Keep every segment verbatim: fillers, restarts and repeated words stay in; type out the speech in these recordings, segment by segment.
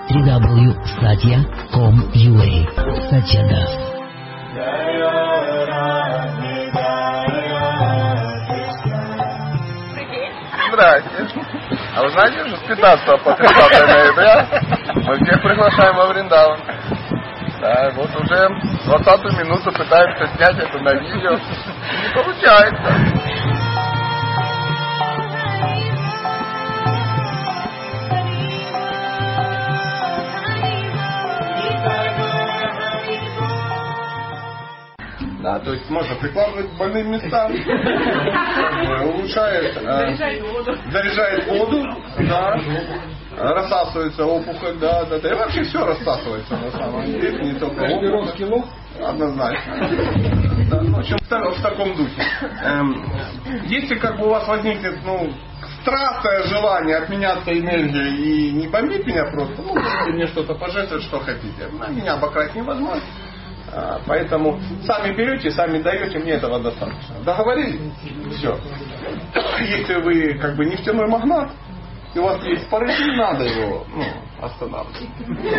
три дабл ю точка сатья точка ком точка ю а. Сатьядас. Здрасте. А вы знаете, что с пятнадцатого по тридцатое ноября мы всех приглашаем во Вриндаван. Да, вот уже двадцатую минуту пытаемся снять это на видео. Не получается. Да, то есть можно прикладывать к больным местам, улучшает, заряжает воду, заряжает воду, да, рассасывается опухоль, да, да, да, и вообще все рассасывается на самом деле, не только опухоль, однозначно. Да, в общем, в таком духе. Эм, если как бы у вас возникнет, ну, страстное желание обменяться энергией и не бомбить меня просто, ну, можете мне что-то пожертвовать, что хотите. На меня обокрасть невозможно. Поэтому сами берете, сами даете, мне этого достаточно. Договорились? Все. Если вы как бы нефтяной магнат, и у вас есть порыв, не надо его, ну, останавливать.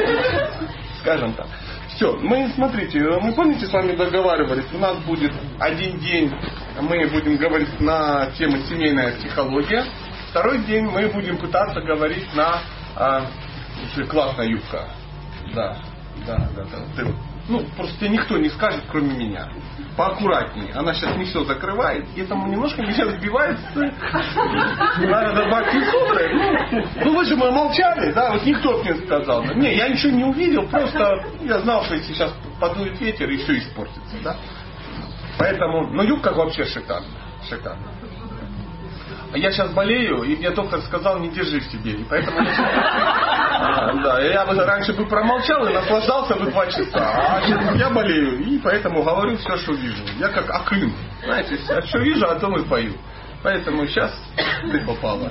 Скажем так. Все. Мы, смотрите, мы, помните, с вами договаривались, у нас будет один день, мы будем говорить на тему семейная психология. Второй день мы будем пытаться говорить на а, классная юбка. Да, да, да, да. Ты, ну, просто тебе никто не скажет, кроме меня. Поаккуратнее. Она сейчас не все закрывает. И это немножко меня сбивает с Бхакти-сутры. Ну, ну, вы же мы молчали, да? Вот никто мне сказал. Не, я ничего не увидел. Просто я знал, что если сейчас подует ветер, и все испортится, да? Поэтому, ну, юбка вообще шикарно. Шикарно. Я сейчас болею, и мне доктор сказал, не держи в себе. И поэтому... А, да, я бы раньше бы промолчал и наслаждался бы два часа. А сейчас я болею, и поэтому говорю все, что вижу. Я как Акын. Знаете, я что вижу, а то и пою. Поэтому сейчас ты попала.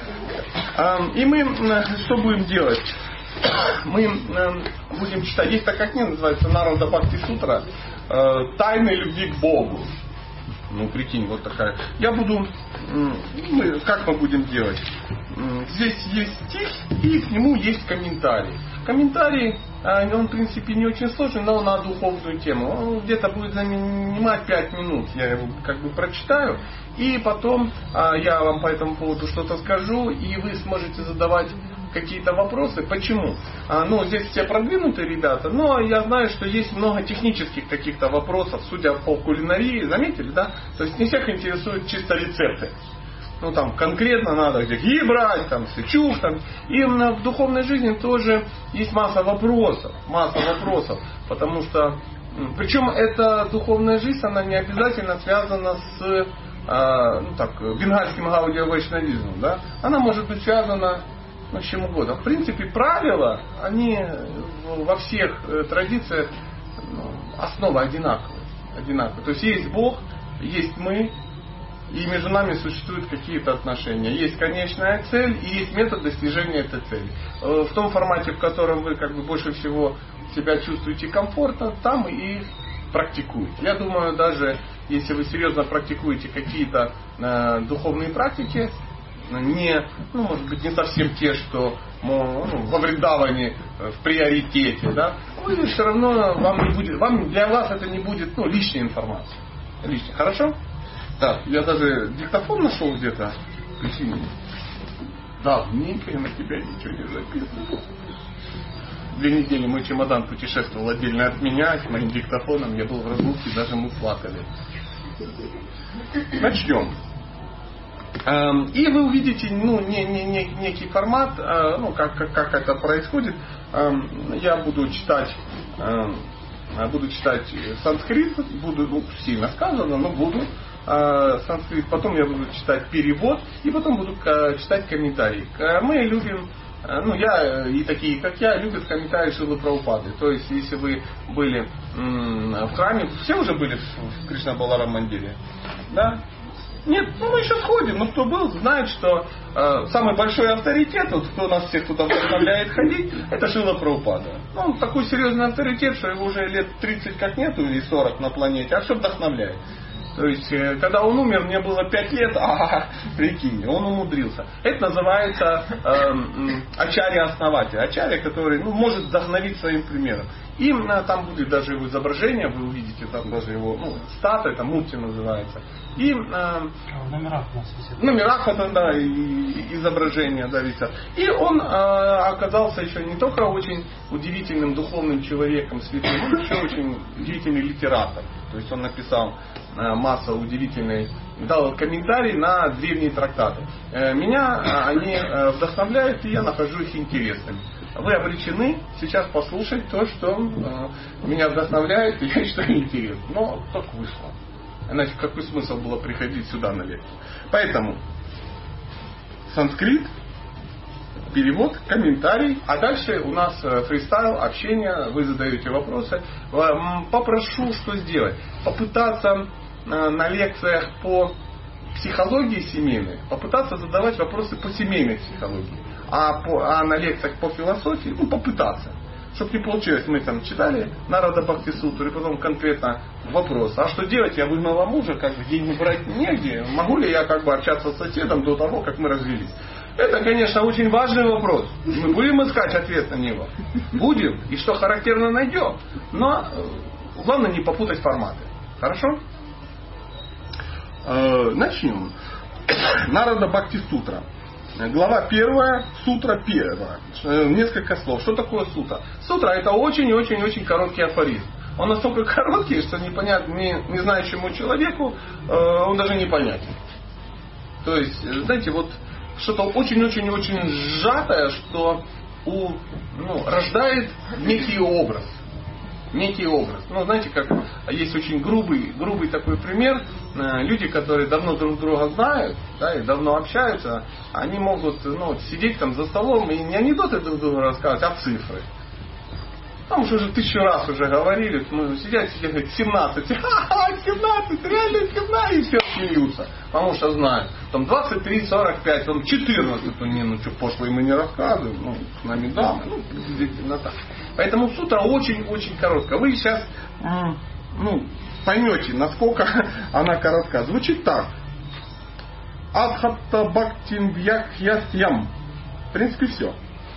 А, и мы что будем делать? Мы будем читать. Есть такая книга, называется Нарада Бхакти-сутра. Тайны любви к Богу. Ну, прикинь, вот такая. Я буду... Мы, как мы будем делать? Здесь есть стих, и к нему есть комментарий. Комментарий, он, в принципе, не очень сложный, но на духовную тему. Он где-то будет занимать пять минут. Я его как бы прочитаю. И потом я вам по этому поводу что-то скажу, и вы сможете задавать какие-то вопросы. Почему? А, ну, здесь все продвинутые ребята, но я знаю, что есть много технических каких-то вопросов, судя по кулинарии, заметили, да? То есть не всех интересуют чисто рецепты. Ну, там, конкретно надо где гhi брать, там, чушь, там. И в духовной жизни тоже есть масса вопросов, масса вопросов, потому что, причем эта духовная жизнь, она не обязательно связана с, а, ну, так, бенгальским гаудио-вайшнавизмом, да? Она может быть связана ну, с чем угодно. В принципе, правила, они во всех традициях, ну, основа одинаковая. одинаковая. То есть есть Бог, есть мы, и между нами существуют какие-то отношения. Есть конечная цель и есть метод достижения этой цели. В том формате, в котором вы как бы больше всего себя чувствуете комфортно, там и практикуете. Я думаю, даже если вы серьезно практикуете какие-то э, духовные практики, не, ну, может быть, не совсем те, что ну, во Вриндаване в приоритете, да, вы все равно вам не будет, вам, для вас это не будет, ну, лишняя информация. Лишняя. Хорошо? Да, я даже диктофон нашел где-то. Давненько я на тебя ничего не записывал. Две недели мой чемодан путешествовал отдельно от меня, с моим диктофоном, я был в разлуке, даже мы плакали. Начнем. И вы увидите ну, не, не, не, некий формат, ну, как, как, как это происходит. Я буду читать, буду читать санскрит, буду, ну, сильно сказано, но буду санскрит. Потом я буду читать перевод и потом буду читать комментарии. Мы любим, ну я и такие, как я, любят комментарии Шрилы Прабхупады. То есть, если вы были в храме, все уже были в Кришна-Баларам Мандире, да? Нет, ну мы еще сходим, но кто был, знает, что э, самый большой авторитет, вот, кто нас всех туда вдохновляет ходить, это Шрила Прабхупада. Ну, он такой серьезный авторитет, что его уже лет тридцать как нету, или сорок на планете, а все вдохновляет. То есть, когда он умер, мне было пять лет, а прикинь, он умудрился. Это называется э, ачарья-основатель. Ачарья, который ну, может вдохновить своим примером. И э, там будет даже его изображение, вы увидите там даже его ну, статуя, это мурти называется. И э, в номерах у нас висит. В номерах это, да, и, и изображения, да, висят. И он э, оказался еще не только очень удивительным духовным человеком, святым, он еще очень удивительный литератор. То есть он написал э, массу удивительных, дал комментарий на древние трактаты. Э, меня э, они э, вдохновляют, и я нахожу их интересными. Вы обречены сейчас послушать то, что э, меня вдохновляет, и я считаю интересным. Но только вышло. Иначе какой смысл было приходить сюда на лекцию? Поэтому санскрит, перевод, комментарий, а дальше у нас фристайл, общение, вы задаете вопросы. Попрошу, что сделать? Попытаться на лекциях по психологии семейной, попытаться задавать вопросы по семейной психологии, а, по, а на лекциях по философии, ну, попытаться. Чтобы не получилось, мы там читали Нарада Бхакти Сутру, и потом конкретно вопрос, а что делать, я выгнала мужа, как бы деньги брать негде, могу ли я как бы общаться с соседом до того, как мы развелись? Это, конечно, очень важный вопрос. Мы будем искать ответ на него. Будем, и что характерно найдем. Но главное не попутать форматы. Хорошо? Начнем. Нарада Бхакти Сутра. Глава первая, сутра первая. Несколько слов. Что такое сутра? Сутра это очень-очень-очень короткий афоризм. Он настолько короткий, что непонятно, не, не знающему человеку э, он даже не понятен. То есть, знаете, вот что-то очень-очень-очень сжатое, что у, ну, рождает некий образ. Некий образ. Ну, знаете, как есть очень грубый, грубый такой пример. Люди, которые давно друг друга знают, да, и давно общаются, они могут ну, сидеть там за столом и не анекдоты друг другу рассказывать, а цифры. Там уже, уже тысячу раз уже говорили, мы сидят, сидят, говорят, семнадцать. Ха-ха, семнадцать, реально семнадцать, и все смеются. Потому что знают. Там двадцать три, сорок пять, там четырнадцать, не, ну что, пошлые мы не рассказываем, ну, с нами дамы, ну, приблизительно так. Поэтому сутра очень-очень короткая. Вы сейчас, ну, поймете, насколько она коротка. Звучит так. Адхатта бхактин вьякхьястьям. В принципе, все.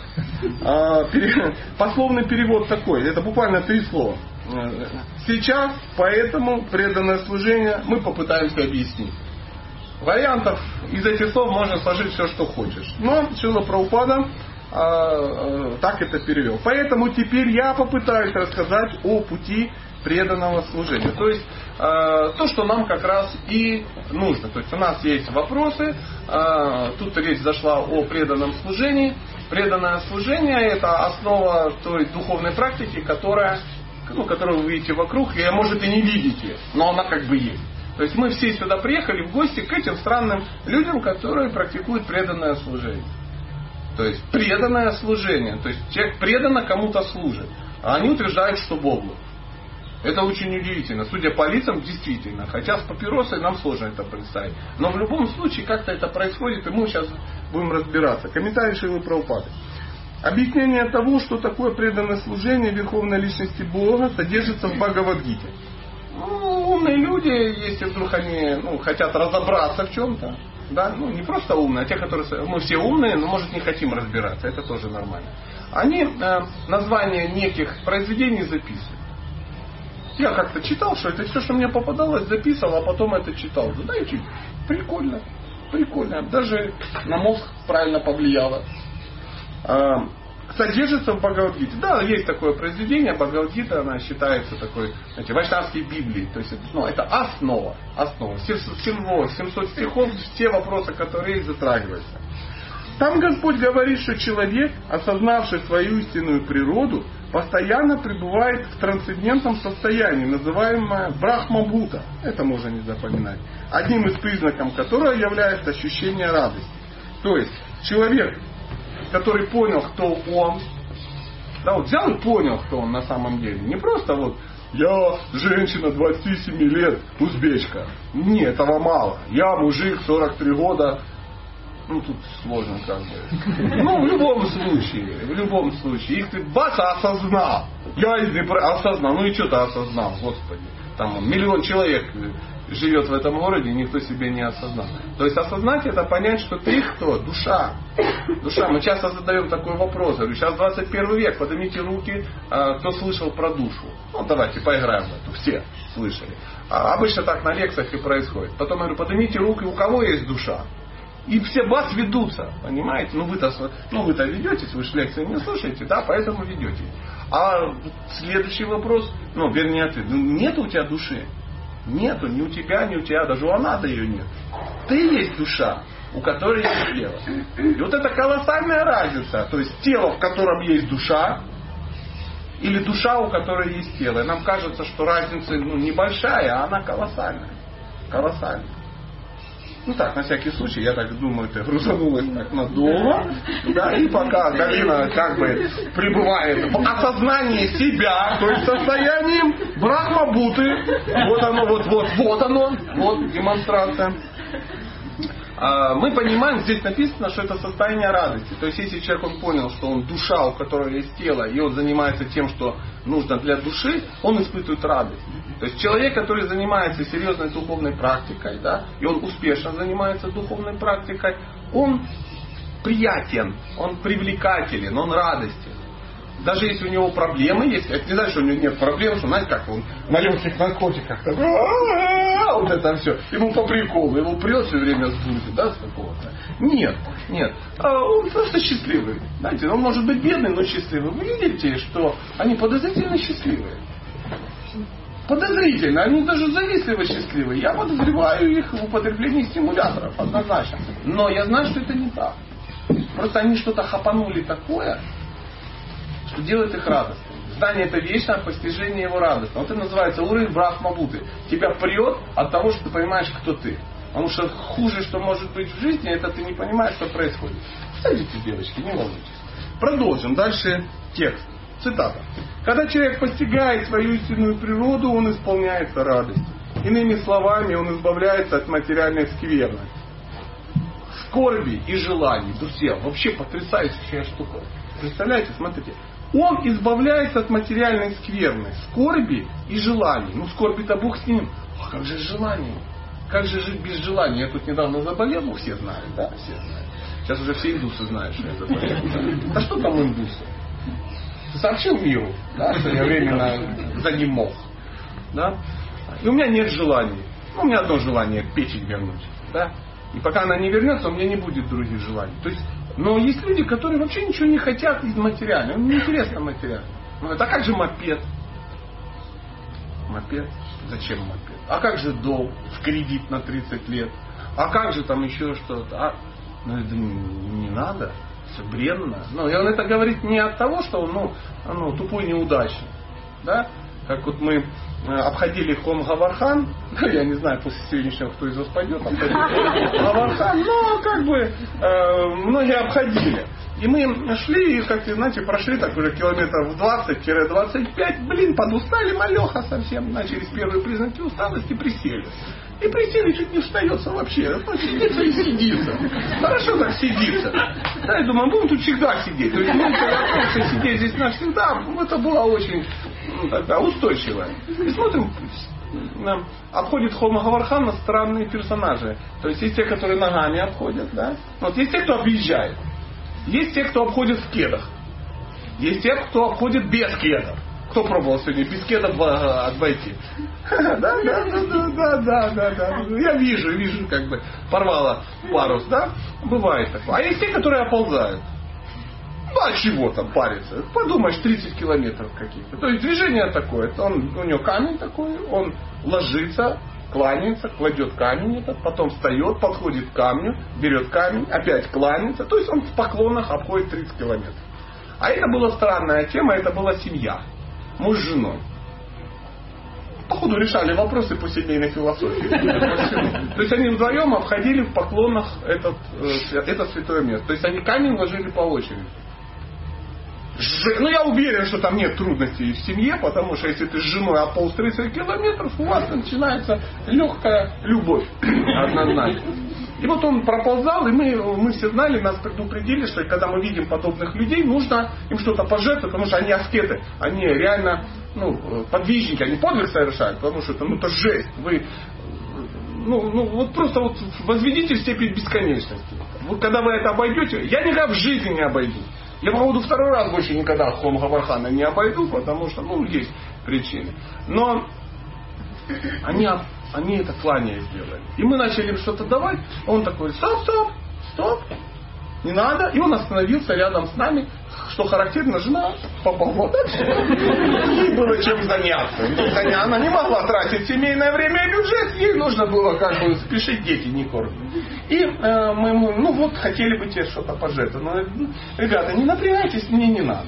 Пословный перевод такой. Это буквально три слова. Сейчас, поэтому преданное служение мы попытаемся объяснить. Вариантов из этих слов можно сложить все, что хочешь. Но Шрила Прабхупада а, а, так это перевел. Поэтому теперь я попытаюсь рассказать о пути преданного служения. То есть э, то, что нам как раз и нужно. То есть у нас есть вопросы. Э, тут речь зашла о преданном служении. Преданное служение это основа той духовной практики, которая, ну, которую вы видите вокруг, и может и не видите, но она как бы есть. То есть мы все сюда приехали в гости к этим странным людям, которые практикуют преданное служение. То есть преданное служение. То есть человек преданно кому-то служит. А они утверждают, что Богу. Это очень удивительно. Судя по лицам, действительно. Хотя с папиросой нам сложно это представить. Но в любом случае как-то это происходит, и мы сейчас будем разбираться. Комментарий Шрилы Прабхупады. Объяснение того, что такое преданное служение Верховной Личности Бога, содержится в Бхагавад-гите. Ну, умные люди, если вдруг они ну, хотят разобраться в чем-то, да, ну не просто умные, а те, которые мы все умные, но может не хотим разбираться, это тоже нормально. Они э, названия неких произведений записывают. Я как-то читал, что это все, что мне попадалось, записывал, а потом это читал. Да и чуть. Прикольно. Прикольно. Даже на мозг правильно повлияло. А, содержится в Бхагавад-гите. Да, есть такое произведение. Бхагавад-гита, она считается такой, знаете, вайшнавской Библией. То есть, ну, это основа. Основа. семьсот стихов, все вопросы, которые затрагиваются. Там Господь говорит, что человек, осознавший свою истинную природу, постоянно пребывает в трансцендентном состоянии, называемое брахма-бхута. Это можно не запоминать. Одним из признаков которого является ощущение радости. То есть человек, который понял, кто он, да, вот взял и понял, кто он на самом деле. Не просто вот я женщина двадцати семи лет, узбечка. Нет, этого мало. Я мужик сорок три года. Ну, тут сложно как бы. Ну, в любом случае, в любом случае. Их ты бац, осознал. Я из осознал. Ну и что ты осознал, Господи. Там миллион человек живет в этом городе, никто себе не осознал. То есть осознать это понять, что ты кто? Душа. Душа. Мы часто задаем такой вопрос. Говорю, сейчас двадцать первый век, поднимите руки, кто слышал про душу. Ну давайте поиграем в эту. Все слышали. А обычно так на лекциях и происходит. Потом я говорю, поднимите руки, у кого есть душа. И все бас ведутся, понимаете? Ну вы-то, ну, вы-то ведетесь, вы же лекции не слушаете, да, поэтому ведете. А следующий вопрос, ну, вернее ответ, ну, нет у тебя души. Нету, ни у тебя, ни у тебя, даже у Анады ее нет. Ты есть душа, у которой есть тело. И вот это колоссальная разница. То есть тело, в котором есть душа, или душа, у которой есть тело. И нам кажется, что разница ну, небольшая, а она колоссальная. Колоссальная. Ну так, на всякий случай, я так думаю, ты грузанулась так надолго, да, и пока Галина как бы пребывает в осознании себя, то есть состоянием Брахма-Буты, вот оно, вот, вот, вот оно, вот демонстрация. Мы понимаем, здесь написано, что это состояние радости. То есть, если человек он понял, что он душа, у которой есть тело, и он занимается тем, что нужно для души, он испытывает радость. То есть, человек, который занимается серьезной духовной практикой, да, и он успешно занимается духовной практикой, он приятен, он привлекателен, он радостен. Даже если у него проблемы есть, это не значит, что у него нет проблем, что, знаете, как он на легких наркотиках, вот это все, ему по приколу, его прет все время с бурги, да, с какого-то. Нет, нет, он просто счастливый. Знаете, он может быть бедный, но счастливый. Вы видите, что они подозрительно счастливые. Подозрительно, они даже завистливо счастливые. Я подозреваю их в употреблении стимуляторов, однозначно. Но я знаю, что это не так. Просто они что-то хапанули такое, что делает их радостными. Знание это вечное, постижение его радостно. Вот это называется уровень Брахма-Буты. Тебя прет от того, что ты понимаешь, кто ты. Потому что хуже, что может быть в жизни, это ты не понимаешь, что происходит. Садитесь, девочки, не волнуйтесь. Продолжим. Дальше текст. Цитата. Когда человек постигает свою истинную природу, он исполняется радостью. Иными словами, он избавляется от материальной скверны, скорби и желаний. Друзья, вообще потрясающая штука. Представляете, смотрите. Он избавляется от материальной скверны, скорби и желаний. Ну, скорби-то Бог с ним. А как же желание? Как же жить без желания? Я тут недавно заболел, ну, все знают, да? Все знают. Сейчас уже все индусы знают, что я заболел. Да, да что там индусы? Ты сообщил миру, да, что я временно занемог. Да? И у меня нет желаний. Ну, у меня одно желание – печень вернуть. Да? И пока она не вернется, у меня не будет других желаний. То есть, но есть люди, которые вообще ничего не хотят из материального. Им не интересно материально. Ну, это а как же мопед? Мопед? Зачем мопед? А как же долг в кредит на тридцать лет? А как же там еще что-то? А? Ну, это не, не надо. Все бренно. Ну, и он это говорит не от того, что он ну, ну, тупой неудачник. Да? Как вот мы обходили Хом Гавархан, я не знаю, после сегодняшнего, кто из вас пойдет, обходили Гавархан, но как бы э, многие обходили. И мы шли, и, как знаете, прошли так уже километров двадцать-двадцать пять, блин, подустали, малеха совсем, начались первые признаки усталости, присели. И присели, чуть не встается вообще. Ну, сидится и сидится. Хорошо так сидится. Да, я думаю, будем тут всегда сидеть. То есть мы просто сидеть здесь навсегда, это было очень ну, тогда устойчиво. И смотрим, нам обходит Хома Гавархана странные персонажи. То есть есть те, которые ногами обходят, да? Вот есть те, кто объезжает. Есть те, кто обходит в кедах. Есть те, кто обходит без кедов. Кто пробовал сегодня без кедов обойти? Да, да, да, да, да, да, да. Я вижу, вижу, как бы порвала парус, да? Бывает такое. А есть те, которые оползают. Ну, а чего там париться? Подумаешь, тридцать километров каких-то. То есть движение такое. Он, у него камень такой, он ложится, кланяется, кладет камень этот, потом встает, подходит к камню, берет камень, опять кланяется. То есть он в поклонах обходит тридцать километров. А это была странная тема, это была семья. Муж с женой. Походу решали вопросы по семейной философии. То есть они вдвоем обходили в поклонах этот, это святое место. То есть они камень ложили по очереди. Ну я уверен, что там нет трудностей в семье, потому что если ты с женой ополз тридцать километров, у вас начинается легкая любовь. Однозначно. И вот он проползал, и мы, мы все знали, нас предупредили, что когда мы видим подобных людей, нужно им что-то пожертвовать, потому что они аскеты, они реально ну, подвижники, они подвиг совершают, потому что это, ну, это жесть. Вы ну, ну, вот просто вот возведите в степень бесконечности. Вот когда вы это обойдете, я никогда в жизни не обойду. Я, походу, второй раз больше никогда Хом Гавархана не обойду, потому что, ну, есть причины. Но они, они это кланяя сделали. И мы начали им что-то давать, он такой, стоп, стоп, стоп, не надо. И он остановился рядом с нами, что характерно, жена попала дальше. Ей было чем заняться. Она не могла тратить семейное время и бюджет, ей нужно было как бы спешить, дети не кормят. И э, мы ему, ну вот, хотели бы тебе что-то пожертвовать. Но, ребята, не напрягайтесь, мне не надо.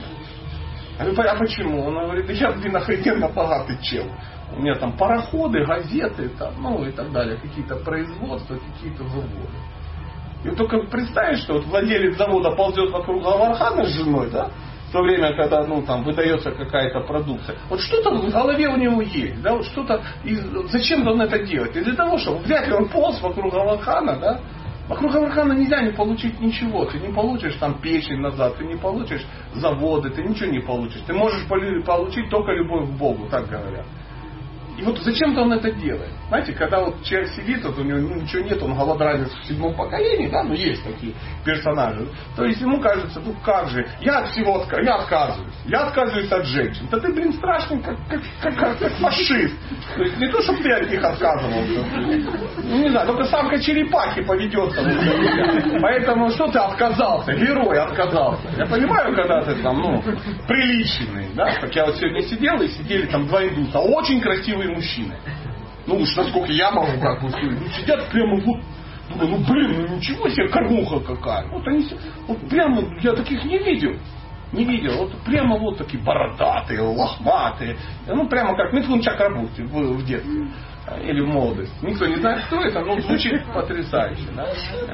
Я говорю, а почему? Он говорит, да я, блин, охрененно богатый чел. У меня там пароходы, газеты, там, ну и так далее, какие-то производства, какие-то заводы. И вот только представить, что вот владелец завода ползет вокруг Гавархана с женой, да, в то время, когда ну, там, выдается какая-то продукция. Вот что-то в голове у него есть, да, вот что-то, и зачем он это делает? Из-за того, что вряд ли он полз вокруг Гавархана, да, вокруг Гавархана нельзя не получить ничего. Ты не получишь там печень назад, ты не получишь заводы, ты ничего не получишь. Ты можешь получить только любовь к Богу, так говорят. И вот зачем-то он это делает. Знаете, когда вот человек сидит, вот у него ничего нет, он голодранец в седьмом поколении, да, ну есть такие персонажи. То есть ему кажется, ну как же, я от всего отказываюсь, я отказываюсь, я отказываюсь от женщин. Да ты, блин, страшный, как, как, как, как, как фашист. То есть не то, чтобы ты от них отказывался. Ну не знаю, только самка черепахи поведется. Поэтому что ты отказался? Герой отказался. Я понимаю, когда ты там, ну, приличный, да, как я вот сегодня сидел и сидели там два индуса, очень красивые мужчины. Ну уж насколько я могу как бы сказать, ну сидят прямо вот, думаю, ну блин, ну ничего себе, кормуха какая. Вот они, вот прямо, я таких не видел. Не видел. Вот прямо вот такие бородатые, лохматые. Ну прямо как Митхун Чакраборти в, в детстве. Или в молодости. Никто не знает, кто это, но звучит потрясающе. Да?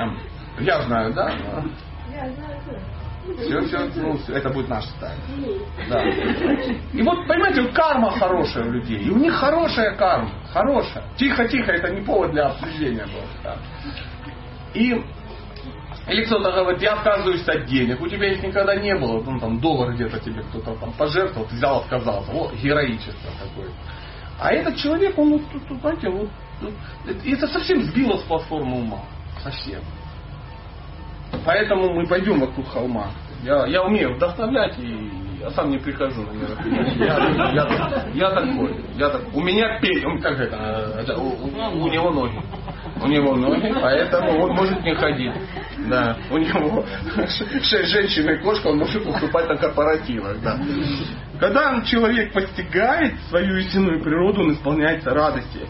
Я знаю, да? Я знаю, кто. Все, все, ну, это будет наша тайна. Да. И вот, понимаете, вот карма хорошая у людей. И у них хорошая карма. Хорошая. Тихо-тихо, это не повод для обсуждения был. Да. И или кто-то говорит, я отказываюсь от денег. У тебя их никогда не было. Ну, там, доллар где-то тебе кто-то там пожертвовал, ты взял, отказался. Вот, героичество такое. А этот человек, он, вот, тут, знаете, вот, это совсем сбило с платформы ума. Совсем. Поэтому мы пойдем вокруг холма. Я, я умею вдохновлять, и я сам не прихожу на мероприятие. Я, я, я такой. Я так, у меня петь, он как это, это у, у, у него ноги. У него ноги, поэтому он может не ходить. Да. У него шесть женщин и кошка, он может выступать на корпоративах. Да. Когда человек постигает свою истинную природу, он исполняется радости.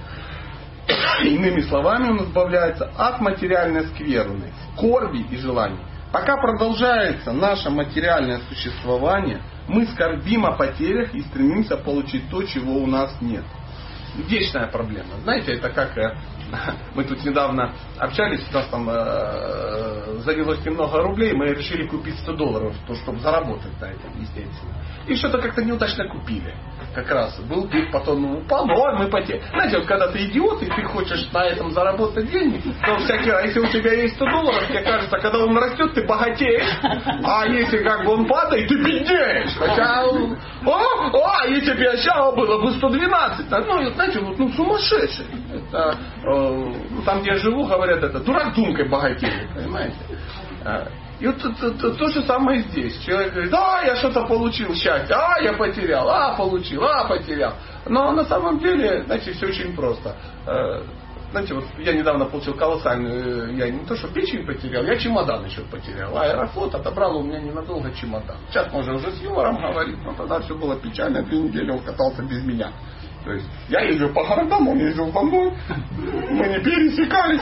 Иными словами, он избавляется от материальной скверны, скорби и желаний. Пока продолжается наше материальное существование, мы скорбим о потерях и стремимся получить то, чего у нас нет. Вечная проблема. Знаете, это как... Мы тут недавно общались, у нас там э, завелось немного рублей, мы решили купить сто долларов, то, чтобы заработать на этом, естественно. И что-то как-то неудачно купили. Как раз был пик, потом ну, упал, но мы потеряли. Знаете, вот когда ты идиот, и ты хочешь на этом заработать деньги, то всякий раз, если у тебя есть сто долларов, тебе кажется, когда он растет, ты богатеешь, а если как бы он падает, ты беднеешь. Хотя, о, о, если бы я сейчас было бы сто двенадцать, ну, знаете, вот, ну, сумасшедший. Это, э, там, где я живу, говорят, это дурак думкой богатеет, понимаете? И вот то, то, то, то же самое здесь. Человек говорит, да, я что-то получил счастье, а, я потерял, а, получил, а, потерял. Но на самом деле, знаете, все очень просто. Знаете, вот я недавно получил колоссальную, я не то что печень потерял, я чемодан еще потерял. Аэрофлот отобрал у меня ненадолго чемодан. Сейчас можно уже с юмором говорить, но тогда все было печально, две недели он катался без меня. То есть я ездил по городам, он ездил по мной, мы не пересекались.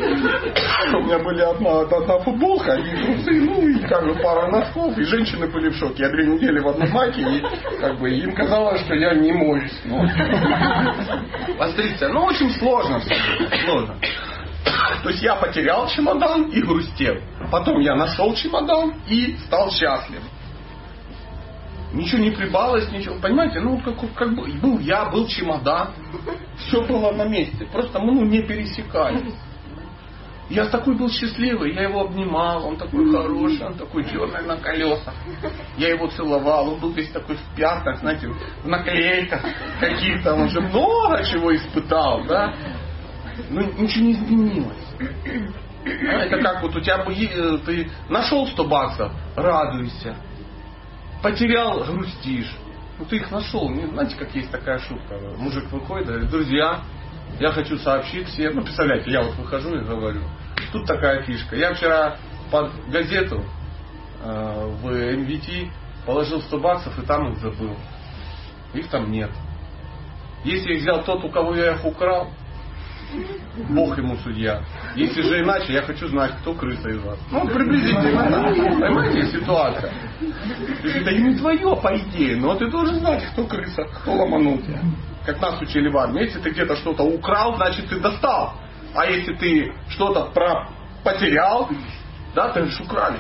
У меня были одна, одна футболка, одни трусы, ну и как бы пара носков, и женщины были в шоке. Я две недели в одной майке, и как бы им казалось, что я не моюсь. Ну. Посмотрите, ну очень сложно все, сложно. То есть я потерял чемодан и грустил. Потом я нашел чемодан и стал счастлив. Ничего не прибавилось, ничего. Понимаете, ну как, как бы был я, был чемодан. Все было на месте. Просто мы ну, не пересекались. Я такой был счастливый, я его обнимал, он такой хороший, он такой черный на колесах. Я его целовал, он был весь такой в пятках, знаете, в наклейках каких-то. Он же много чего испытал, да. ну ничего не изменилось. Это как вот у тебя ты нашел сто баксов, радуйся. Потерял, грустишь. Ну ты их нашел. Знаете, как есть такая шутка. Мужик выходит, говорит: друзья, я хочу сообщить всем. Ну представляете, я вот выхожу и говорю: тут такая фишка. Я вчера под газету э, в эм ви ти положил сто баксов и там их забыл. Их там нет. Если их взял тот, у кого я их украл, Бог ему судья. Если же иначе, я хочу знать, кто крыса из вас. Ну, приблизительно так. Понимаете, ситуация. То есть это и не твое, по идее, но ты должен знать, кто крыса, кто ломанул тебя. Как нас учили в армии. Если ты где-то что-то украл, значит ты достал. А если ты что-то про... потерял, да, ты же украли.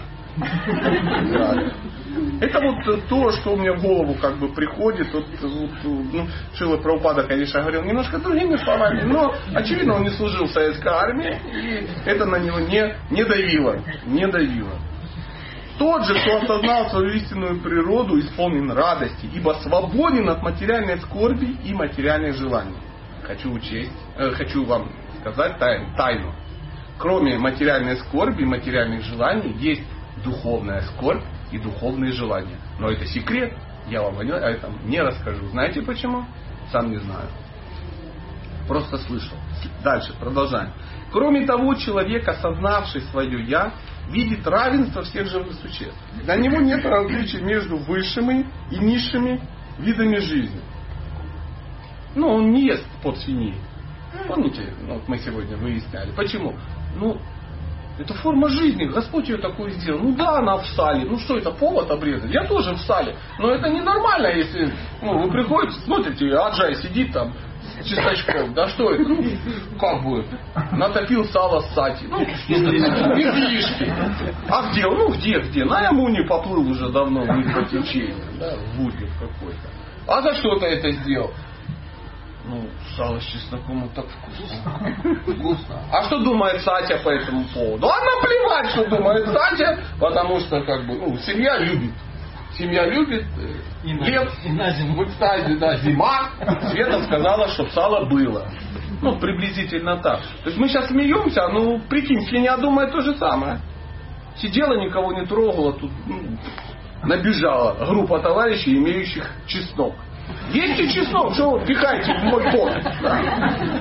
Это вот то, что мне в голову как бы приходит. Вот, вот, ну, Шрила Прабхупада, конечно, говорил немножко другими словами, но очевидно он не служил в советской армии, и это на него не, не давило. Не давило. Тот же, кто осознал свою истинную природу, исполнен радости, ибо свободен от материальной скорби и материальных желаний. Хочу учесть, э, хочу вам сказать тайну. Кроме материальной скорби и материальных желаний, есть духовная скорбь и духовные желания. Но это секрет, я вам о этом не расскажу. Знаете почему? Сам не знаю. Просто слышал. Дальше, продолжаем. Кроме того, человек, осознавший свое «я», видит равенство всех живых существ. Для него нет различий между высшими и низшими видами жизни. Ну, он не ест под свиньи. Помните, ну, вот мы сегодня выясняли. Почему? Ну, это форма жизни. Господь ее такую сделал. Ну да, она в сале. Ну что это, повод обрезать? Я тоже в сале. Но это ненормально, если ну, вы приходите, смотрите, Аджай сидит там с чесночком. Да что это? Ну, как бы, натопил сало с сати. Ну, излишки. А где? Ну где, где? На Ямуне поплыл уже давно в течение. Да, в Будге какой-то. А за что ты это сделал? Ну, сало с чесноком так вкусно. Вкусно. А что думает Сатя по этому поводу? А наплевать, что думает Сатя, потому что, как бы, ну, семья любит. Семья любит. И лев в экстазе, да, зима. Света сказала, чтобы сало было. Ну, приблизительно так. То есть мы сейчас смеемся, ну, прикинь, свинья думает то же самое. Сидела, никого не трогала, тут ну, набежала группа товарищей, имеющих чеснок. Есть чеснок, что вы пихаете в мой пот? Да.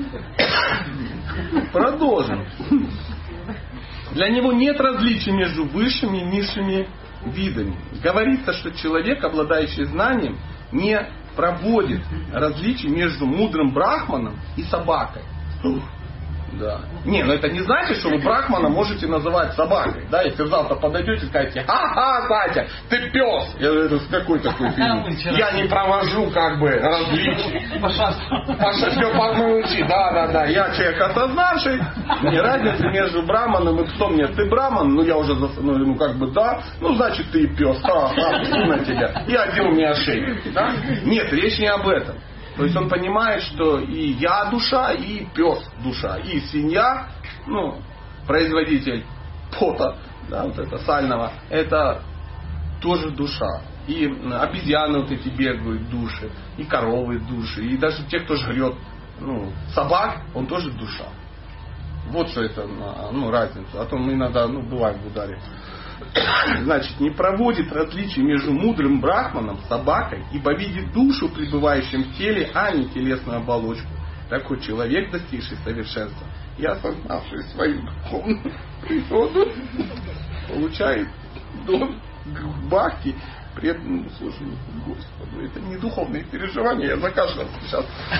Продолжим. Для него нет различий между высшими и низшими видами. Говорится, что человек, обладающий знанием, не проводит различий между мудрым брахманом и собакой. Да. Не, но это не значит, что вы брахмана можете называть собакой. Да, если завтра подойдете и скажете: ха-ха, Катя, ты пес. Я говорю: это с какой такой фильм? Я не провожу как бы различий. Паша, все помолчи. Да, да, да. Я человек осознавший. Не разницы между браманом и псом нет. Ты браман, ну я уже ну, ну как бы да, ну значит ты и пес. Ха-ха, на тебя. И одел мне ошейник. Да? Нет, речь не об этом. То есть он понимает, что и я душа, и пес душа. И свинья, ну, производитель пота, да, вот это сального, это тоже душа. И обезьяны вот эти бегают души, и коровы души, и даже те, кто жрет ну, собак, он тоже душа. Вот что это, ну, разница. А то мы иногда, ну, бываем в ударе. Значит, не проводит различий между мудрым брахманом, собакой, ибо видит душу, пребывающим в теле, а не телесную оболочку. Такой человек, достигший совершенства, и осознавший свою духовную природу, получает до бхакти преданному служению Господу. Это не духовные переживания, я закашлялся сейчас.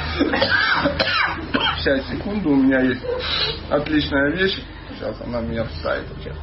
Сейчас, секунду, у меня есть отличная вещь. Сейчас она меня вставит. Сейчас.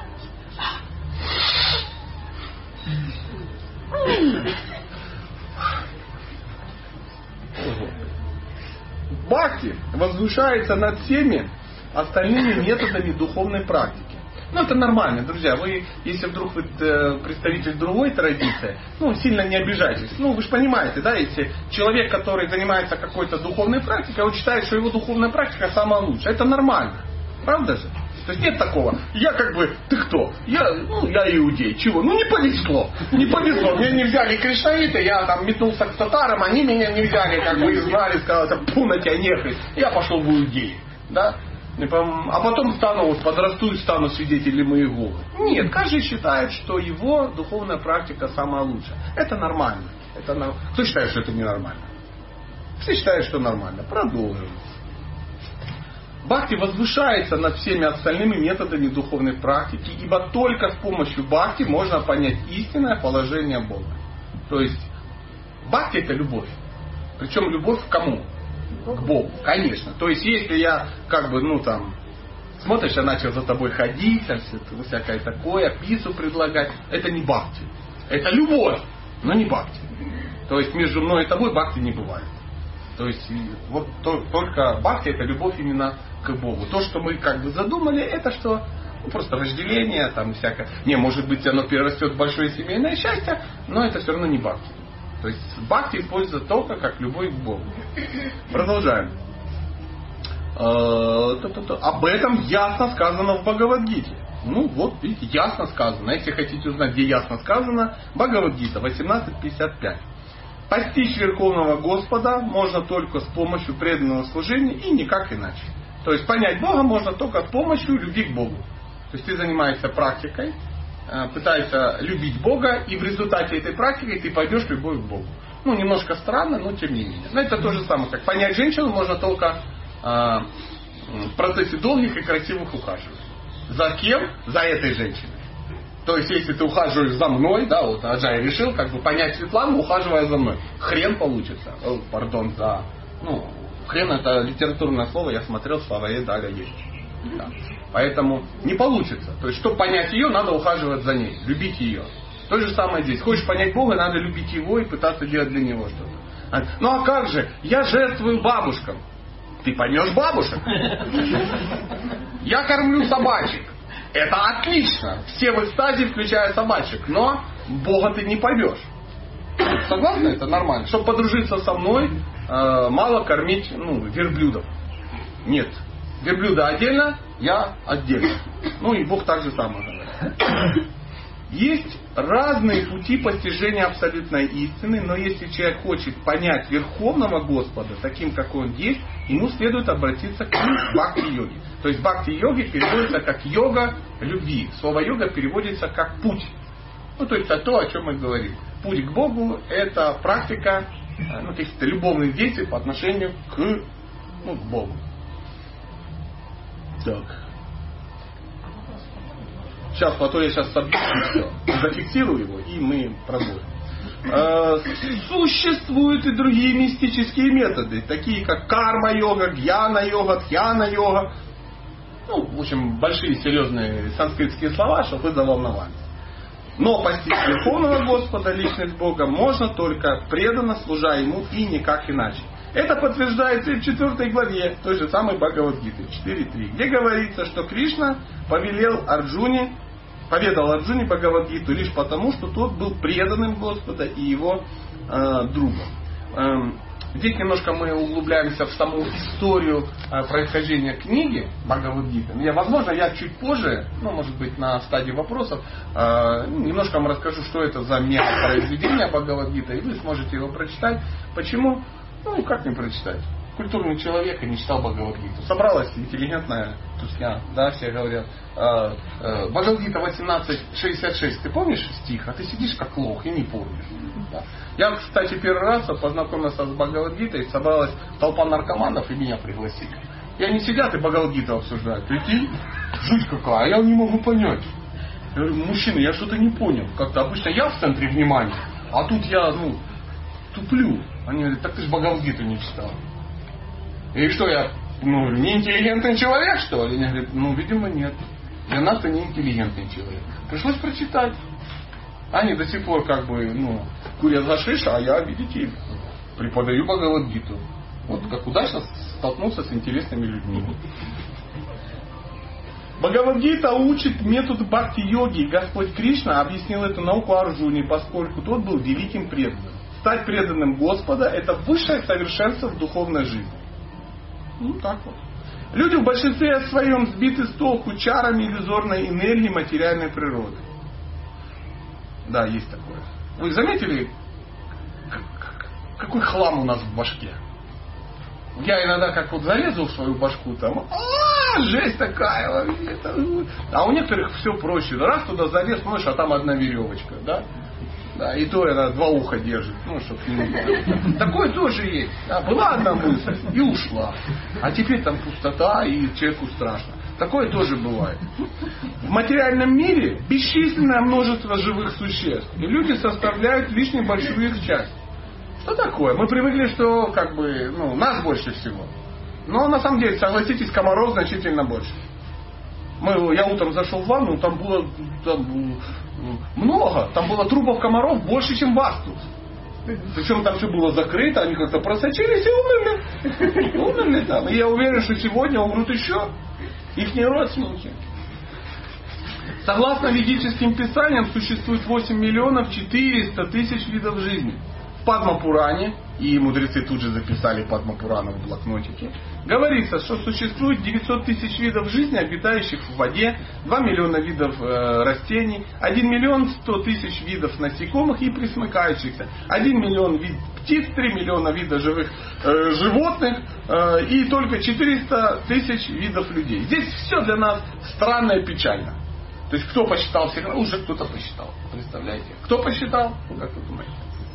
Бхакти возвышается над всеми остальными методами духовной практики. Ну, это нормально, друзья. Вы, если вдруг вы представитель другой традиции, ну, сильно не обижайтесь. Ну, вы же понимаете, да, если человек, который занимается какой-то духовной практикой, он считает, что его духовная практика самая лучшая. Это нормально. Правда же? То То есть нет такого. Я как бы, ты кто? Я, ну, я иудей. Чего? Ну не повезло. Не повезло. Меня не взяли кришнаиты, я там метнулся к татарам, они меня не взяли, как бы изгнали, сказали, пу на тебя нехай. Я пошел в иудеи. Да? А потом стану, вот, подрасту и стану свидетелем Иеговы. Нет, каждый считает, что его духовная практика самая лучшая. Это нормально. Это норм... Кто считает, что это ненормально? Все считают, что нормально. Продолжим. Бхакти возвышается над всеми остальными методами духовной практики, ибо только с помощью бхакти можно понять истинное положение Бога. То есть бхакти это любовь. Причем любовь к кому? К Богу, конечно. То есть если я как бы, ну там, смотришь, я начал за тобой ходить, там, всякое такое, пису предлагать, это не бхакти. Это любовь, но не бхакти. То есть между мной и тобой бхакти не бывает. То есть вот то, только бхакти это любовь именно к Богу. То, что мы как бы задумали, это что? Ну, просто разделение, там всякое. Не, может быть, оно перерастет в большое семейное счастье, но это все равно не бхакти. То есть бхакти используется только как любовь к Богу. Продолжаем. Об этом ясно сказано в Бхагавад-гите. Ну вот, видите, ясно сказано. Если хотите узнать, где ясно сказано, Бхагавад-гита восемнадцать пятьдесят пять. Постичь Верховного Господа можно только с помощью преданного служения и никак иначе. То есть понять Бога можно только с помощью любви к Богу. То есть ты занимаешься практикой, пытаешься любить Бога, и в результате этой практики ты пойдешь в любовь к Богу. Ну, немножко странно, но тем не менее. Но это то же самое, как понять женщину можно только э, в процессе долгих и красивых ухаживаний. За кем? За этой женщиной. То есть, если ты ухаживаешь за мной, да, вот Аджай решил как бы понять Светлану, ухаживая за мной. Хрен получится. О, пардон, за... Ну, хрен это литературное слово, я смотрел, слова ей Даля есть. Да. Поэтому не получится. То есть, чтобы понять ее, надо ухаживать за ней, любить ее. То же самое здесь. Хочешь понять Бога, надо любить Его и пытаться делать для Него что-то. Ну а как же? Я жертвую бабушкам. Ты поймешь бабушек. Я кормлю собачек. Это отлично. Все в экстазе, включая собачек. Но Бога ты не поймешь. Согласны? Это нормально. Чтобы подружиться со мной, мало кормить ну, верблюдов. Нет. Верблюда отдельно, я отдельно. Ну и Бог так же самое говорит. Есть разные пути постижения абсолютной истины, но если человек хочет понять Верховного Господа, таким, как Он есть, ему следует обратиться к бхакти-йоге. То есть бхакти-йоги переводится как йога любви. Слово йога переводится как путь. Ну, то есть это то, о чем мы говорим. Путь к Богу – это практика ну, каких-то любовных действий по отношению к, ну, к Богу. Так. Сейчас, а то я сейчас собью все, зафиксирую его, и мы продолжим. Э, существуют и другие мистические методы, такие как карма-йога, гьяна-йога, тхьяна-йога. Ну, в общем, большие серьезные санскритские слова, чтобы вы заволновались. Но постичь Верховного Господа, личность Бога, можно только преданно служа Ему и никак иначе. Это подтверждается и в четвертой главе той же самой Бхагавад-гиты четыре три, где говорится, что Кришна повелел Арджуне, поведал Арджуне Бхагавад-гиту лишь потому, что тот был преданным Господа и его э, другом. Эм, здесь немножко мы углубляемся в саму историю э, происхождения книги Бхагавад-гиты. Я, возможно, я чуть позже, ну, может быть, на стадии вопросов, э, немножко вам расскажу, что это за мега произведение Бхагавад-гиты, и вы сможете его прочитать. Почему? Ну, как не прочитать? Культурный человек и не читал Бхагавад-гиту. Собралась интеллигентная тусня, да, все говорят. Бхагавад-гита восемнадцать шестьдесят шесть, ты помнишь стих? А ты сидишь как лох и не помнишь. Да. Я, кстати, первый раз познакомился с Бхагавад-гитой, собралась толпа наркоманов и меня пригласили. И они сидят и Бхагавад-гиту обсуждают. Прикинь, жуть какая, я не могу понять. Я говорю, мужчина, я что-то не понял. Как-то обычно я в центре внимания, а тут я, ну, туплю. Они говорят, так ты же Бхагавад-гиту не читал. И что, я ну, неинтеллигентный человек, что ли? Они говорят, ну, видимо, нет. Для нас ты неинтеллигентный человек. Пришлось прочитать. Они до сих пор как бы, ну, курят гашиш, а я, видите, преподаю Бхагавад-гиту. Вот как удачно столкнулся с интересными людьми. Бхагавад-гита учит метод бхакти-йоги. Господь Кришна объяснил эту науку Арджуне, поскольку тот был великим преданным. Стать преданным Господа – это высшее совершенство в духовной жизни. Ну, так вот. Люди в большинстве своем сбиты с толку чарами иллюзорной энергии материальной природы. Да, есть такое. Вы заметили, какой хлам у нас в башке? Я иногда как вот залезу в свою башку, там, а, жесть такая вообще. А у некоторых все проще. Раз туда залез, смотришь, а там одна веревочка, да? Да, и то она два уха держит. Ну, чтобы не... Такое тоже есть. Да, была одна мысль и ушла. А теперь там пустота, и человеку страшно. Такое тоже бывает. В материальном мире бесчисленное множество живых существ. И люди составляют лишь небольшую их часть. Что такое? Мы привыкли, что как бы, ну, нас больше всего. Но на самом деле, согласитесь, комаров значительно больше. Мы, я утром зашел в ванну, там было там, много. Там было трупов комаров больше, чем вас тут. Причем там все было закрыто, они как-то просочились и умерли. Умерли там. И я уверен, что сегодня умрут еще ихние родственники. Согласно ведическим писаниям, существует восемь миллионов четыреста тысяч видов жизни. В Падма-Пуране, и мудрецы тут же записали Падма-Пурану в блокнотике, говорится, что существует девятьсот тысяч видов жизни, обитающих в воде, два миллиона видов э, растений, один миллион сто тысяч видов насекомых и пресмыкающихся, один миллион вид птиц, три миллиона видов живых э, животных э, и только четыреста тысяч видов людей. Здесь все для нас странно и печально. То есть кто посчитал всех? Уже кто-то посчитал. Представляете? Кто посчитал? Как вы думаете?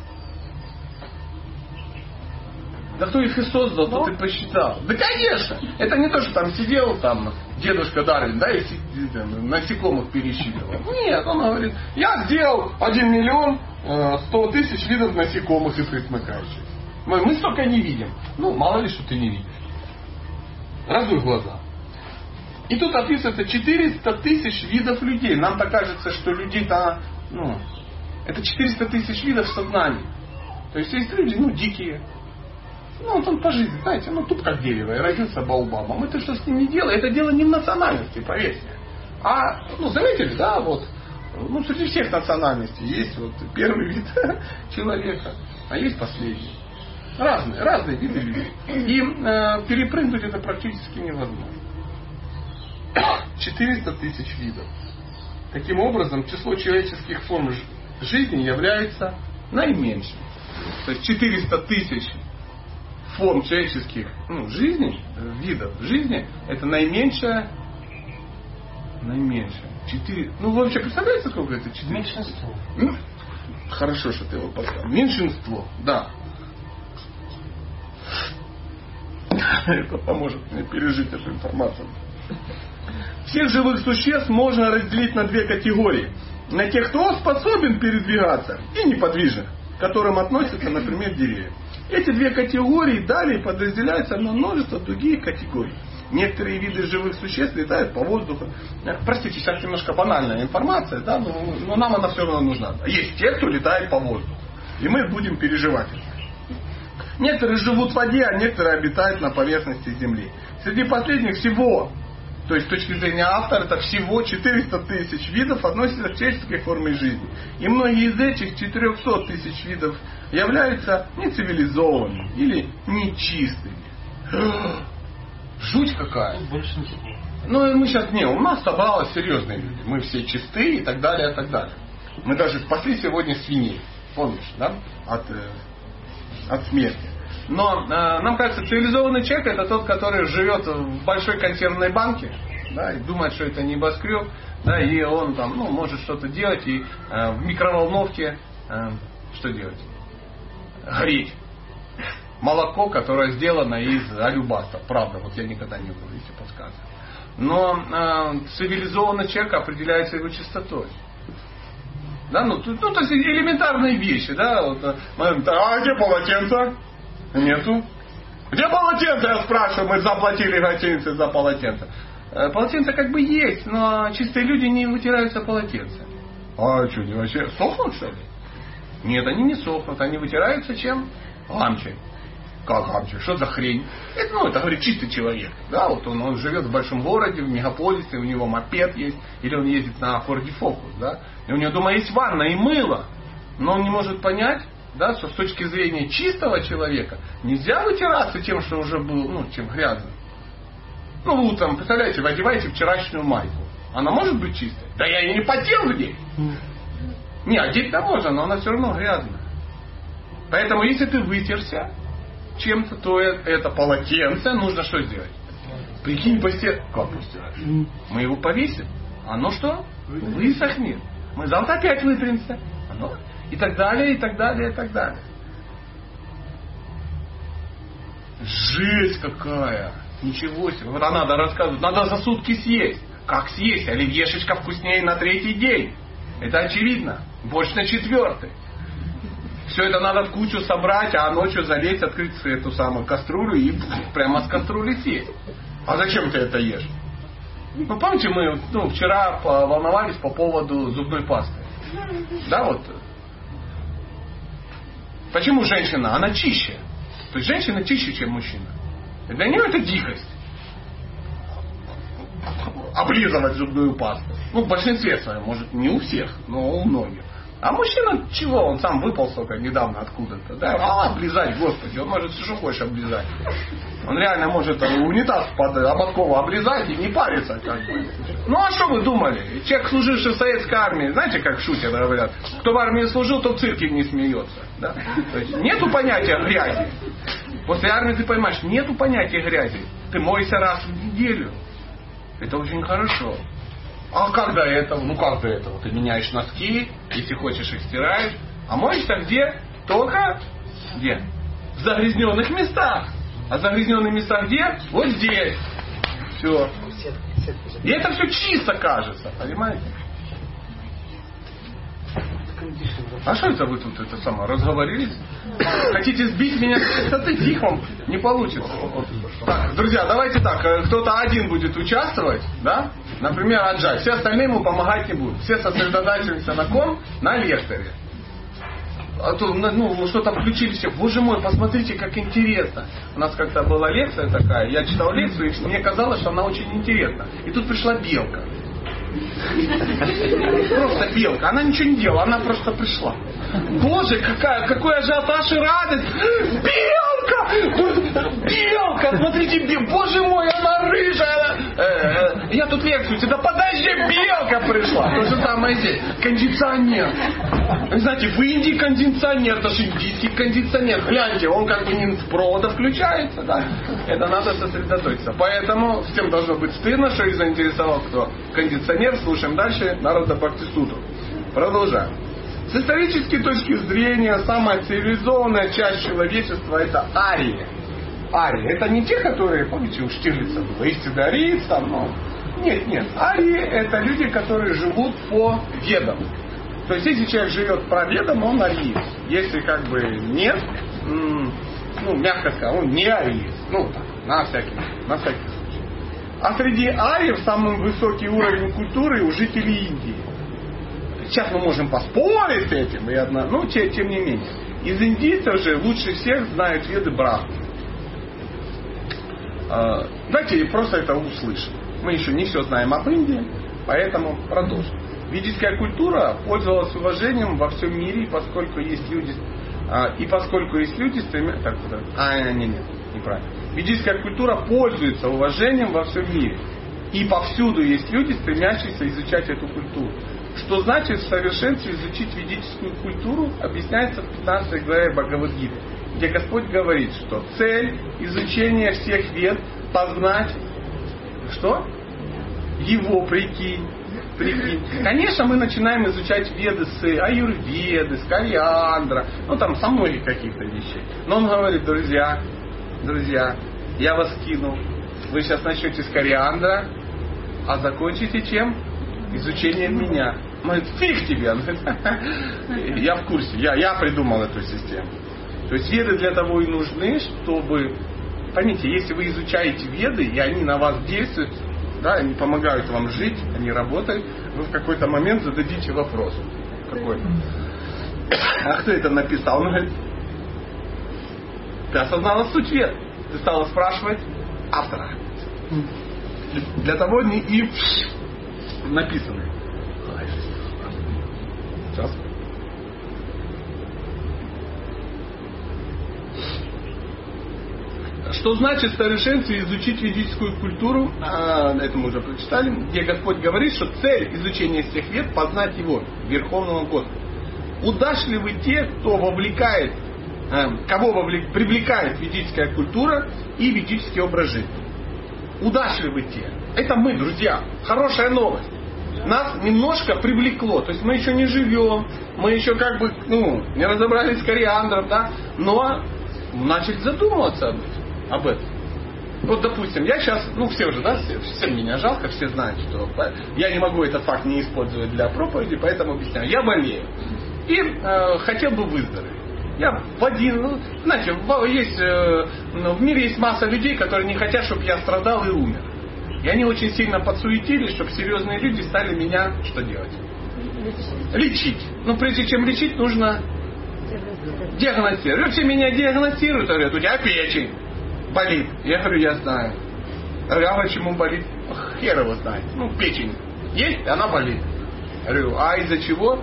Да кто их и создал, то ты посчитал. Да конечно! Это не то, что там сидел там дедушка Дарвин, да, и там, насекомых пересчитывал. Нет, он говорит, я сделал один миллион сто тысяч видов насекомых и пресмыкающих. Мы, мы столько не видим. Ну, мало ли, что ты не видишь. Раздуй глаза. И тут описывается четыреста тысяч видов людей. Нам-то кажется, что людей-то, ну, это четыреста тысяч видов сознаний. То есть есть люди, ну, дикие. Ну, вот он по жизни, знаете, ну, туп как дерево, и родился баобабом. Это что с ним не дело? Это дело не в национальности, поверьте. А, ну, заметили, да, вот, ну, среди всех национальностей есть вот первый вид человека, а есть последний. Разные, разные виды людей. И э, перепрыгнуть это практически невозможно. четыреста тысяч видов. Таким образом, число человеческих форм жизни является наименьшим. То есть четыреста тысяч форм человеческих, ну, жизни, видов жизни, это наименьшая, наименьшая. Четыре, ну, вы вообще представляете, сколько это? четыре? Меньшинство. Ну, хорошо, что ты его поставил. Меньшинство, да. Это поможет мне пережить эту информацию. Всех живых существ можно разделить на две категории. На тех, кто способен передвигаться, и неподвижных, к которым относятся, например, деревья. Эти две категории далее подразделяются на множество других категорий. Некоторые виды живых существ летают по воздуху. Простите, сейчас немножко банальная информация, да, но, но нам она все равно нужна. Есть те, кто летает по воздуху. И мы будем переживать. Некоторые живут в воде, а некоторые обитают на поверхности Земли. Среди последних всего, то есть с точки зрения автора, это всего четыреста тысяч видов относятся к человеческой форме жизни. И многие из этих четыреста тысяч видов являются нецивилизованными или нечистыми. Жуть какая. Большинство. Ну, мы сейчас, не, у нас собралось серьезные люди. Мы все чистые и так далее, и так далее. Мы даже спасли сегодня свиней. Помнишь, да? От, от смерти. Но э, нам кажется, цивилизованный человек это тот, который живет в большой консервной банке, да, и думает, что это небоскреб, да, и он там, ну, может что-то делать, и э, в микроволновке э, что делать? Греть молоко, которое сделано из алюбастра. Правда, вот я никогда не буду, если подсказывать. Но э, цивилизованный человек определяется его чистотой. Да, ну, ну, то есть элементарные вещи, да, вот, а где полотенце? Нету. Где полотенце, я спрашиваю, мы заплатили гостинице за полотенце. Полотенце как бы есть, но чистые люди не вытираются полотенце. А что, они вообще сохнут, что ли? Нет, они не сохнут, они вытираются чем? Ламчей. Как ламчей? Что за хрень? Это, ну, это, говорит, чистый человек. Да, вот он, он живет в большом городе, в мегаполисе, у него мопед есть, или он ездит на Форде Фокус, да, и у него дома есть ванна и мыло, но он не может понять, да, что с точки зрения чистого человека нельзя вытираться тем, что уже был, ну, чем грязным. Ну, вы утром, представляете, вы одеваете вчерашнюю майку. Она может быть чистой? Да я и не потел в ней. Не, одеть-то можно, но она все равно грязная. Поэтому, если ты вытерся чем-то, то это полотенце нужно что сделать? Прикинь, постель. Как постирать? Мы его повесим. Оно что? Высохнет. Мы завтра опять вытремся. Оно... И так далее, и так далее, и так далее. Жесть какая! Ничего себе. Вот она надо рассказывать. Надо за сутки съесть. Как съесть? Оливьешечка вкуснее на третий день. Это очевидно. Борщ на четвертый. Все это надо в кучу собрать, а ночью залезть, открыть эту самую кастрюлю и прямо с кастрюли съесть. А зачем ты это ешь? Ну, помните, мы ну, вчера волновались по поводу зубной пасты. Да, вот. Почему женщина? Она чище. То есть женщина чище, чем мужчина. И для нее это дикость. Облизывать зубную пасту. Ну, в большинстве своем, может, не у всех, но у многих. А мужчина чего? Он сам выпал только недавно откуда-то. Да, а облизать, господи, он может все, что хочешь облизать. Он реально может унитаз под ободково облизать и не париться. Как бы. Ну а что вы думали? Человек, служивший в советской армии, знаете, как шутят, говорят, кто в армии служил, то в цирке не смеется. Да? То есть нету понятия грязи. После армии ты понимаешь, нету понятия грязи. Ты мойся раз в неделю. Это очень хорошо. А как до этого? Ну как до этого? Ты меняешь носки, если хочешь их стираешь. А моешься где? Только где? В загрязненных местах. А загрязненные места где? Вот здесь. Все. И это все чисто кажется, понимаете? А что это вы тут это самое разговорились? Хотите сбить меня с высоты? Тихо, не получится. Так, друзья, давайте так. Кто-то один будет участвовать, да? Например, Аджай. Все остальные ему помогать не будут. Все сосредотачиваемся на ком? На лекторе. А то, ну, что-то включили все. Боже мой, посмотрите, как интересно. У нас как-то была лекция такая. Я читал лекцию, и мне казалось, что она очень интересна. И тут пришла белка. Просто белка. Она ничего не делала, она просто пришла. Боже, какая, какой ажиотаж и радость. Белка! Белка! Смотрите, бел... Боже мой, она рыжая. Э, э, я тут лекцию. Да подожди, белка пришла. То же самое здесь. Кондиционер. Вы знаете, в Индии кондиционер, это же индийский кондиционер. Гляньте, он как бы не с провода включается. Да? Это надо сосредоточиться. Поэтому всем должно быть стыдно, что их заинтересовал кто. Кондиционер. Слушаем дальше. Народа Бхакти-сутру. Продолжаем. С исторической точки зрения, самая цивилизованная часть человечества это арии. Арии. Это не те, которые, помните, у Штирлица было, истинный ариец там, но... Нет, нет. Арии это люди, которые живут по ведам. То есть, если человек живет по ведам, он ариец. Если как бы нет, ну, мягко сказать, он не ариец. Ну, так, на всякий, на всякий случай. А среди ариев самый высокий уровень культуры у жителей Индии. Сейчас мы можем поспорить с этим, и одна, но тем, тем не менее. Из индийцев же лучше всех знают веды брахмы. А, давайте просто это услышим. Мы еще не все знаем об Индии, поэтому продолжим. Ведическая культура пользовалась уважением во всем мире, поскольку есть люди, а, и поскольку есть люди, стремя... так, так, а, не, не, неправильно. Ведическая культура пользуется уважением во всем мире, и повсюду есть люди, стремящиеся изучать эту культуру. Что значит в совершенстве изучить ведическую культуру, объясняется в пятнадцатой главе Бхагавад-гиты, где Господь говорит, что цель изучения всех вед познать, что? Его, прикинь, прикинь. Конечно, мы начинаем изучать веды с аюрведы, с кориандра, ну там со многих каких-то вещей. Но он говорит, друзья, друзья, я вас кину. Вы сейчас начнете с кориандра, а закончите чем? Изучением меня. Он говорит, фиг тебе. Он говорит, я в курсе, я, я придумал эту систему. То есть веды для того и нужны, чтобы... Поймите, если вы изучаете веды, и они на вас действуют, да, они помогают вам жить, они работают, вы в какой-то момент зададите вопрос. Какой? А кто это написал? Он говорит, ты осознала суть вед. Ты стала спрашивать автора. Для того не и написано. Сейчас. Что значит в совершенстве изучить ведическую культуру? А, это мы уже прочитали. Где Господь говорит, что цель изучения всех вед — познать Его, Верховного Господа. Удачливы те, кто вовлекает, кого вовлек, привлекает ведическая культура и ведический образ жизни. Удачливы те. Это мы, друзья. Хорошая новость. Нас немножко привлекло. То есть мы еще не живем, мы еще как бы ну, не разобрались с кориандром, да, но начали задумываться об этом. об этом. Вот, допустим, я сейчас, ну все уже, да, все, всем меня жалко, все знают, что я не могу этот факт не использовать для проповеди, поэтому объясняю. Я болею и э, хотел бы выздороветь. Я в один, ну, знаете, есть, э, ну, в мире есть масса людей, которые не хотят, чтобы я страдал и умер. И они очень сильно подсуетились, чтобы серьезные люди стали меня что делать? Лечить. Ну, прежде чем лечить, нужно диагностировать. Все меня диагностируют, говорят, у тебя печень болит. Я говорю, я знаю. Я говорю, а почему болит? Хер его знает. Ну, печень есть, она болит. Я говорю, а из-за чего?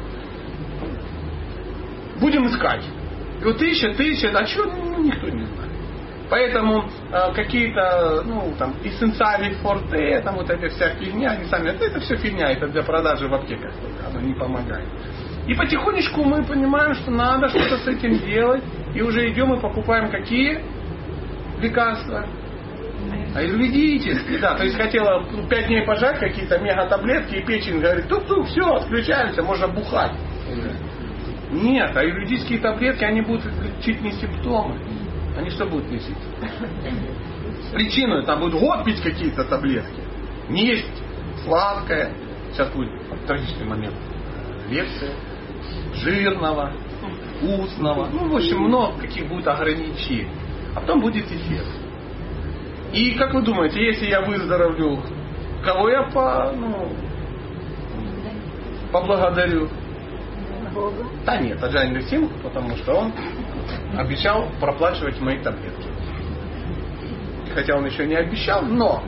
Будем искать. И вот ищет, ищет, а что, ну, никто не знает. Поэтому э, какие-то, ну, там, эссенциальные форте, там, вот эта вся фигня, они сами, это, это все фигня, это для продажи в аптеках только, оно не помогает. И потихонечку мы понимаем, что надо что-то с этим делать, и уже идем и покупаем какие лекарства? Аюрведические, да, то есть хотела пять дней пожать какие-то мега-таблетки, и печень говорит, тук-тук, все, отключаемся, можно бухать. Нет, аюрведические таблетки, они будут лечить не симптомы. Они что будут лечить? Причину, там будут год пить какие-то таблетки. Не есть сладкое. Сейчас будет трагичный момент. Лекция. Жирного, вкусного. Ну, в общем, много каких будет ограничений. А потом будет эффект. И как вы думаете, если я выздоровлю, кого я по, ну, поблагодарю? Бога. Да нет, Аджань Люсим, потому что он обещал проплачивать мои таблетки. Хотя он еще не обещал, но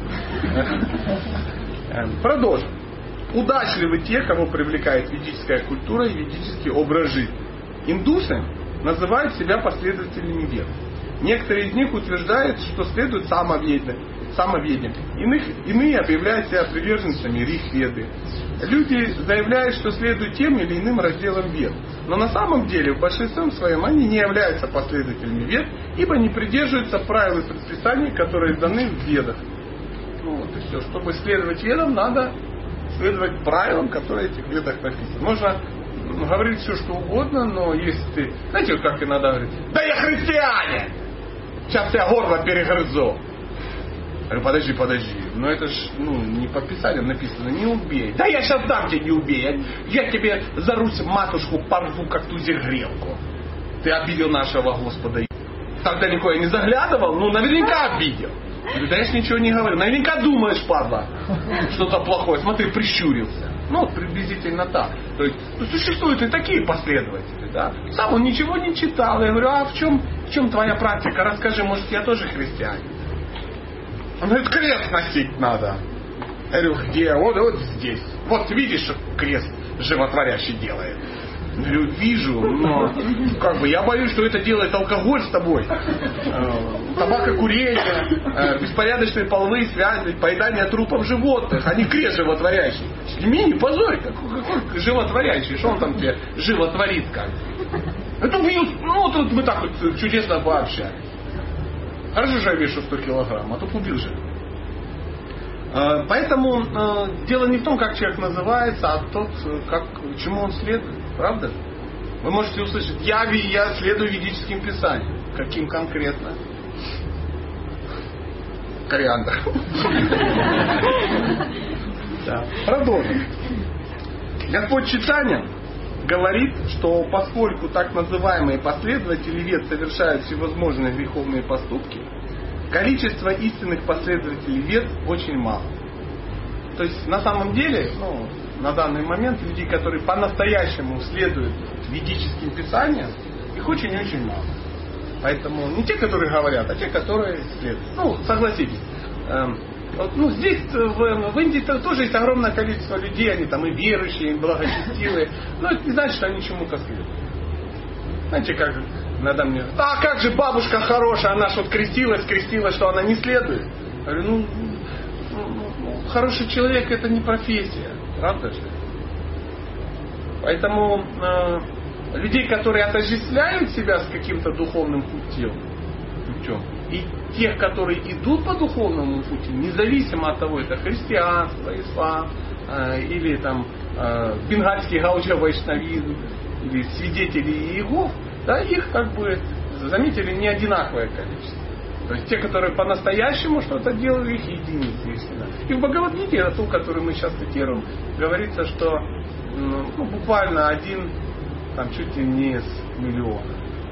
продолжим. Удачливы те, кого привлекает ведическая культура и ведический образ жизни. Индусы называют себя последователями вед. Некоторые из них утверждают, что следуют самоведением. самоведением. Иных, иные объявляют себя приверженцами риг-веды. Люди заявляют, что следуют тем или иным разделам вед. Но на самом деле в большинстве своем они не являются последователями вед, ибо не придерживаются правил и предписаний, которые даны в ведах. Ну вот и все. Чтобы следовать ведам, надо следовать правилам, которые в этих ведах написаны. Можно говорить все, что угодно, но если ты... Знаете, вот как иногда говорят, да я христианин! Сейчас я горло перегрызу. Я говорю, подожди, подожди. Но это ж ну, не по Писанию написано, не убей. Да я сейчас дам тебе не убей. Я, я тебе за Русь матушку порву, как ту зергрелку. Ты обидел нашего Господа. Так далеко я не заглядывал, ну наверняка обидел. Я говорю, да я ж ничего не говорю. Наверняка думаешь, падла, что-то плохое. Смотри, прищурился. Ну, вот приблизительно так. То есть, ну, существуют и такие последователи, да. Сам он ничего не читал. Я говорю, а в чем, в чем твоя практика? Расскажи, может, я тоже христианин. Он говорит, крест носить надо. Я говорю, где? Вот, вот здесь. Вот видишь, что крест животворящий делает. Я говорю, вижу, но как бы я боюсь, что это делает алкоголь с тобой. Табакокурение, беспорядочные половые связи, поедание трупов животных. Они крест животворящий. Сними, не позорь. Какой, какой животворящий? Что он там тебе животворит как? Это ну, тут мы так вот чудесно пообщались. Хорошо же я вешу сто килограмм, а тут убил же. Поэтому дело не в том, как человек называется, а тот, как, чему он следует. Правда? Вы можете услышать, я, я следую ведическим писаниям. Каким конкретно? Кориандр. Продолжим. Господь Чайтанья говорит, что поскольку так называемые последователи вед совершают всевозможные греховные поступки, количество истинных последователей вед очень мало. То есть на самом деле, ну, на данный момент людей, которые по-настоящему следуют ведическим писаниям, их очень-очень мало. Поэтому не те, которые говорят, а те, которые следуют. Ну, согласитесь. Эм, вот, ну, здесь, в, в Индии тоже есть огромное количество людей, они там и верующие, и благочестивые, но это не значит, что они чему-то следуют. Знаете, как Иногда мне, а как же бабушка хорошая, она ж вот крестилась, крестилась, что она не следует. Я говорю, ну, ну хороший человек это не профессия, правда же? Поэтому э, людей, которые отождествляют себя с каким-то духовным путем, путем, и тех, которые идут по духовному пути, независимо от того, это христианство, ислам, э, или там э, бенгальский гаудия вайшнавизм, или свидетели Иеговы, да, их как бы заметили не одинаковое количество. То есть те, которые по-настоящему что-то делали, их единицы, если да. И в Бхагавад-гите, ту, которую мы сейчас цитируем, говорится, что ну, буквально один, там чуть ли не из миллиона.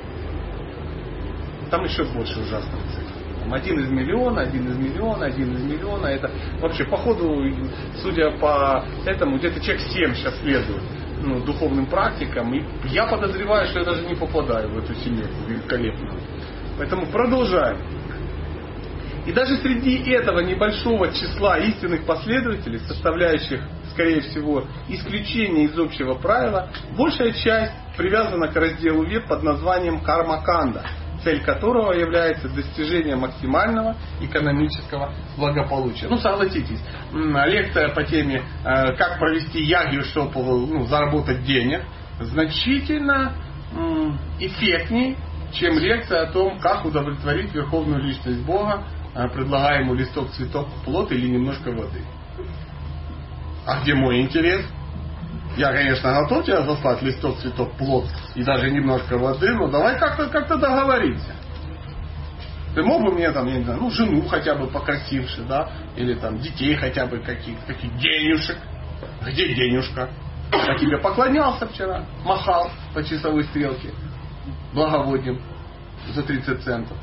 Там еще больше ужасных цифр. Там один из миллиона, один из миллиона, один из миллиона. Это вообще, походу, судя по этому, где-то человек семь сейчас следует ну, духовным практикам. И я подозреваю, что я даже не попадаю в эту семейку великолепную. Поэтому продолжаем. И даже среди этого небольшого числа истинных последователей, составляющих, скорее всего, исключение из общего правила, большая часть привязана к разделу вед под названием карма-канда, цель которого является достижение максимального экономического благополучия. Ну, согласитесь, лекция по теме «Как провести ягью, чтобы ну, заработать денег» значительно эффектнее, чем лекция о том, как удовлетворить верховную личность Бога, предлагая ему листок, цветок, плод или немножко воды. А где мой интерес? Я, конечно, готов тебя заслать листок, цветок, плод и даже немножко воды, но давай как-то, как-то договоримся. Ты мог бы мне там, я не знаю, ну, жену хотя бы покрасивше, да, или там детей хотя бы каких-то, таких денежек. Где денежка? Я тебе поклонялся вчера, махал по часовой стрелке благоводнем за тридцать центов.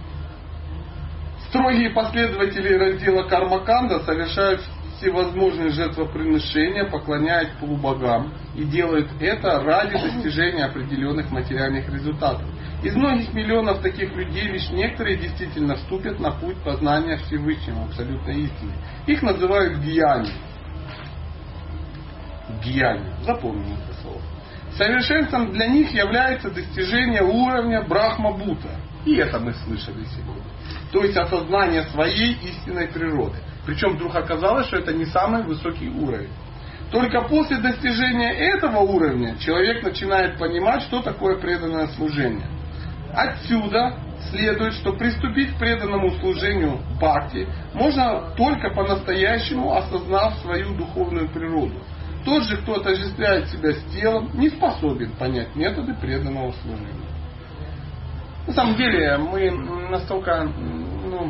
Строгие последователи раздела карма-канда совершают всевозможные жертвоприношения, поклоняясь полубогам и делают это ради достижения определенных материальных результатов. Из многих миллионов таких людей лишь некоторые действительно вступят на путь познания Всевышнего, абсолютной истины. Их называют гьяни. Гьяни. Запомните это слово. Совершенством для них является достижение уровня Брахма-Бута. И это мы слышали сегодня. То есть осознание своей истинной природы. Причем вдруг оказалось, что это не самый высокий уровень. Только после достижения этого уровня человек начинает понимать, что такое преданное служение. Отсюда следует, что приступить к преданному служению бхакти можно только по-настоящему осознав свою духовную природу. Тот же, кто отождествляет себя с телом, не способен понять методы преданного служения. На самом деле мы настолько, ну,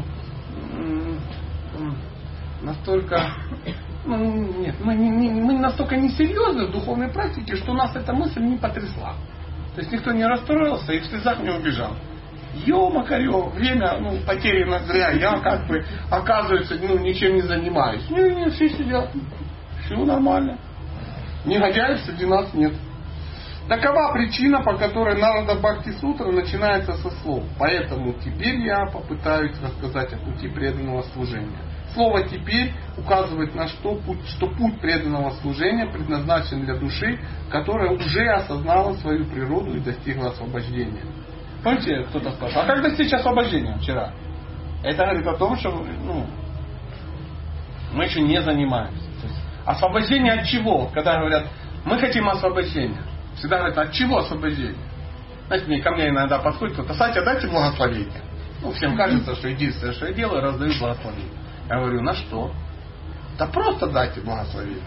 настолько, ну, нет, мы, не, не, мы настолько несерьезны в духовной практике, что нас эта мысль не потрясла. То есть никто не расстроился и в слезах не убежал. Ё-макарё, время ну, потеряно зря, я как бы, оказывается, ну, ничем не занимаюсь. Не, не, все сидят, все нормально. Негодяев среди нас нет. Такова причина, по которой Нарада Бхакти-сутра начинается со слов. Поэтому теперь я попытаюсь рассказать о пути преданного служения. Слово «теперь» указывает на что путь, что путь преданного служения предназначен для души, которая уже осознала свою природу и достигла освобождения. Помните, кто-то сказал, а как достичь освобождения вчера? Это говорит о том, что ну, мы еще не занимаемся. То есть, освобождение от чего? Когда говорят, мы хотим освобождения. Всегда говорят, от чего освобождение? Знаете, мне ко мне иногда подходит кто-то, Сатя, дайте благословение. Ну, всем кажется, что единственное, что я делаю, раздаю благословение. Я говорю, на что? Да просто дайте благословение.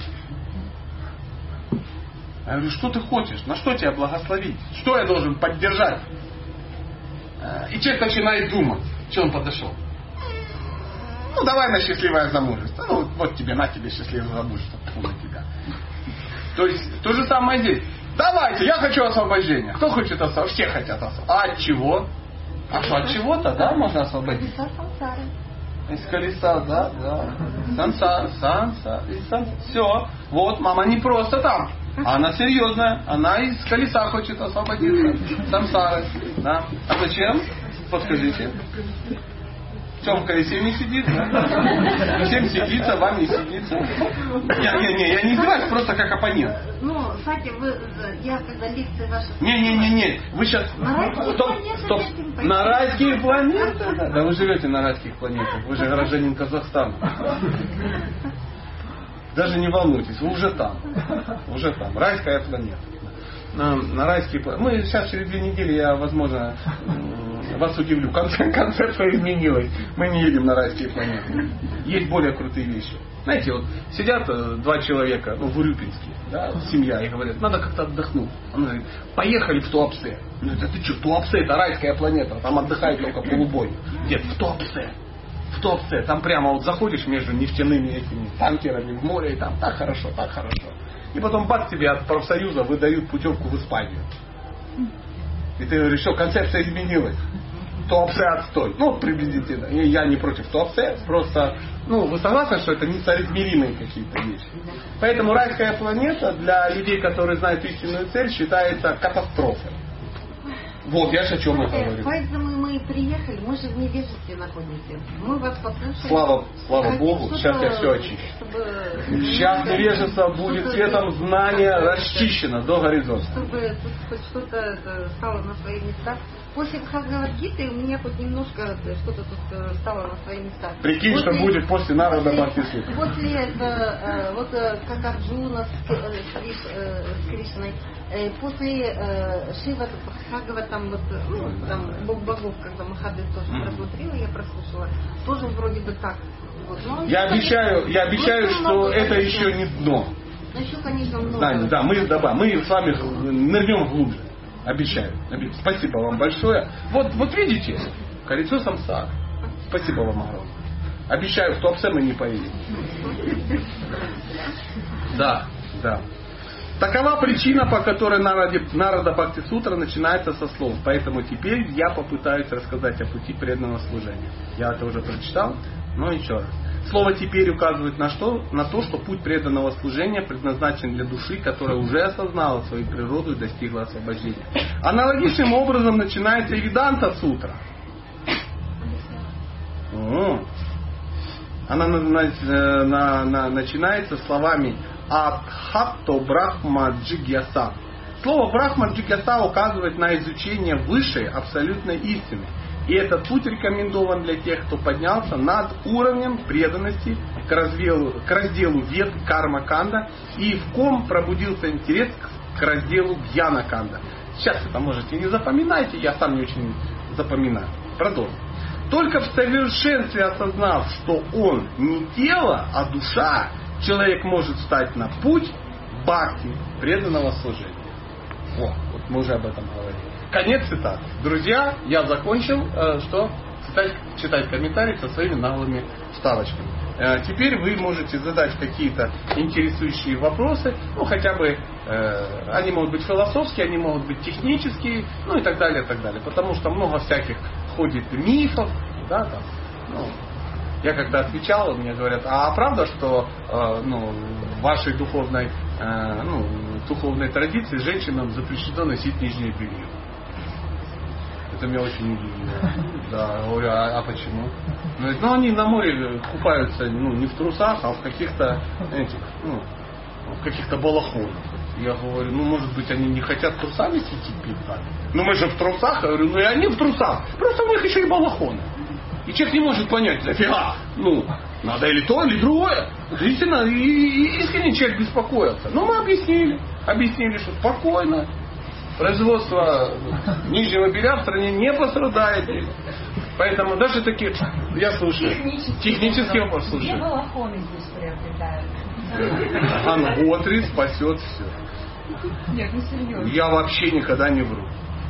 Я говорю, что ты хочешь? На что тебя благословить? Что я должен поддержать? И человек начинает думать. Что он подошел? Ну, давай на счастливое замужество. Ну, вот тебе, на тебе счастливое замужество. Фу, на тебя. То есть, то же самое здесь. Давайте, я хочу освобождения. Кто хочет освобождения? Все хотят освобождения. А от чего? А что, от чего-то, да, можно освободиться? Из колеса, да, да. Сансара, сансара, сансара. Все. Вот, мама не просто там. Она серьезная. Она из колеса хочет освободиться. Сансара. Да. А зачем? Подскажите. В темном всем не сидит, да? Всем сидится, вам не сидится. Не, не, не, я не издеваюсь, просто как оппонент. Ну, кстати, вы, я когда лекции ваши... Не, не, не, не, вы сейчас... На райские стоп, планеты стоп. хотим На райские планеты? Да, да вы живете на райских планетах, вы же гражданин Казахстана. Даже не волнуйтесь, вы уже там. Уже там, райская планета. На, на райские планеты. Мы сейчас через две недели, я, возможно, вас удивлю. Концепция изменилась. Мы не едем на райские планеты. Есть более крутые вещи. Знаете, вот сидят два человека, ну, в Урюпинске, да, семья, и говорят, надо как-то отдохнуть. Он говорит, поехали в Туапсе. Он говорит, а ты что, Туапсе это райская планета, там отдыхает только полубой. Дед, в Туапсе. В Туапсе. Там прямо вот заходишь между нефтяными этими танкерами в море, и там так хорошо, так хорошо. И потом бац, тебе от профсоюза выдают путевку в Испанию. И ты говоришь, что концепция изменилась. Туапсе отстой. Ну, приблизительно. И я не против Туапсе. Просто, ну, вы согласны, что это несоизмеримые какие-то вещи. Поэтому райская планета для людей, которые знают истинную цель, считается катастрофой. Вот, я же о чем это говорю. Поэтому мы и приехали, мы же в невежестве находимся. Мы вас послушали. Слава, слава Хотим Богу, сейчас я все очищу. Чтобы... Сейчас невежество будет цветом знания расчищено до горизонта. Чтобы тут хоть что-то стало на свои места. После Бхагавад-гиты у меня хоть немножко что-то тут стало на свои места. Прикинь, после, что будет после Нарада Бхакти-сутра. После этого, вот как Арджуна с, Криш, с Кришной, после Шива Бхагават, там вот, ну, там Бог богов, когда Махадев тоже mm-hmm. просмотрела, я прослушала, тоже вроде бы так. Вот. Но я еще, обещаю, я обещаю, конечно, что много, это конечно. еще не дно. Но еще, конечно, много. Да, да, мы, да, мы с вами нырнем глубже. Обещаю. Спасибо вам большое. Вот, вот видите, колесо самсара. Спасибо вам огромное. Обещаю, в Туапсе мы не поедем. Да, да. Такова причина, по которой Нарада Бхакти-сутра начинается со слов. Поэтому теперь я попытаюсь рассказать о пути преданного служения. Я это уже прочитал, но еще раз. Слово «теперь» указывает на, что, на то, что путь преданного служения предназначен для души, которая уже осознала свою природу и достигла освобождения. Аналогичным образом начинается и Веданта-сутра. О. Она на, на, на, на, начинается словами «Адхатто Брахма Джигьяса». Слово «Брахма Джигьяса» указывает на изучение высшей абсолютной истины. И этот путь рекомендован для тех, кто поднялся над уровнем преданности к разделу, к разделу вед карма-канда и в ком пробудился интерес к, к разделу гьяна-канда. Сейчас это можете не запоминайте, я сам не очень запоминаю. Продолжим. Только в совершенстве осознав, что он не тело, а душа, человек может встать на путь бхакти, преданного служения. О, вот мы уже об этом говорили. Конец цитаты. Друзья, я закончил, э, что читать, читать комментарии со своими наглыми вставочками. Э, теперь вы можете задать какие-то интересующие вопросы, ну хотя бы э, они могут быть философские, они могут быть технические, ну и так далее, и так далее. Потому что много всяких ходит мифов, да, там, ну, я когда отвечал, мне говорят, а правда, что э, ну, в вашей духовной, э, ну, духовной традиции женщинам запрещено носить нижнее белье? Это меня очень удивило. Да, говорю, а, а почему? Говорит, ну они на море купаются, ну, не в трусах, а в каких-то этих, ну, в каких-то балахонах. Я говорю, ну может быть они не хотят трусами сидеть перед нами. Ну мы же в трусах, я говорю, ну и они в трусах. Просто у них еще и балахоны. И человек не может понять, нафига, ну, надо или то, или другое. Действительно, и, и искренне человек беспокоился. Но мы объяснили, объяснили, что спокойно. Производство нижнего белья в стране не пострадает. Поэтому даже такие, я слушаю, технический вопрос слушаю. Где балахоны здесь приобретают? Анготри спасет все. Нет, не серьезно. Я вообще никогда не вру.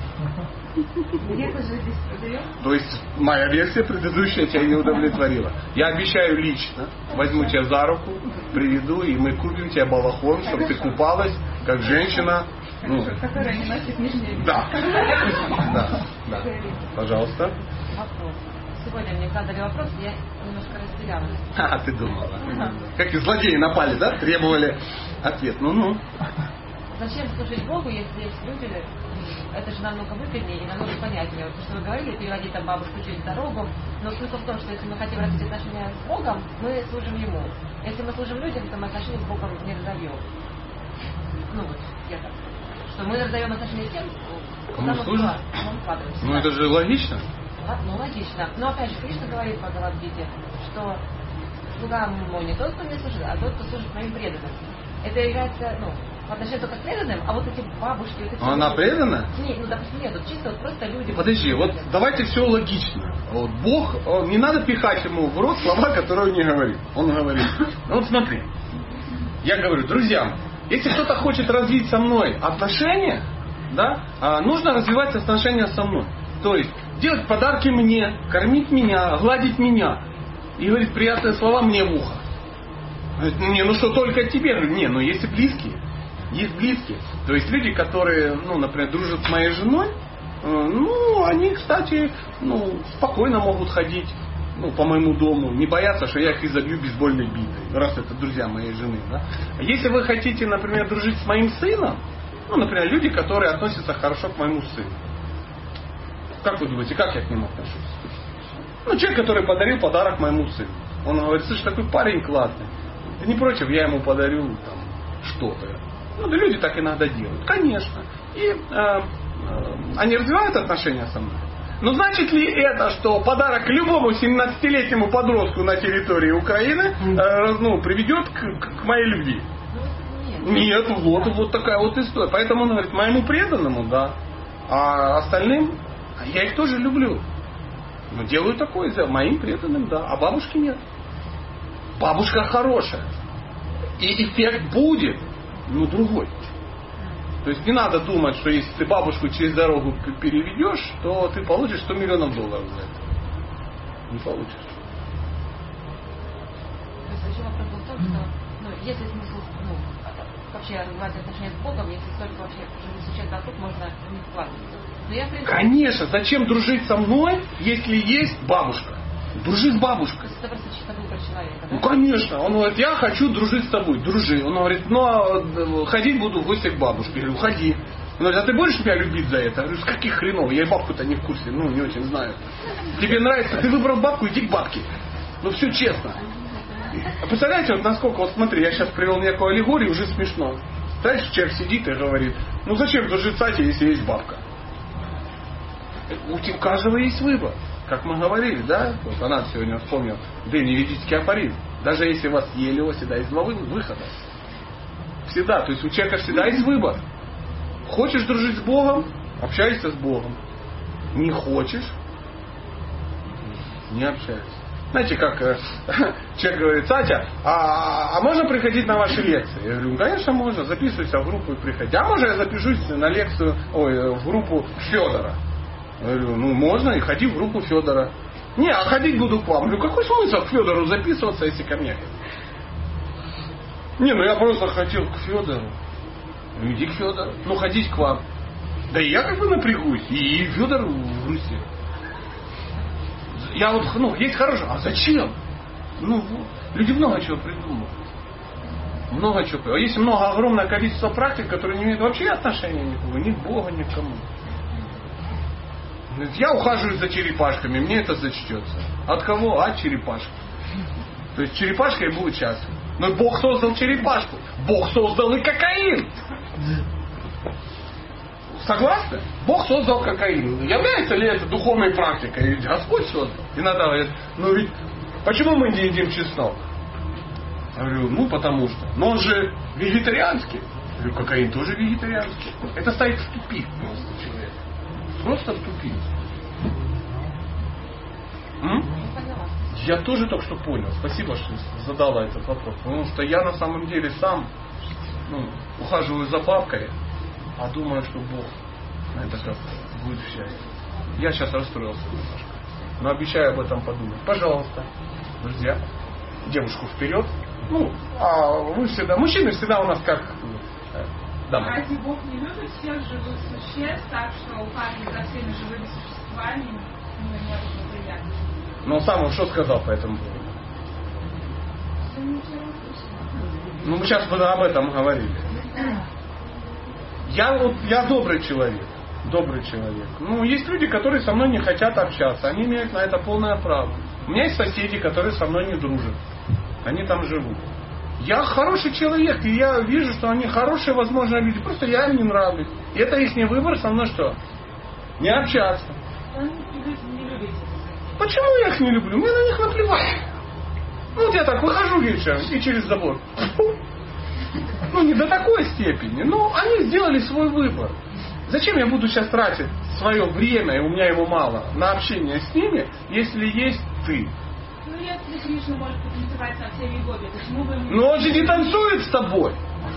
Где-то же здесь продаем? То есть моя версия предыдущая тебя не удовлетворила. Я обещаю лично, возьму тебя за руку, приведу, и мы купим тебе балахон, чтобы ты купалась, как женщина. Ну, которая не носит нижнее белье. Да. Да, да. Пожалуйста. Вопрос. Сегодня мне задали вопрос, я немножко растерялась. А, ты думала. Как и злодеи напали, да? Требовали ответ. Ну-ну. Зачем служить Богу, если есть люди, это же намного выгоднее и намного понятнее. то, что вы говорили, переводить там бабушку через дорогу. Но смысл в том, что если мы хотим развить отношения с Богом, мы служим Ему. Если мы служим людям, то мы отношения с Богом не разовьем. Ну вот, я так. Что мы разовьем отношения с тем, куда мы вкладываемся. Ну это же логично. Ну логично. Но опять же, Кришна говорит в Бхагавад-гите, что слуга мой не тот, кто мне служит, а тот, кто служит моим преданным. Это является, ну, в отношении только с преданным, а вот эти бабушки... Вот эти Она люди, предана? Нет, ну допустим, нет, вот чисто вот просто люди... Подожди, вот давайте все логично. Вот Бог, он, не надо пихать ему в рот слова, которые он не говорит. Он говорит, ну вот смотри, я говорю, друзья, если кто-то хочет развить со мной отношения, да, нужно развивать отношения со мной. То есть делать подарки мне, кормить меня, гладить меня и говорить приятные слова мне в ухо. Не, ну что, только тебе? Не, ну есть и близкие. Есть близкие. То есть люди, которые, ну, например, дружат с моей женой, ну, они, кстати, ну, спокойно могут ходить, ну, по моему дому, не боятся, что я их изобью бейсбольной битой, раз это друзья моей жены. Да? Если вы хотите, например, дружить с моим сыном, ну, например, люди, которые относятся хорошо к моему сыну. Как вы думаете, как я к нему отношусь? Ну, человек, который подарил подарок моему сыну. Он говорит, слушай, такой парень классный. Ты не против, я ему подарю там что-то. Ну, да люди так иногда делают. Конечно. И э, э, они развивают отношения со мной. Но значит ли это, что подарок любому семнадцатилетнему подростку на территории Украины э, ну, приведет к, к, к моей любви? Нет, вот, вот такая вот история. Поэтому он говорит, моему преданному, да. А остальным, я их тоже люблю. Но делаю такое, моим преданным, да. А бабушки нет. Бабушка хорошая. И эффект будет, ну, другой. То есть не надо думать, что если ты бабушку через дорогу переведешь, то ты получишь сто миллионов долларов за это. Не получишь. То есть еще вопрос был в том, что, ну, если смысл, ну, вообще развивать отношения с Богом, если только вообще живущий человек вокруг, можно не вкладываться. Но я, в принципе... Конечно, зачем дружить со мной, если есть бабушка? Дружи с бабушкой. Это просто чисто выбор человека, да? Ну, конечно. Он говорит, я хочу дружить с тобой. Дружи. Он говорит, ну, а ходить буду в гости к бабушке. Я говорю, ходи. Он говорит, а ты будешь меня любить за это? Я говорю, с каких хренов? Я и бабку-то не в курсе. Ну, не очень знаю. Тебе нравится? Ты выбрал бабку, иди к бабке. Ну, все честно. А представляете, вот насколько, вот смотри, я сейчас привел некую аллегорию, уже смешно. Знаешь, человек сидит и говорит, ну, зачем дружить с Атей, если есть бабка? У каждого есть выбор. Как мы говорили, да? Вот она сегодня вспомнил древневедический афоризм. Даже если вас ели, у всегда есть два выхода. Всегда. То есть у человека всегда есть выбор. Хочешь дружить с Богом? Общайся с Богом. Не хочешь? Не общайся. Знаете, как э, человек говорит, Сатя, а, а можно приходить на ваши лекции? Я говорю, ну, конечно, можно. Записывайся в группу и приходи. А можно я запишусь на лекцию, ой, в группу Федора? Я говорю, ну можно, и ходи в группу Федора. Не, а ходить буду к вам. Я говорю, какой смысл к Федору записываться, если ко мне? Не, ну я просто хотел к Федору. Ну иди к Федору. Ну ходить к вам. Да и я как бы напрягусь. И Федор в Руси. Я вот, ну, есть хорошее. А зачем? Ну, люди много чего придумывают. Много чего. А есть много, огромное количество практик, которые не имеют вообще отношения никакого, ни к Богу, ни к кому. Я ухаживаю за черепашками, мне это зачтется. От кого? От черепашки. То есть черепашка и будет счастлив. Но Бог создал черепашку. Бог создал и кокаин. Согласны? Бог создал кокаин. Является ли это духовной практикой? Господь создал. Иногда говорят, ну ведь почему мы не едим чеснок? Я говорю, ну потому что. Но он же вегетарианский. Я говорю, кокаин тоже вегетарианский. Это стоит в тупик просто человек. Просто в тупик. М? Я тоже только что понял. Спасибо, что задала этот вопрос. Потому что я на самом деле сам ну, ухаживаю за бабкой, а думаю, что Бог на это как будет счастье. Я сейчас расстроился немножко. Но обещаю об этом подумать. Пожалуйста, друзья, девушку вперед. Ну, а вы всегда, мужчины всегда у нас как... Да. Разве Бог не любит всех живых существ, так что ухаживать за всеми живыми существами ну, не приятно? Но сам он что сказал по этому поводу? Ну, мы сейчас об этом говорили. Я, вот, я добрый человек. добрый человек. Ну, есть люди, которые со мной не хотят общаться. Они имеют на это полное право. У меня есть соседи, которые со мной не дружат. Они там живут. Я хороший человек, и я вижу, что они хорошие, возможно, люди. Просто я им не нравлюсь. И это их выбор со мной что? Не общаться. Почему я их не люблю? Мне на них наплевать. Ну, вот я так выхожу вечером и через забор. Ну, не до такой степени. Но они сделали свой выбор. Зачем я буду сейчас тратить свое время, и у меня его мало, на общение с ними, если есть ты? Ну, если Кришна может потанцевать со всеми гопи, почему бы... Но он же не танцует с тобой.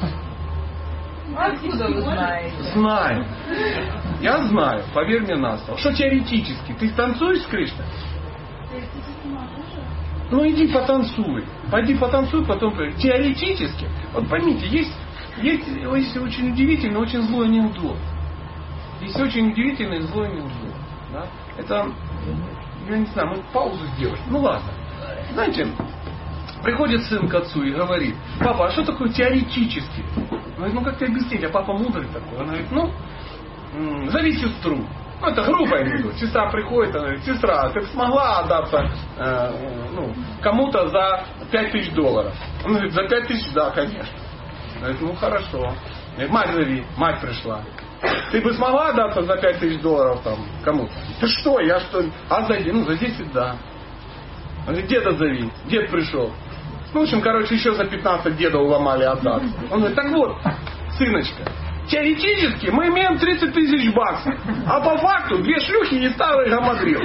Откуда вы знаете? Знаю. Я знаю, поверь мне на слово. Что теоретически? Ты танцуешь с Кришной? Теоретически могу же. Ну иди потанцуй. Пойди потанцуй, потом... Теоретически. Вот поймите, есть, есть, есть очень удивительный, очень злой анекдот. Есть очень удивительный злой анекдот. Да? Это... Я не знаю, мы паузу сделать. Ну ладно. Знаете, приходит сын к отцу и говорит: папа, а что такое теоретически? Он говорит: ну как тебе объяснить, а папа мудрый такой. Он говорит: ну, зови сестру. Ну это грубо анекдот. Сестра приходит, она говорит: сестра, ты смогла отдаться э, ну, кому-то за пять тысяч долларов? Он говорит: за пять тысяч, да, конечно. Он говорит: ну хорошо. Говорит: мать зови. Мать пришла. Ты бы смогла отдаться за пять тысяч долларов там кому-то? Ты что, я что? А за, ну, за десять, да. Он говорит: деда зови. Дед пришел. Ну, в общем, короче, еще за пятнадцать деда уломали отдаться. Он говорит: так вот, сыночка, теоретически мы имеем тридцать тысяч баксов, а по факту две шлюхи и старый гамадрил.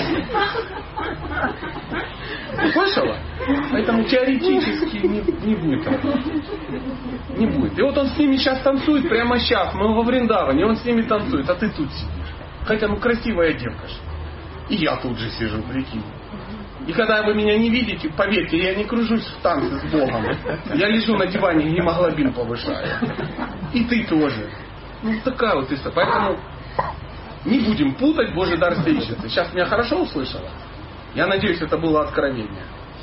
Слышала? Поэтому теоретически не, не будет. Не будет. И вот он с ними сейчас танцует, прямо сейчас. Мы во Вриндаване, он с ними танцует, а ты тут сидишь. Хотя, ну, красивая девка же. И я тут же сижу, прикинь. И когда вы меня не видите, поверьте, я не кружусь в танце с Богом. Я лежу на диване и гемоглобин повышаю. И ты тоже. Ну, такая вот история. Поэтому не будем путать Божий дар с яичницей. Сейчас меня хорошо услышала? Я надеюсь, это было откровение.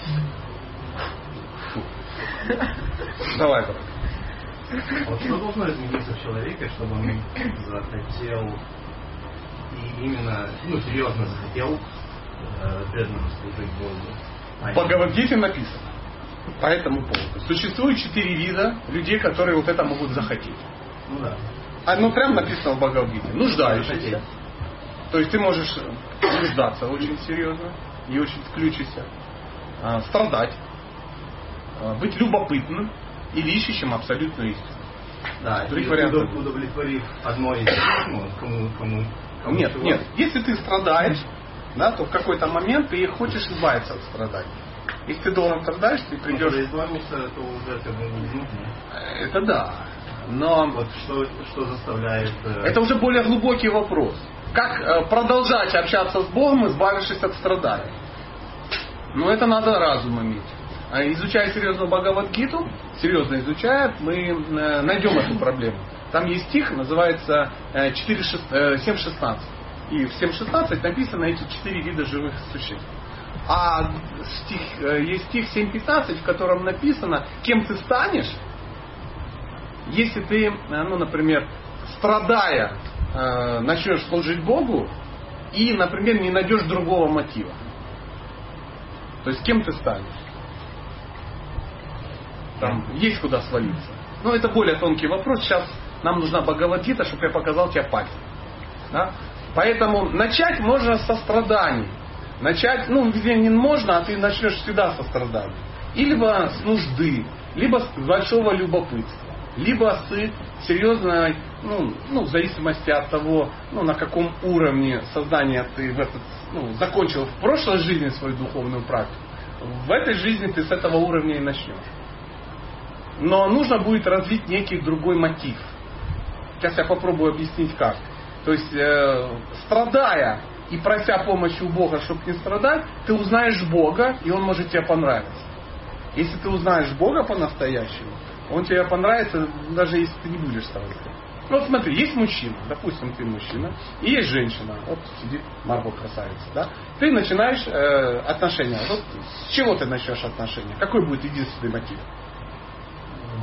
Фу. Давай, брат. Вот что должно измениться в человеке, чтобы он захотел и именно, ну, серьезно захотел э, преданно служить Богу? В Бхагавад-гите написано по этому поводу. Существует четыре вида людей, которые вот это могут захотеть. Ну да. А, ну прям написано в Бхагавад-гите. Нуждающийся. То есть ты можешь нуждаться очень серьезно и очень включиться. А, страдать. А, быть любопытным или ищущим абсолютную истину. Да, Три и варианта. удовлетворив одной из ну, кому, кому, кому Нет, чего. нет. Если ты страдаешь, да, то в какой-то момент ты хочешь избавиться от страданий. Если ты долго страдаешь, ты придешь... Ну, когда избавиться, то уже как бы не нужно. Это да. Но Вот что, что заставляет... э, это уже более глубокий вопрос. Как э, продолжать общаться с Богом, избавившись от страданий? Ну, это надо разум иметь. А изучая серьезно Бхагавад-гиту, серьезно изучая, мы э, найдем эту проблему. Там есть стих, называется э, семь шестнадцать. И в семь шестнадцать написано эти четыре вида живых существ. А стих, э, есть стих семь пятнадцать, в котором написано, кем ты станешь, если ты, ну, например, страдая, э, начнешь служить Богу и, например, не найдешь другого мотива. То есть кем ты станешь? Там есть куда свалиться. Но это более тонкий вопрос. Сейчас нам нужна Бхагавад-гита, чтобы я показал тебе пальцем. Да? Поэтому начать можно со страданий. Начать, ну, где не можно, а ты начнешь всегда со страданий. И либо с нужды, либо с большого любопытства, либо с серьезной, ну, ну, в зависимости от того, ну, на каком уровне сознания ты в этот, ну, закончил в прошлой жизни свою духовную практику. В этой жизни ты с этого уровня и начнешь. Но нужно будет развить некий другой мотив. Сейчас я попробую объяснить как. То есть, э, страдая и прося помощи у Бога, чтобы не страдать, ты узнаешь Бога, и Он может тебе понравиться. Если ты узнаешь Бога по-настоящему, Он тебе понравится, даже если ты не будешь страдать. Ну вот смотри, есть мужчина, допустим, ты мужчина, и есть женщина, вот сидит Марго красавица, да? Ты начинаешь э, отношения. Вот с чего ты начнешь отношения? Какой будет единственный мотив?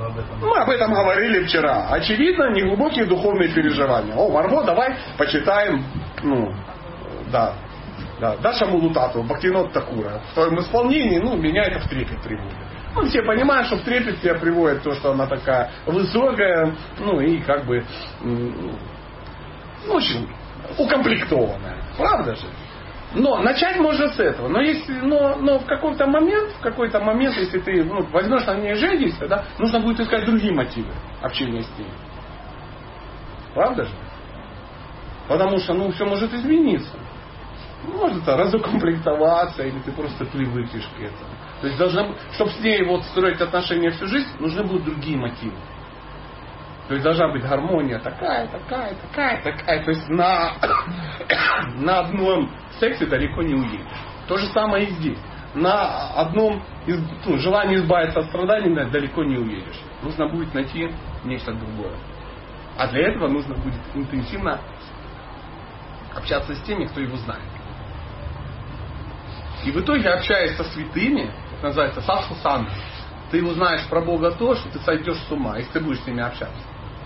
Мы об этом, Мы об этом говорили вчера. Очевидно, неглубокие духовные переживания. О, Марго, давай почитаем, ну, да, да, Даша Мулутату, Бхактивинод Такура. В твоем исполнении, ну, меня это в трепет приводит. Ну, все понимают, что в трепет тебя приводит то, что она такая высокая, ну, и как бы, ну, очень укомплектованная. Правда же? Но начать можно с этого. Но, если, но, но в какой-то момент, в какой-то момент, если ты ну, возьмешь на ней жизнь, да, нужно будет искать другие мотивы общения с ней. Правда же? Потому что ну, все может измениться. Может разукомплектоваться, или ты просто привыкнешь к этому. То есть, должна, чтобы с ней вот строить отношения всю жизнь, нужны будут другие мотивы. То есть должна быть гармония такая, такая, такая, такая. То есть на, на одном сексе далеко не уедешь. То же самое и здесь. На одном из, ну, желании избавиться от страданий далеко не уедешь. Нужно будет найти нечто другое. А для этого нужно будет интенсивно общаться с теми, кто его знает. И в итоге, общаясь со святыми, это называется садху-санга, ты узнаешь про Бога то, что ты сойдешь с ума, если ты будешь с ними общаться.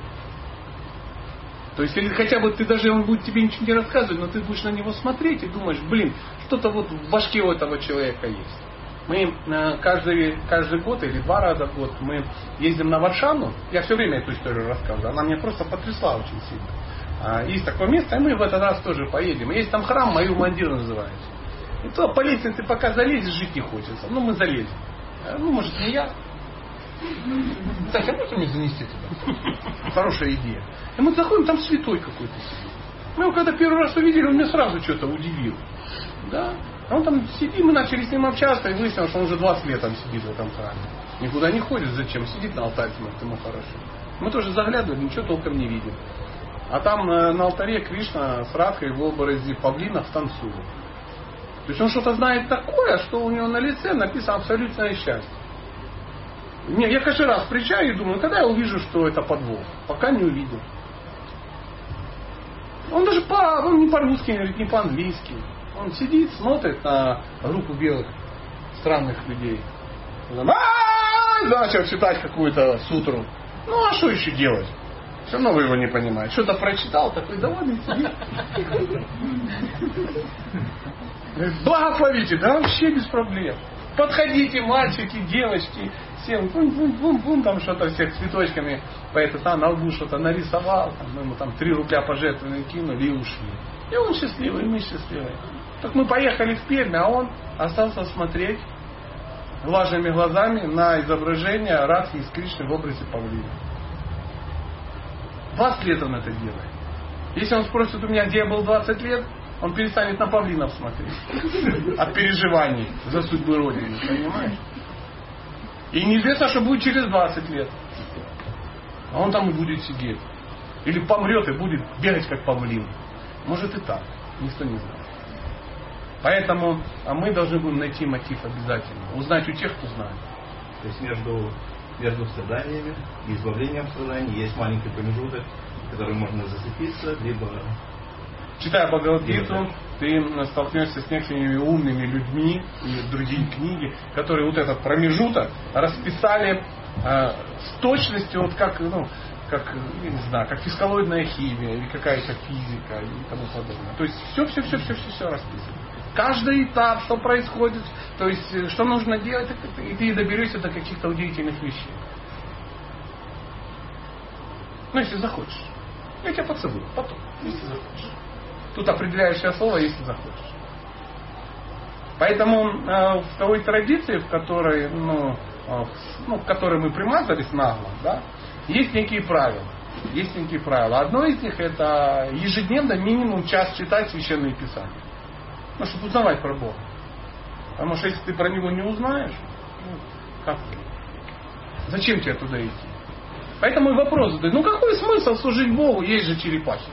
То есть, или хотя бы ты даже, он будет тебе ничего не рассказывать, но ты будешь на него смотреть и думаешь, блин, что-то вот в башке у этого человека есть. Мы э, каждый, каждый год или два раза в год мы ездим на Варшаву. Я все время эту историю рассказываю. Она меня просто потрясла очень сильно. А, есть такое место, и мы в этот раз тоже поедем. Есть там храм, Маю Мандир называется. И то по лестнице пока залезешь, жить не хочется. Ну, мы залезем. Ну, может, не я. Кстати, а можете мне занести туда? Хорошая идея. И мы заходим, там святой какой-то сидит. Мы его когда первый раз увидели, он меня сразу что-то удивил. Да? А он там сидит, мы начали с ним общаться, и выяснилось, что он уже двадцать лет там сидит в этом храме. Никуда не ходит, зачем? Сидит на алтаре, смотрит, ему хорошо. Мы тоже заглядывали, ничего толком не видим. А там э, на алтаре Кришна с Радхой в образе павлинов танцует. То есть он что-то знает такое, что у него на лице написано абсолютное счастье. Не, я каждый раз приезжаю и думаю, когда я увижу, что это подвох? Пока не увидел. Он даже по, он не по-русски говорит, не по-английски. Он сидит, смотрит на группу белых странных людей. Он начал читать какую-то сутру. Ну а что еще делать? Все равно вы его не понимаете. Что-то прочитал, такой довольный сидит. Благословите, да вообще без проблем. Подходите, мальчики, девочки, всем, бум-бум-бум-бум, там что-то всех цветочками, по это там на лбу что-то нарисовал, там, мы ему там три рубля пожертвованные кинули и ушли. И он счастливый, и мы счастливые. Так мы поехали в Пермь, а он остался смотреть влажными глазами на изображение Радхи из Кришны в образе павлина. двадцать лет он это делает. Если он спросит у меня, где я был двадцать лет, он перестанет на павлинов смотреть. От переживаний за судьбу Родины. Понимаешь? И неизвестно, что будет через двадцать лет. А он там и будет сидеть. Или помрет и будет бегать как павлин. Может и так. Никто не знает. Поэтому а мы должны будем найти мотив обязательно. Узнать у тех, кто знает. То есть между, между страданиями и избавлением от страданий есть маленький промежуток, в который можно зацепиться, либо... Читая Бхагавад-гиту, ты столкнешься с некоторыми умными людьми и другие книги, которые вот этот промежуток расписали э, с точностью, вот как, ну, как, я не знаю, как фискалоидная химия или какая-то физика и тому подобное. То есть все, все, все, все, все, все расписано. Каждый этап, что происходит, то есть что нужно делать, и ты доберешься до каких-то удивительных вещей. Ну, если захочешь. Я тебя поцелую потом, если захочешь. Тут определяющее слово, если захочешь. Поэтому э, в той традиции, в которой, ну, э, ну, в которой мы примазались нагло, да, есть некие правила. Есть некие правила. Одно из них это ежедневно минимум час читать священные писания. Ну, чтобы узнавать про Бога. Потому что если ты про Него не узнаешь, ну, как? Зачем тебе туда идти? Поэтому и вопрос задают, ну какой смысл служить Богу, есть же черепахи.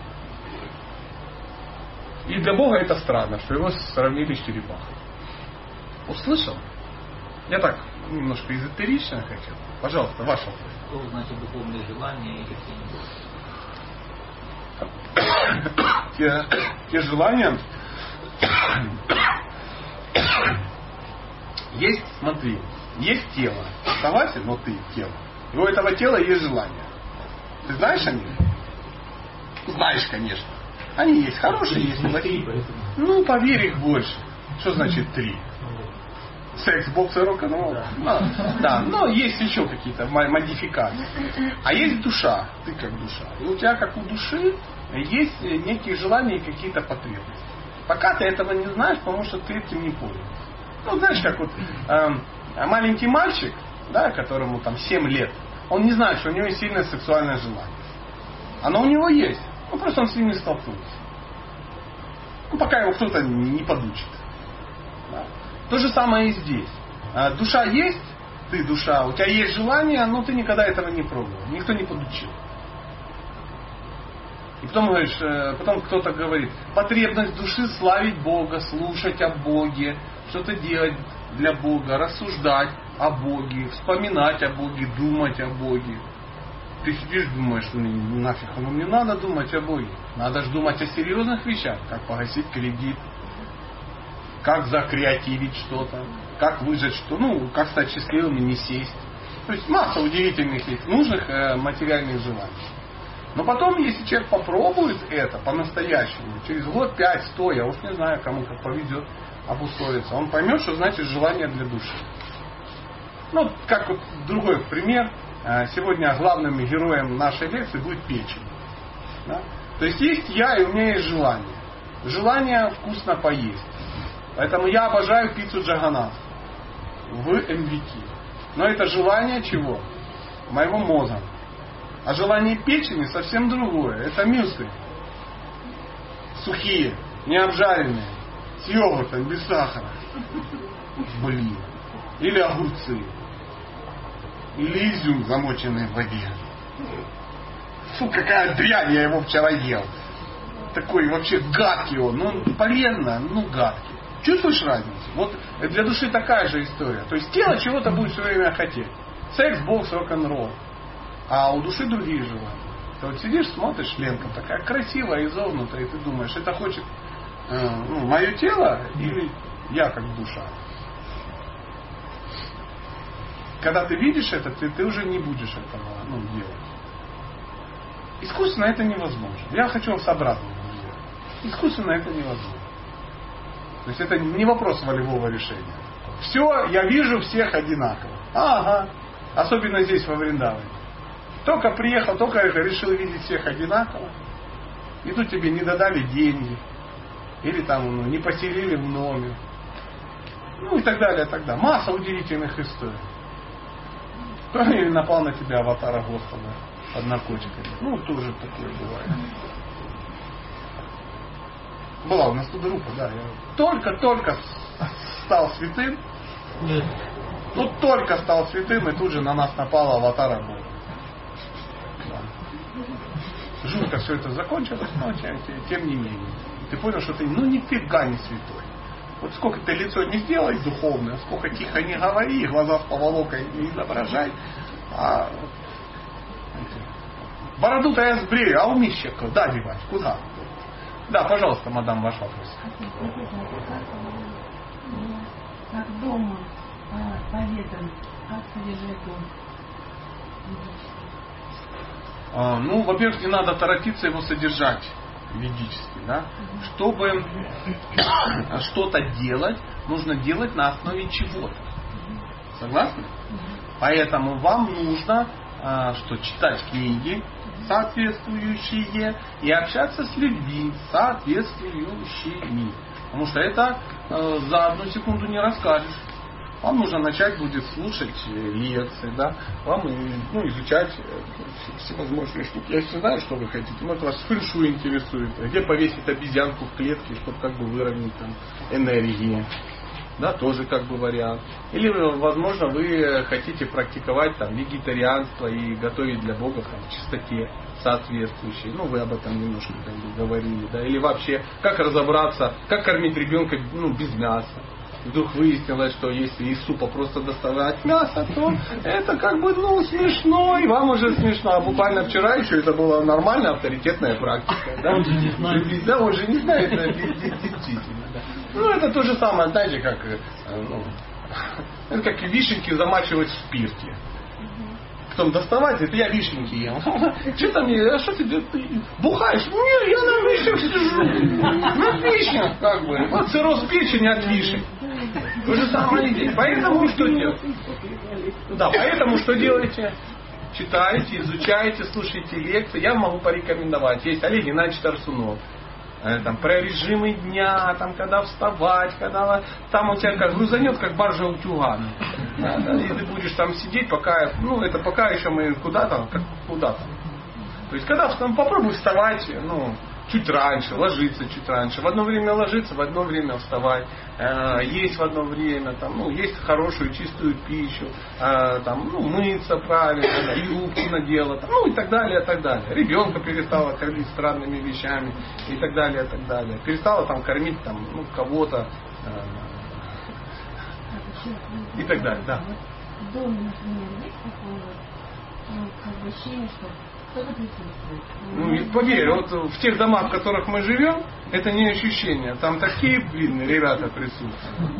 И для Бога это странно, что его сравнили с черепахой. Услышал? Я так немножко эзотерично хотел. Пожалуйста, ваш вопрос. Что значит духовные желания или какие-нибудь? те, те желания есть, смотри, есть тело. Оставайся, но ты тело. И у этого тела есть желания. Ты знаешь о них? Знаешь, конечно. Они есть хорошие, есть плохие. Ну, поверь, их больше. Что значит три? Секс, бокс и рок-н-ролл. Ну, да, но есть еще какие-то модификации. А есть душа. Ты как душа. И у тебя, как у души, есть некие желания и какие-то потребности. Пока ты этого не знаешь, потому что ты этим не пользуешься. Ну, знаешь, как вот э, маленький мальчик, да, которому там семь лет, он не знает, что у него есть сильное сексуальное желание. Оно у него есть. Ну, просто он с ним не столкнулся. Ну, пока его кто-то не подучит. Да. То же самое и здесь. Душа есть, ты душа, у тебя есть желание, но ты никогда этого не пробовал. Никто не подучил. И потом, говоришь, потом кто-то говорит, потребность души славить Бога, слушать о Боге, что-то делать для Бога, рассуждать о Боге, вспоминать о Боге, думать о Боге. Ты сидишь, думаешь, ну нафиг, ну не надо думать о Боге. Надо же думать о серьезных вещах, как погасить кредит, как закреативить что-то, как выжать что, ну, как стать счастливым и не сесть. То есть масса удивительных есть нужных э, материальных желаний. Но потом, если человек попробует это по-настоящему, через год, пять, сто, я уж не знаю, кому как повезет обусловиться, он поймет, что значит желание для души. Ну, как вот другой пример. Сегодня главным героем нашей лекции будет печень. Да? То есть есть я, и у меня есть желание. Желание вкусно поесть. Поэтому я обожаю пиццу Джаганнат в эм ви ти. Но это желание чего? Моего мозга. А желание печени совсем другое. Это мюсли. Сухие, не обжаренные, с йогуртом, без сахара. Блин. Или огурцы. Или изюм, замоченный в воде. Фу, какая дрянь, я его вчера ел. Такой вообще гадкий он. Ну, полезно, ну гадкий. Чувствуешь разницу? Вот для души такая же история. То есть тело чего-то будет все время хотеть. Секс, бокс, рок-н-ролл. А у души другие желания. Ты вот сидишь, смотришь, Ленка такая красивая, изогнутая, и ты думаешь, это хочет э, ну, мое тело или я как душа? Когда ты видишь это, ты, ты уже не будешь этого ну, делать. Искусственно это невозможно. Я хочу вам с обратным сделать. Искусственно это невозможно. То есть это не вопрос волевого решения. Все, я вижу всех одинаково. Ага. Особенно здесь, во Вриндаване. Только приехал, только решил видеть всех одинаково. И тут тебе не додали деньги. Или там ну, не поселили в номер. Ну и так далее, так далее. Масса удивительных историй. Или напал на тебя аватара Господа под наркотиками. Ну, тоже такое бывает. Была у нас тут группа, да. Я только-только стал святым. Ну, только стал святым, и тут же на нас напала аватара Бога. Да. Жутко все это закончилось, но тем, тем не менее. Ты понял, что ты, ну, нифига не святой. Вот сколько ты лицо не сделай духовное, сколько тихо не говори, глаза с поволокой не изображай, а бороду-то я сбрею, а умище куда девать? Куда? Да, пожалуйста, мадам, ваш вопрос. Как дома поветрен, как содержать дом? А, ну, во-первых, не надо торопиться его содержать ведически, да? Чтобы что-то делать, нужно делать на основе чего-то. Согласны? Поэтому вам нужно а, что, читать книги соответствующие и общаться с людьми соответствующими. Потому что это э, за одну секунду не расскажешь. Вам нужно начать будет слушать лекции, да, вам ну, изучать всевозможные штуки. Я все знаю, что вы хотите. Может, вас фэншуй интересует, где повесить обезьянку в клетке, чтобы как бы выровнять там энергии. Да, тоже как бы вариант. Или, возможно, вы хотите практиковать там вегетарианство и готовить для Бога там, в чистоте соответствующей. Ну, вы об этом немножко как бы говорили, да. Или вообще, как разобраться, как кормить ребенка ну, без мяса. Вдруг выяснилось, что если из супа просто доставать мясо, то это как бы, ну, смешно, и вам уже смешно. А буквально вчера еще это была нормальная авторитетная практика. Да? Он же не знает. Да, он же не знает, это действительно. Да. Ну, это то же самое, знаете, как, ну, это как вишенки замачивать в спирте. Потом доставать, это я вишенки ем. Что там, а что ты, ты бухаешь? Нет, я на вишнях сижу. На вишнях, как бы. Вот цирроз печени от вишен. То же самое идея. Поэтому что делать? Да, поэтому что делаете? Читаете, изучаете, слушаете лекции. Я могу порекомендовать. Есть Олег Геннадьевич Тарсунов. Там, про режимы дня, там, когда вставать, когда там у тебя как грузанет, как баржа утюга. Да, да, и ты будешь там сидеть, пока, ну, это пока еще мы куда-то, как куда-то. То есть, когда там, попробуй вставать, ну, чуть раньше, ложиться чуть раньше. В одно время ложиться, в одно время вставать. Э, есть в одно время, там, ну, есть хорошую чистую пищу, э, там, ну, мыться правильно, юбку надела, там, ну и так далее, и так далее. Ребенка перестала кормить странными вещами и так далее, и так далее. Перестала там кормить там, ну, кого-то э, и так далее, да. Дома, например, есть такое вот, ну, как бы ощущение, что кто-то присутствует. Ну, и поверь, вот в тех домах, в которых мы живем, это не ощущение. Там такие, блин, ребята присутствуют.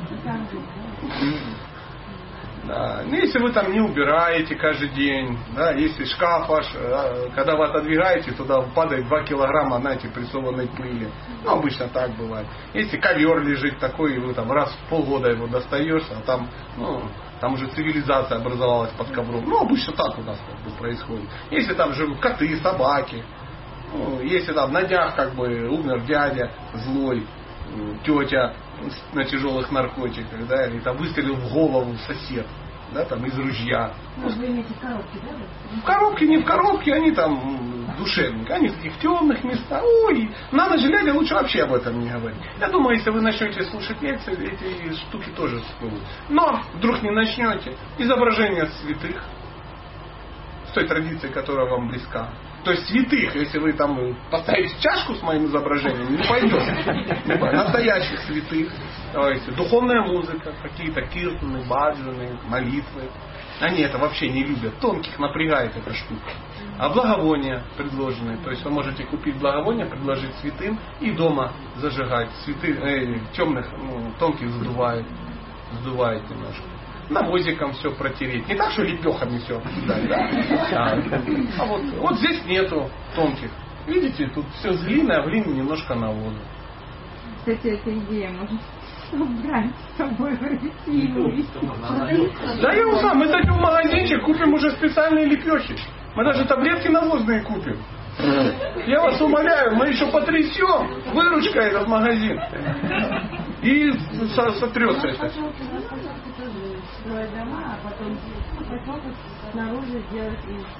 Да. Ну, если вы там не убираете каждый день, да, если шкаф ваш, когда вы отодвигаете, туда падает два килограмма, знаете, прессованной пыли. Ну, обычно так бывает. Если ковер лежит такой, и вы там раз в полгода его достаешь, а там, ну, там уже цивилизация образовалась под ковром. Ну, обычно так у нас как бы происходит. Если там живут коты, собаки, ну, если там на днях как бы умер дядя злой, тетя на тяжелых наркотиках, да, или там выстрелил в голову сосед, да, там из ружья. Ну, вы имеете коробки, да? В коробке, не в коробке, они там душевненькие, они в таких темных местах. Ой, на ночь глядя лучше вообще об этом не говорить. Я думаю, если вы начнете слушать лекции, эти штуки тоже всплывут. Но вдруг не начнете, изображение святых, с той традицией, которая вам близка. То есть святых, если вы там поставите чашку с моим изображением, не пойдет. Настоящих святых. То есть духовная музыка, какие-то киртаны, баджаны, молитвы. Они это вообще не любят. Тонких напрягает эта штука. А благовония предложенные. То есть вы можете купить благовония, предложить святым и дома зажигать. Святых, э, темных, ну, тонких задувает. Сдувает немножко. Навозиком все протереть. Не так, что лепехами все обкидать, да? А, а вот, вот здесь нету тонких. Видите, тут все с глиной, а в глине немножко навоза. Кстати, эта идея может убрать с собой силу. Да я его сам, мы зайдем в магазинчик, купим уже специальные лепехи. Мы даже таблетки навозные купим. Я вас умоляю, мы еще потрясем выручка этот магазин. И сотрется это. Строить дома, а потом снаружи делать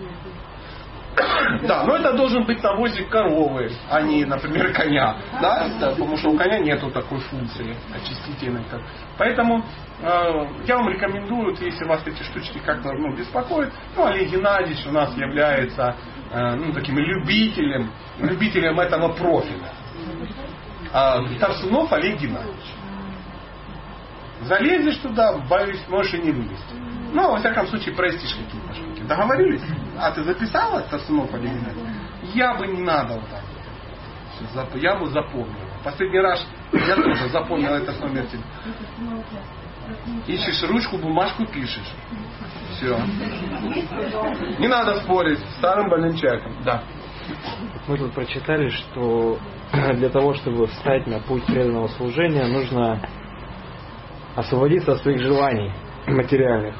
Да, но это должен быть навозик коровы, а не, например, коня. Да? Да, потому что у коня нету такой функции очистительной. Как. Поэтому э, я вам рекомендую, если вас эти штучки как-то ну, беспокоят, ну, Олег Геннадьевич у нас является э, ну, таким любителем, любителем этого профиля. А Тарсунов Олег Геннадьевич. Залезешь туда, боюсь, можешь и не вылезти. Ну, во всяком случае, простишь какие-то штуки. Договорились? А ты записала Тарсунов Олег Геннадьевич? Я бы не надо вот так. Я бы запомнил. Последний раз я тоже запомнил этот номер телефона. Ищешь ручку, бумажку пишешь. Все. Не надо спорить с старым больным человеком. Да. Мы тут прочитали, что для того, чтобы встать на путь преданного служения, нужно освободиться от своих желаний материальных.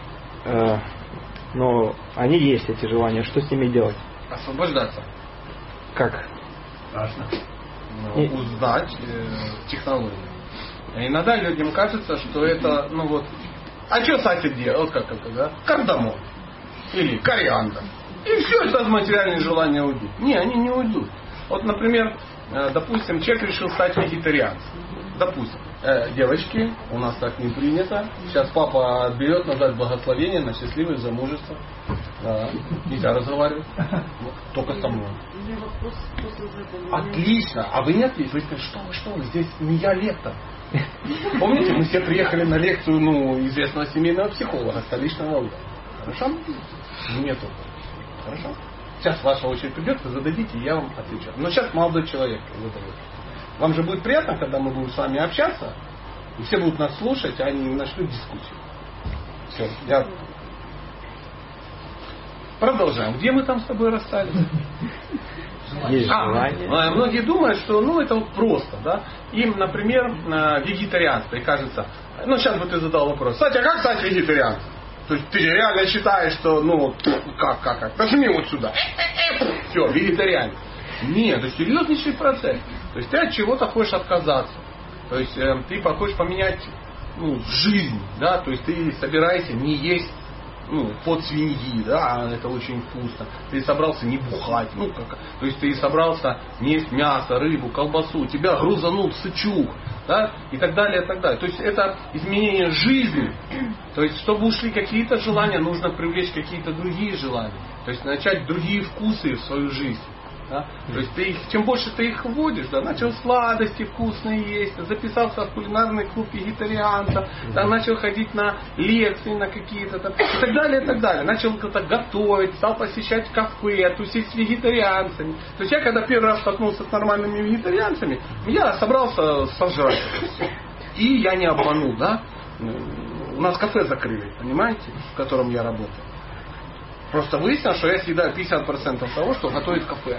Но они есть, эти желания. Что с ними делать? Освобождаться. Как? Страшно. Ну, И... Узнать э, технологию. Иногда людям кажется, что это, ну вот, а что сатит делать? Вот как это, да? Кардамон. Или кориандр. И все, это материальные желания уйдут. Не, они не уйдут. Вот, например, э, допустим, человек решил стать вегетарианцем. Допустим, э, девочки, у нас так не принято. Сейчас папа берет назад благословение на счастливое замужество. Да. Нельзя разговаривать. Только со мной. Отлично. А вы не ответили. Вы сказали, что, что, здесь не я лектор. Помните, мы все приехали на лекцию ну, известного семейного психолога, столичного уровня. Хорошо? Нету. Хорошо? Сейчас ваша очередь придет, вы зададите, я вам отвечу. Но сейчас молодой человек задает. Вам же будет приятно, когда мы будем с вами общаться, и все будут нас слушать, а они начнут дискуссию. Все, я... Продолжаем. Где мы там с тобой расстались? Есть а, желание. Многие думают, что ну это вот просто, да. Им, например, вегетарианство, и кажется, ну сейчас бы ты задал вопрос, Сатя, а как стать вегетарианцем? То есть ты реально считаешь, что ну как, как, как, нажми вот сюда. Все, вегетарианец. Нет, это серьезнейший процесс. То есть ты от чего-то хочешь отказаться. То есть э, ты хочешь поменять ну, жизнь, да, то есть ты собираешься не есть ну, под свиньи, да, это очень вкусно. Ты собрался не бухать, ну как, то есть ты собрался не есть мясо, рыбу, колбасу, тебя грузанул сычух, да, и так далее, и так далее. То есть это изменение жизни. То есть, чтобы ушли какие-то желания, нужно привлечь какие-то другие желания. То есть начать другие вкусы в свою жизнь. Да? То есть ты их, чем больше ты их вводишь, да, начал сладости вкусные есть, записался в кулинарный клуб вегетарианца, да, начал ходить на лекции на какие-то там, и так далее, и так далее. Начал как-то готовить, стал посещать кафе, тусить с вегетарианцами. То есть я когда первый раз столкнулся с нормальными вегетарианцами, я собрался сожрать. И я не обманул, да. У нас кафе закрыли, понимаете, в котором я работал. Просто выяснилось, что я съедаю пятьдесят процентов того, что готовит кафе.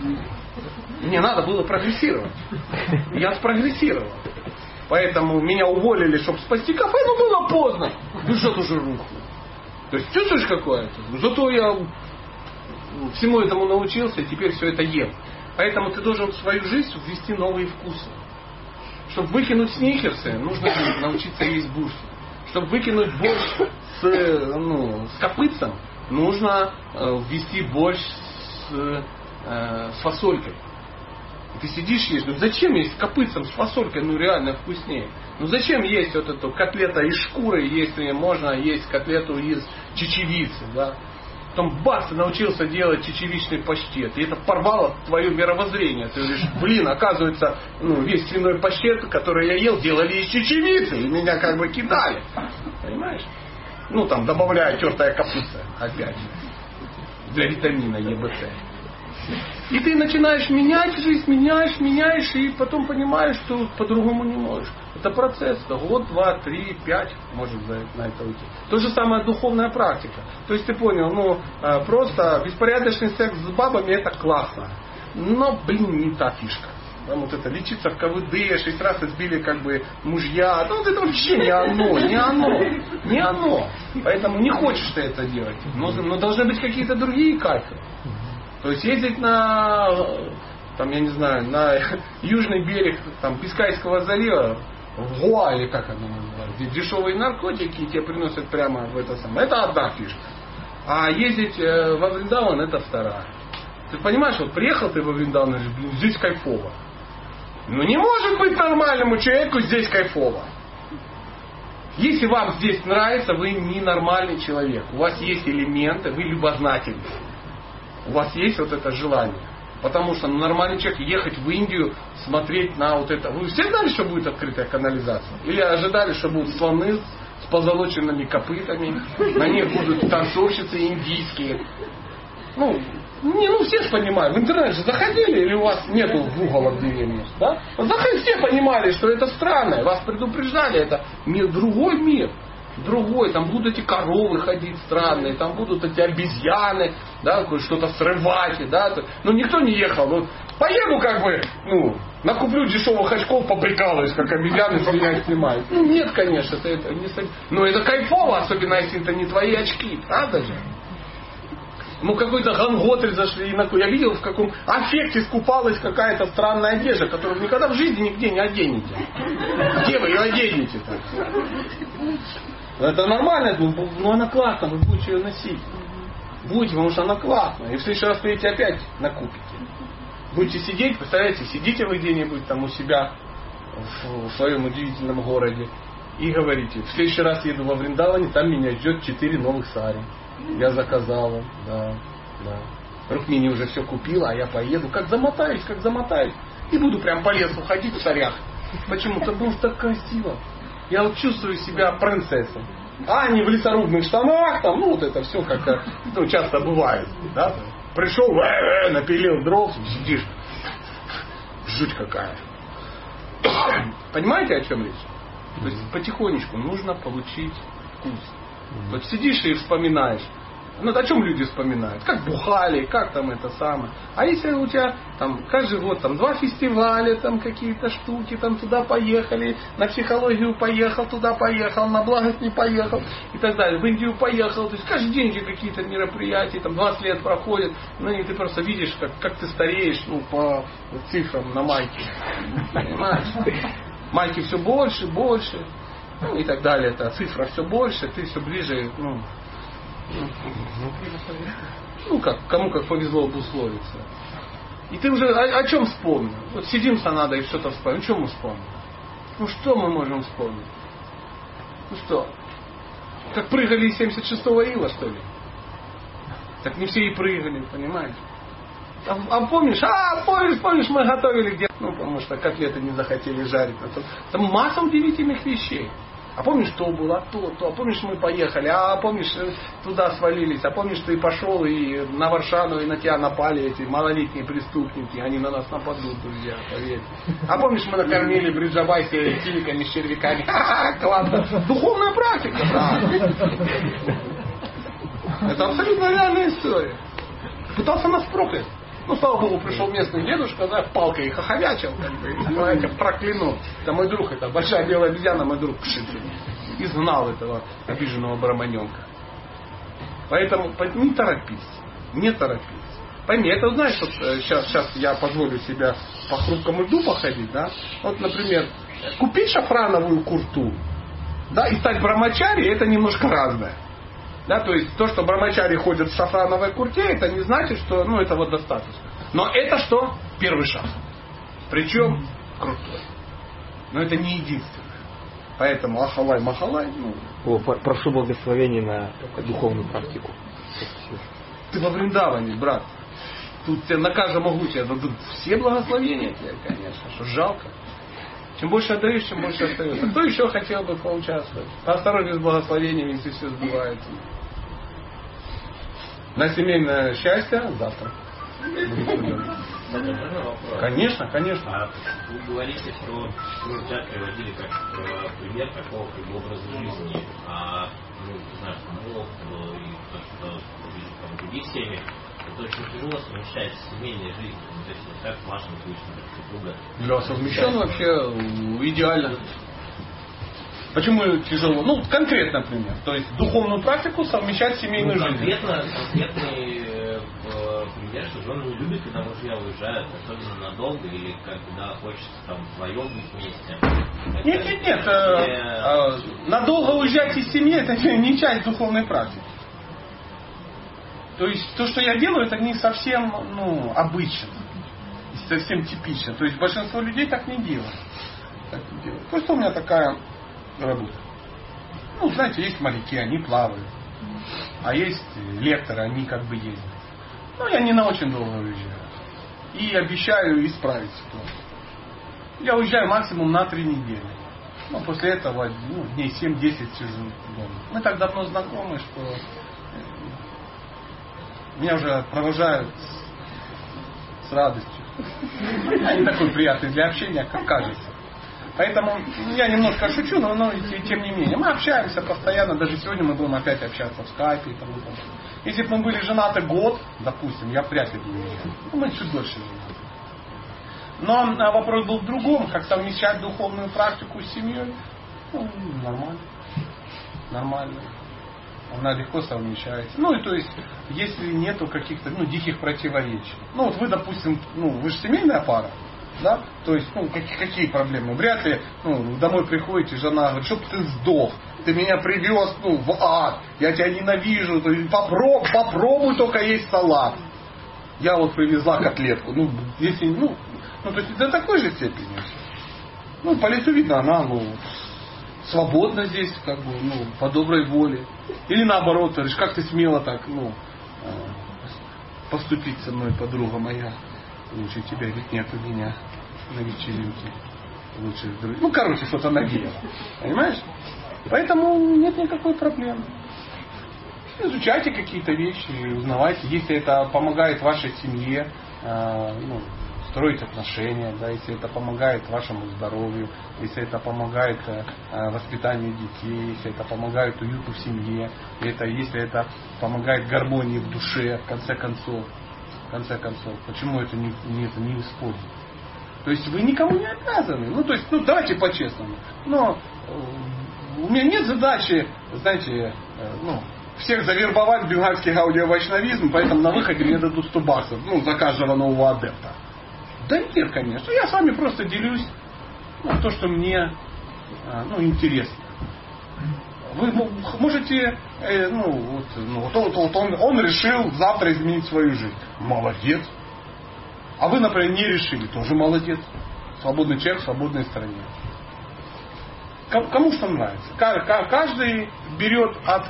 Мне надо было прогрессировать. Я спрогрессировал. Поэтому меня уволили, чтобы спасти кафе, но было поздно. Бюджет уже рухнул. То есть чувствуешь какое-то? Зато я всему этому научился и теперь все это ем. Поэтому ты должен в свою жизнь ввести новые вкусы. Чтобы выкинуть сникерсы, нужно научиться есть бургер. Чтобы выкинуть борщ с, ну, с копытцем, нужно э, ввести борщ с, э, с фасолькой. И ты сидишь ешь, ну зачем есть с копытцем, с фасолькой, ну реально вкуснее. Ну зачем есть вот эту котлету из шкуры, если можно есть котлету из чечевицы, да? Потом бац, ты научился делать чечевичный паштет. И это порвало твое мировоззрение. Ты говоришь, блин, оказывается, ну, весь свиной паштет, который я ел, делали из чечевицы. И меня как бы кидали. Понимаешь? Ну, там, добавляя тертая капуста, опять же, для витамина Е, Б, С. И ты начинаешь менять жизнь, меняешь, меняешь, и потом понимаешь, что по-другому не можешь. Это процесс, это год, два, три, пять, может на это уйти. То же самое духовная практика. То есть ты понял, ну, просто беспорядочный секс с бабами это классно. Но, блин, не та фишка. Там вот это лечиться в КВД, шесть раз избили как бы мужья. Ну, вот это вообще не оно, не оно, не оно. Поэтому не хочешь ты это делать. Но, но должны быть какие-то другие кайфы. То есть ездить на, там, я не знаю, на южный берег там, Бискайского залива, в Гоа, или как оно называется, где дешевые наркотики и тебе приносят прямо в это самое. Это одна фишка. А ездить во Вриндаван это вторая. Ты понимаешь, вот приехал ты во Вриндаван и говоришь, блин, здесь кайфово. Ну не может быть нормальному человеку здесь кайфово. Если вам здесь нравится, вы не нормальный человек. У вас есть элементы, вы любознательны. У вас есть вот это желание. Потому что ну, нормальный человек ехать в Индию, смотреть на вот это. Вы все знали, что будет открытая канализация? Или ожидали, что будут слоны с позолоченными копытами? На них будут танцовщицы индийские. Ну, не, ну все же понимают. В интернет же заходили, или у вас нету гугла в деревне? Да? Заходили, все понимали, что это странно. Вас предупреждали, это мир, другой мир. Другой, там будут эти коровы ходить странные, там будут эти обезьяны, да, что-то срывать, да, но никто не ехал, вот поеду как бы, ну, накуплю дешевых очков, поприкалываюсь, как обезьяны с меня снимают. Ну нет, конечно, это, это не, но это кайфово, особенно если это не твои очки, правда же? Ну какой-то ганготрь зашли, я видел в каком аффекте скупалась какая-то странная одежда, которую вы никогда в жизни нигде не оденете. Где вы ее оденете-то? Это нормально, но она классная, вы будете ее носить. Будете, потому что она классная. И в следующий раз приедете опять накупите. Будете сидеть, представляете, сидите вы где-нибудь там у себя в, в своем удивительном городе и говорите, в следующий раз еду во Вриндаване, там меня ждет четыре новых сари. Я заказала, да, да. Рукмини уже все купила, а я поеду, как замотаюсь, как замотаюсь. И буду прям по лесу ходить в сарях. Почему-то было так красиво. Я вот чувствую себя принцессой. А не в лесорубных штанах, там, ну вот это все как ну, часто бывает. Да? Пришел, э-э, напилил дров, сидишь. Жуть какая. Понимаете, о чем речь? То есть потихонечку нужно получить вкус. Вот сидишь и вспоминаешь. Ну, о чем люди вспоминают? Как бухали, как там это самое. А если у тебя там каждый год там два фестиваля, там какие-то штуки, там туда поехали, на психологию поехал, туда поехал, на благость не поехал и так далее, в Индию поехал, то есть каждый день какие-то мероприятия, там двадцать лет проходит, ну и ты просто видишь, как, как ты стареешь, ну, по цифрам на майке. Понимаешь? Майки все больше, больше, ну и так далее. Это цифра все больше, ты все ближе, ну, ну как, кому как повезло обусловиться. И ты уже о, о чем вспомнил? Вот сидим с Анадой и что-то вспомним. Что мы вспомним? Ну что мы можем вспомнить? Ну что? Как прыгали из семьдесят шестого ила, что ли? Так не все и прыгали, понимаешь? А, а помнишь, а помнишь, помнишь, мы готовили где? Ну, потому что котлеты не захотели жарить. Там масса удивительных вещей. А помнишь, то было, то, то. А помнишь, мы поехали, а помнишь, туда свалились. А помнишь, ты пошел и на Варшану, и на тебя напали эти малолетние преступники. Они на нас нападут, друзья, поверь. А помнишь, мы накормили Бриджабайся киликами с червяками. Ха-ха, классно. Духовная практика, да. Это абсолютно реальная история. Пытался нас проклять. Ну, слава Богу, пришел местный дедушка, да, палкой их оховячил, как бы, и, знаете, проклянул. Это мой друг, это большая белая обезьяна, мой друг Пшицын. Изгнал этого обиженного браманенка. Поэтому не торопись, не торопись. Пойми, это знаешь, вот сейчас, сейчас я позволю себе по хрупкому льду походить, да. Вот, например, купить шафрановую курту, да, и стать брамачари, это немножко разное. Да, то есть то, что брамачари ходят в шафрановой курте, это не значит, что ну, этого достаточно. Но это что? Первый шаг. Причем крутой. Но это не единственное. Поэтому ахалай махалай. Ну. О, прошу благословения на духовную практику. Ты во Вриндаване, брат. Тут тебе на каждом углу тебе дадут все благословения тебе, конечно, что жалко. Чем больше отдаешь, чем больше остается. Кто еще хотел бы поучаствовать? Осторожнее с благословениями, если все сбывается. На семейное счастье завтра. Конечно, конечно. А вы говорите, что вы в чат приводили как э, пример такого как бы, образа жизни. А ну, не знаю, мол, и то, что там, в других семьях, это очень тяжело совмещать семейной жизнь. То есть как с вашим случаем супруга. Для совмещен вообще идеально. Почему тяжело? Ну, конкретно, например. То есть духовную практику совмещать с семейной ну, жизнью. Конкретно, конкретный э, пример, что жены не любят, когда мужья уезжают, особенно надолго, или когда хочется там вдвоем быть вместе. Нет, нет, нет. Где... Э, э, надолго уезжать из семьи, это не часть духовной практики. То есть то, что я делаю, это не совсем ну, обычно. Совсем типично. То есть большинство людей так не делают. Так не делают. Просто у меня такая работа. Ну, знаете, есть моряки, они плавают. А есть лекторы, они как бы ездят. Ну, я не на очень долго уезжаю. И обещаю исправить ситуацию. Я уезжаю максимум на три недели. Ну, после этого ну, дней семь-десять сижу дома. Мы так давно знакомы, что меня уже провожают с, с радостью. Я не такой приятный для общения, как кажется. Поэтому я немножко шучу, но, но тем не менее. Мы общаемся постоянно, даже сегодня мы будем опять общаться в скайпе и тому подобное. Если бы мы были женаты год, допустим, я вряд ли бы уезжал. Ну, мы чуть дольше женаты. Но вопрос был в другом, как совмещать духовную практику с семьей. Ну, нормально. Нормально. Она легко совмещается. Ну и то есть, если нету каких-то ну, диких противоречий. Ну вот вы, допустим, ну вы же семейная пара, да? То есть, ну какие, какие проблемы? Вряд ли, ну, домой приходите, жена говорит, чтоб ты сдох, ты меня привез, ну, в ад, я тебя ненавижу, попробуй, попробуй только есть салат. Я вот привезла котлетку. Ну, если, ну, ну то есть до такой же степени. Ну, по лицу видно, она, ну, свободно здесь, как бы, ну, по доброй воле. Или наоборот, говоришь, как ты смело так, ну, поступить со мной, подруга моя. Лучше тебя ведь нет у меня на вечеринке. Лучше друг... Ну, короче, что-то наделала. Понимаешь? Поэтому нет никакой проблемы. Изучайте какие-то вещи, узнавайте. Если это помогает вашей семье, ну, с строить отношения, да, если это помогает вашему здоровью, если это помогает э, воспитанию детей, если это помогает уюту в семье, это, если это помогает гармонии в душе, в конце концов, в конце концов, почему это не, не, это не использовать? То есть вы никому не обязаны. Ну, то есть, ну, давайте по-честному. Но э, у меня нет задачи, знаете, э, ну, всех завербовать в бенгальский гаудио-вайшнавизм, поэтому на выходе мне дадут сто баксов, ну, за каждого нового адепта. Да нет, конечно. Я с вами просто делюсь, ну, то, что мне э, ну, интересно. Вы можете, э, ну, вот, ну, вот, вот, вот он, он решил завтра изменить свою жизнь. Молодец. А вы, например, не решили, тоже молодец. Свободный человек в свободной стране. Кому что нравится. Каждый берет от,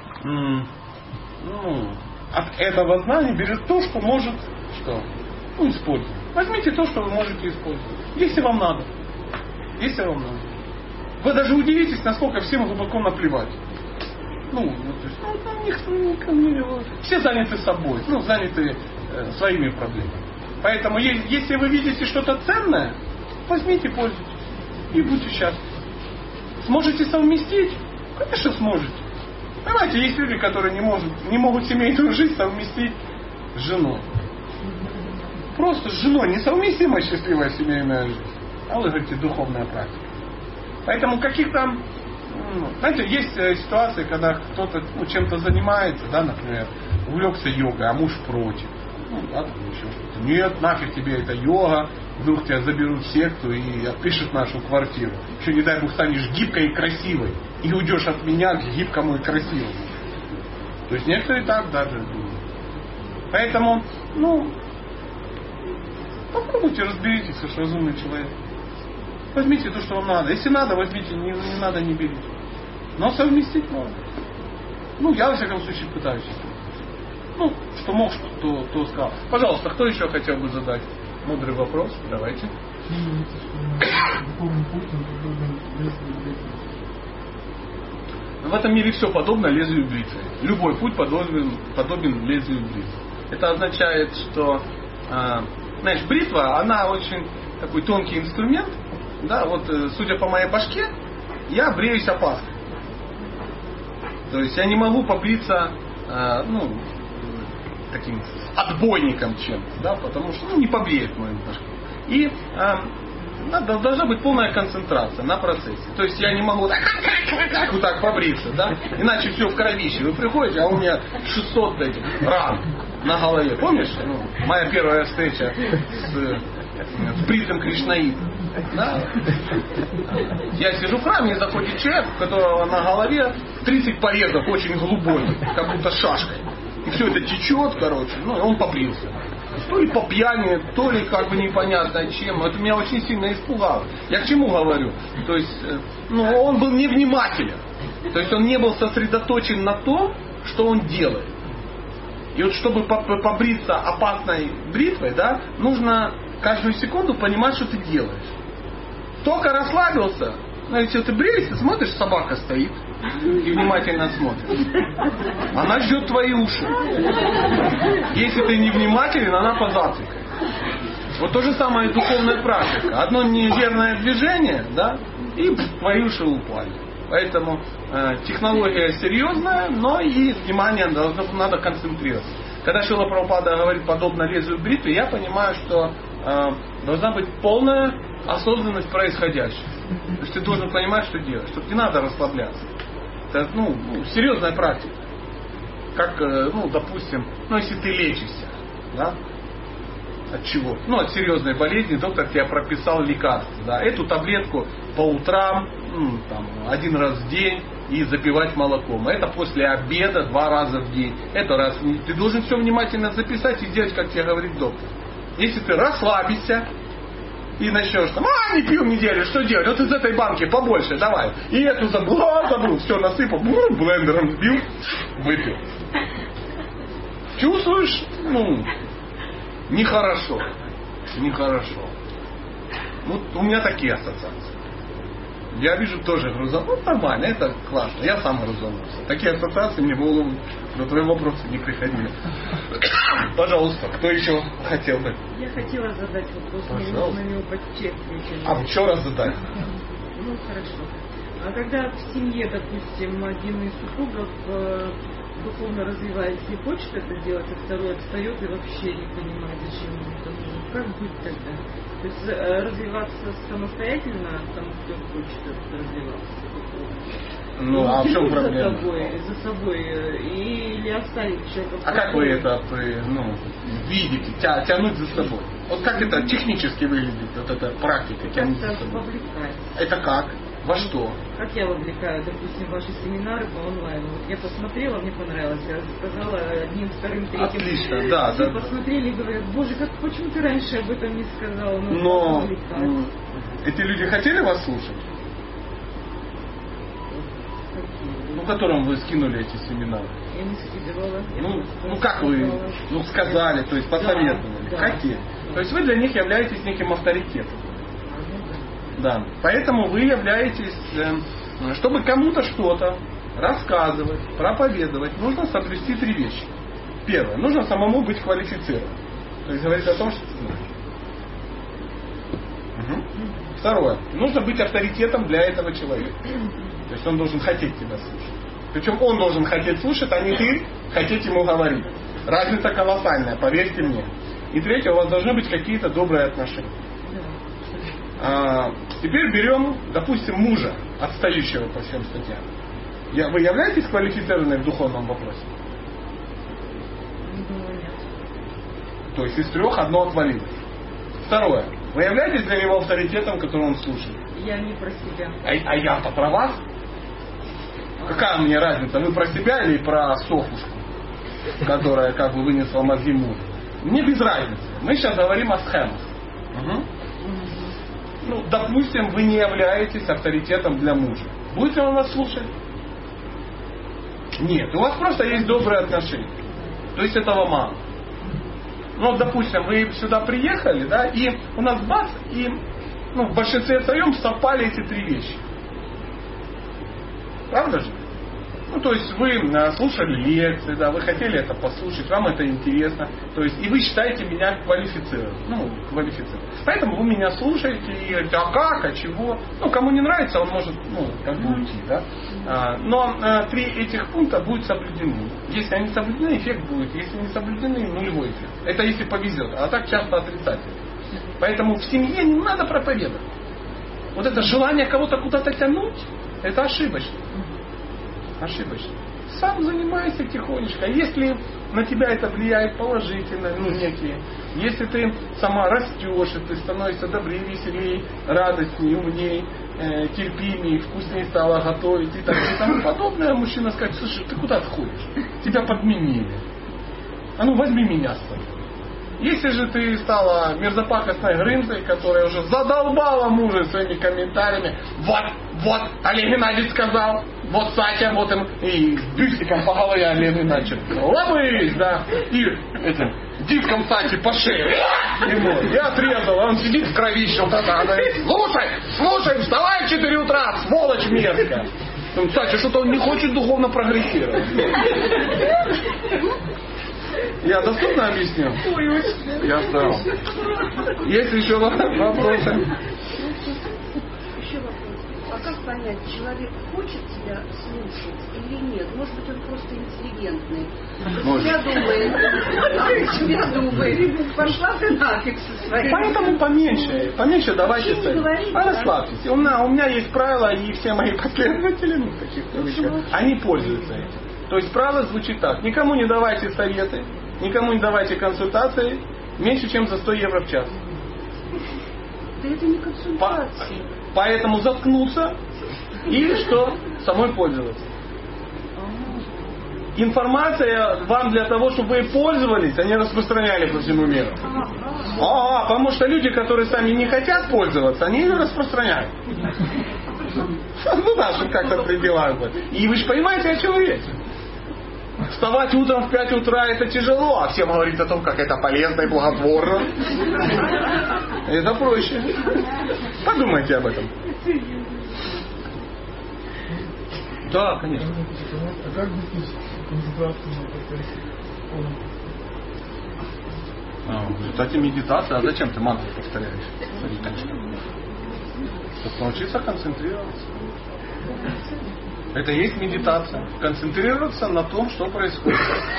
ну, от этого знания, берет то, что может что? Ну, использовать. Возьмите то, что вы можете использовать. Если вам надо. Если вам надо. Вы даже удивитесь, насколько всем глубоко наплевать. Ну, вот, то есть, ну, никто, никто не, все заняты собой, ну, заняты э, своими проблемами. Поэтому, если вы видите что-то ценное, возьмите, пользуйтесь и будьте счастливы. Сможете совместить? Конечно, сможете. Понимаете, есть люди, которые не, может, не могут семейную жизнь совместить с женой. Просто с женой несовместима счастливая семейная жизнь. А вы говорите, духовная практика. Поэтому каких-то, ну, знаете, есть ситуации, когда кто-то ну, чем-то занимается, да, например, увлекся йогой, а муж против. Ну, да, еще что-то. Нет, нафиг тебе эта йога, вдруг тебя заберут в секту и отпишут нашу квартиру. Еще не дай бог станешь гибкой и красивой. И уйдешь от меня к гибкому и красивому. То есть некоторые так даже думают. Поэтому, ну, попробуйте, разберитесь, что разумный человек. Возьмите то, что вам надо. Если надо, возьмите, не, не надо, не берите. Но совместить можно. Ну, я, во всяком случае, пытаюсь. Ну, что мог, что, то сказал. Пожалуйста, кто еще хотел бы задать мудрый вопрос? Давайте. В этом мире все подобно лезвию бритвы. Любой путь подобен, подобен лезвию бритвы. Это означает, что, э, знаешь, бритва, она очень такой тонкий инструмент. Да, вот, судя по моей башке, я бреюсь опаской. То есть я не могу побриться, э, ну, таким отбойником чем-то, да, потому что ну, не побреет мою башку. И э, надо, должна быть полная концентрация на процессе. То есть я не могу так, вот так побриться, да, иначе все в кровище. Вы приходите, а у меня шестьсот этих ран на голове. Помнишь, ну, моя первая встреча с, с бритым кришнаитом? Да? Я сижу в храме, и заходит человек, у которого на голове тридцать порезов очень глубоких, как будто шашкой. И все это течет, короче, ну, и он побрился. То ли по пьяни, то ли как бы непонятно чем. Это меня очень сильно испугало. Я к чему говорю? То есть, ну, он был невнимателен. То есть он не был сосредоточен на том, что он делает. И вот чтобы побриться опасной бритвой, да, нужно каждую секунду понимать, что ты делаешь. Только расслабился, ну, если ты бреешься, смотришь, собака стоит и внимательно смотрит. Она ждет твои уши. Если ты невнимателен, она позавтракает. Вот то же самое и духовная практика. Одно неверное движение, да, и твои уши упали. Поэтому э, технология серьезная, но и внимание должно, надо концентрироваться. Когда Шрила Прабхупада говорит подобно лезвию бритвы, я понимаю, что э, должна быть полная осознанность происходящего. То есть ты должен понимать, что делать, чтобы не надо расслабляться. Это ну, серьезная практика. Как, ну, допустим, ну, если ты лечишься, да? От чего? Ну, от серьезной болезни доктор тебе прописал лекарство. Да? Эту таблетку по утрам, ну, там, один раз в день и запивать молоком. Это после обеда два раза в день. Это раз. Ты должен все внимательно записать и делать, как тебе говорит доктор. Если ты расслабишься и начнешь там, а, не пью неделю, что делать? Вот из этой банки побольше, давай. И эту забыл, а, забыл, все насыпал, блендером сбил, выпил. Чувствуешь, ну, нехорошо. Нехорошо. Вот у меня такие ассоциации. Я вижу тоже грузанул. Ну, нормально, это классно. Я сам грузанулся. Такие ассоциации мне в голову до твоего вопроса не приходили. Пожалуйста, кто еще хотел бы? Я хотела задать вопрос, мне Пожалуйста. на него подчеркнуть. А еще раз задать. Ну, хорошо. А когда в семье, допустим, один из супругов э, духовно развивается, не хочет это делать, а второй отстает и вообще не понимает, зачем ему это нужно, как быть тогда? То есть э, развиваться самостоятельно, тому, кто хочет развиваться духовно. Ну, а в чем проблема? За собой, за собой э, или оставить человека. А как вы это ну, видите, тя, тянуть за собой? Вот как это технически выглядит, вот эта практика тянуть за собой? Это как? Во что? Как я вовлекаю, допустим, ваши семинары по онлайну. Вот я посмотрела, мне понравилось, я сказала одним, вторым, третьим. Отлично, да, все да. посмотрели и говорят, боже, как, почему ты раньше об этом не сказал? Ну, но ну, эти люди хотели вас слушать? Ну, которым вы скинули эти семинары? Я не скидывала. Ну, ну как вы ну, сказали, то есть посоветовали? Да, хотели. Да. То есть вы для них являетесь неким авторитетом. Да. Поэтому вы являетесь, чтобы кому-то что-то рассказывать, проповедовать, нужно соблюсти три вещи. Первое. Нужно самому быть квалифицированным. То есть говорить о том, что ты знаешь. Угу. Второе. Нужно быть авторитетом для этого человека. То есть он должен хотеть тебя слушать. Причем он должен хотеть слушать, а не ты хотеть ему говорить. Разница колоссальная, поверьте мне. И третье, у вас должны быть какие-то добрые отношения. А, теперь берем, допустим, мужа, отстающего по всем статьям. Я, вы являетесь квалифицированной в духовном вопросе? Нет. То есть из трех одно отвалилось. Второе. Вы являетесь для него авторитетом, который он слушает? Я не про себя. А, а я-то про вас? Какая мне разница, вы про себя или про Софушку, которая как бы вынесла мозги мужу? Мне без разницы. Мы сейчас говорим о схемах. Угу. Ну, допустим, вы не являетесь авторитетом для мужа. Будет ли он вас слушать? Нет. У вас просто есть добрые отношения. То есть этого мало. Ну, допустим, вы сюда приехали, да, и у нас бац, и ну, в большинстве своем совпали эти три вещи. Правда же? Ну, то есть вы слушали лекции, да, вы хотели это послушать, вам это интересно. То есть, и вы считаете меня квалифицированным. Ну, квалифицированным. Поэтому вы меня слушаете и говорите, а как, а чего? Ну, кому не нравится, он может, ну, как бы уйти, да. А, но а, три этих пункта будут соблюдены. Если они соблюдены, эффект будет. Если не соблюдены, нулевой эффект. Это если повезет. А так часто отрицательный. Поэтому в семье не надо проповедовать. Вот это желание кого-то куда-то тянуть, это ошибочно. Ошибочно. Сам занимайся тихонечко. Если на тебя это влияет положительно, ну некие, если ты сама растешь, и ты становишься добрее, веселее, радостнее, умнее, э, терпимее, вкуснее стала готовить и так и тому подобное, мужчина скажет, слушай, ты куда ты ходишь? Тебя подменили. А ну возьми меня с собой. Если же ты стала мерзопакостной грымзой, которая уже задолбала мужа своими комментариями, вот, вот, Олег Геннадьевич сказал, вот Сатя, вот им, и бюстиком по голове Олег Геннадьевич, лобысь, да, и этим диском Сати по шее, ему, и отрезал, он сидит в кровище, вот это, она говорит, слушай, слушай, вставай в четыре утра, сволочь мерзкая. Сатя, что-то он не хочет духовно прогрессировать. Я доступно объяснил? Я встал. Есть еще вопросы? Еще вопрос. А как понять, человек хочет тебя слушать или нет? Может быть, он просто интеллигентный. Может. Я думаю, я думаю, пошла ты нафиг со своей. Поэтому поменьше, поменьше давайте цель. А расслабьтесь. У меня, у меня есть правила, и все мои последователи, ну, каких-то вещах, они пользуются этим. То есть правило звучит так. Никому не давайте советы, никому не давайте консультации меньше, чем за сто евро в час. Да это не консультация. По, поэтому заткнуться и что? Самой пользоваться. Информация вам для того, чтобы вы пользовались, а не распространяли по всему миру. А, потому что люди, которые сами не хотят пользоваться, они ее распространяют. Ну да, чтобы как-то при делах быть. И вы же понимаете, о чем речь. Вставать утром в пять утра это тяжело, а всем говорить о том, как это полезно и благотворно. Это проще. Подумайте об этом. Да, конечно. А как быть концентрацией на повторении? А, в результате медитации. А зачем ты мантру повторяешь? Чтобы научиться концентрироваться. Это и есть медитация. Концентрироваться на том, что происходит.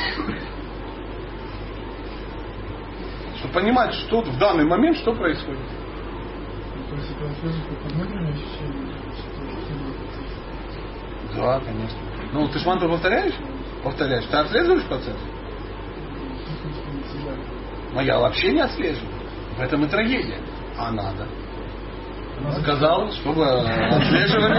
Чтобы понимать, что в данный момент, что происходит. То есть это отслеживает как внутреннее ощущение? Да, конечно. Ну, ты ж мантру повторяешь? Повторяешь. Ты отслеживаешь процесс? Но я вообще не отслеживаю. В этом и трагедия. А надо. Сказал, чтобы отслеживали.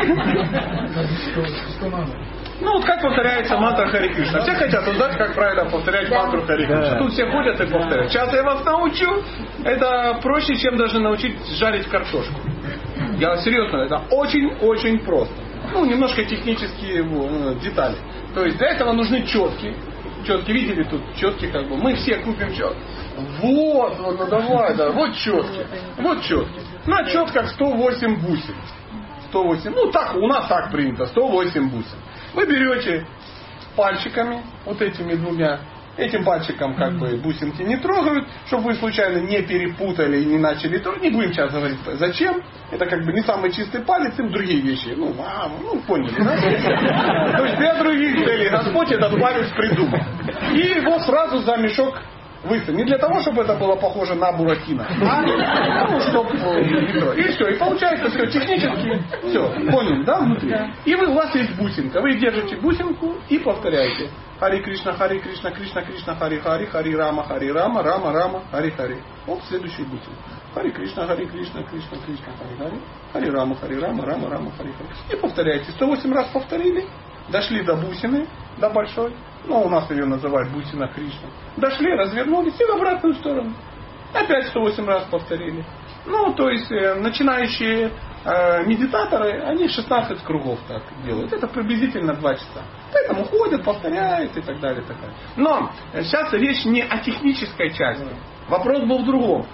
Что надо? Ну вот как повторяется мантра Хари Кришна. Все хотят узнать, как правильно повторять мантру Хари Кришна. Тут все ходят и повторяют. Сейчас я вас научу. Это проще, чем даже научить жарить картошку. Я серьезно, это очень-очень просто. Ну, немножко технические ну, детали. То есть для этого нужны четки. Четки, видели тут четки как бы. Мы все купим четки. Вот, вот, ну давай, да, вот четки. Вот четки. На четках сто восемь бусин. сто восемь, ну так, у нас так принято, сто восемь бусин. Вы берете пальчиками, вот этими двумя, этим пальчиком как бы бусинки не трогают, чтобы вы случайно не перепутали и не начали трогать. Не будем сейчас говорить, зачем. Это как бы не самый чистый палец, им другие вещи. Ну, а, ну поняли, да? То есть для других целей Господь этот палец придумал. И его сразу за мешок выставить. Не для того, чтобы это было похоже на Буратино, а ну, чтобы и все. И получается все технически. Все, поняли, да, внутри? Да. И вы, у вас есть бусинка. Вы держите бусинку и повторяете. Хари Кришна, Хари Кришна, Кришна Кришна, Хари Хари, Хари Рама, Хари Рама, Рама Рама, Хари Хари. Вот следующий бусин. Хари Кришна, Хари Кришна, Кришна Кришна, Хари Хари, Хари Рама, Хари Рама, Рама Рама, Хари Хари. И повторяйте. сто восемь раз повторили. Дошли до бусины, до большой. Ну, у нас ее называют бусина Кришна. Дошли, развернулись и в обратную сторону. Опять сто восемь раз повторили. Ну, то есть, э, начинающие э, медитаторы, они шестнадцать кругов так делают. Это приблизительно два часа. Поэтому ходят, повторяют и так далее. И так далее. Но э, сейчас речь не о технической части. Вопрос был в другом.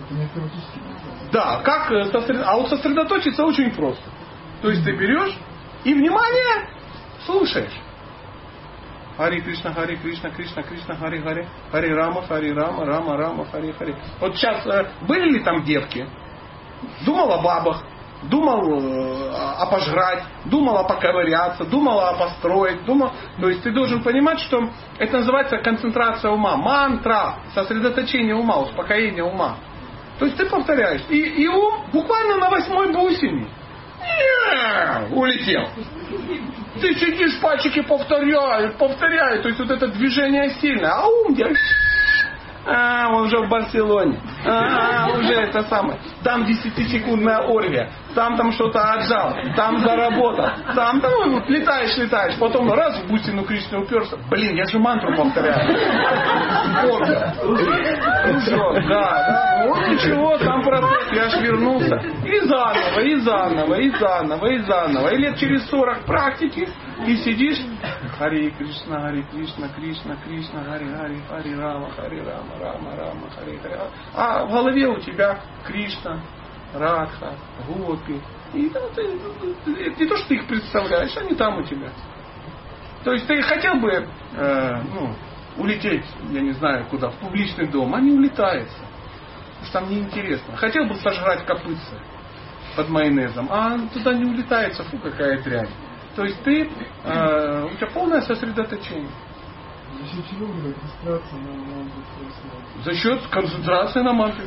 Да, как сосредоточиться? А вот сосредоточиться очень просто. То есть, ты берешь и, внимание, слушаешь. Хари Кришна, Хари Кришна, Кришна Кришна, Хари Хари, Хари Рама, Хари Рама, Рама Рама, Хари Хари. Вот сейчас э, были ли там девки? Думал о бабах, думал э, о пожрать, думал о поковыряться, думал о построить, думал. То есть ты должен понимать, что это называется концентрация ума, мантра, сосредоточение ума, успокоение ума. То есть ты повторяешь. И, и ум буквально на восьмой бусине улетел. Ты сидишь, пальчики повторяют, повторяют. То есть вот это движение сильное. А ум где? А, он уже в Барселоне. А, уже это самое. Там десятисекундная оргия. Там там что-то отжал. Там заработал. Там, там ну, летаешь, летаешь. Потом раз в бусину Кришны уперся. Блин, я же мантру повторяю. Оргия. Ну все, да, да. Вот ничего, сам процесс. Я ж вернулся. И заново, и заново, и заново, и заново. И лет через сорок практики. И сидишь, Хари Кришна, Хари Кришна, Кришна, Кришна, Хари Хари, Хари Рама, Хари Рама, Рама, Рама, Хари Хари. А в голове у тебя Кришна, Радха, Гопи. И ну, ты, ты, не то, что ты их представляешь, они там у тебя. То есть ты хотел бы э, ну, улететь, я не знаю куда, в публичный дом, а не улетается. Потому что там неинтересно. Хотел бы сожрать копытце под майонезом, а туда не улетается, фу, какая дрянь. То есть ты, э, у тебя полное сосредоточение. За счет чего концентрация на мантре? За счет концентрации на мантре.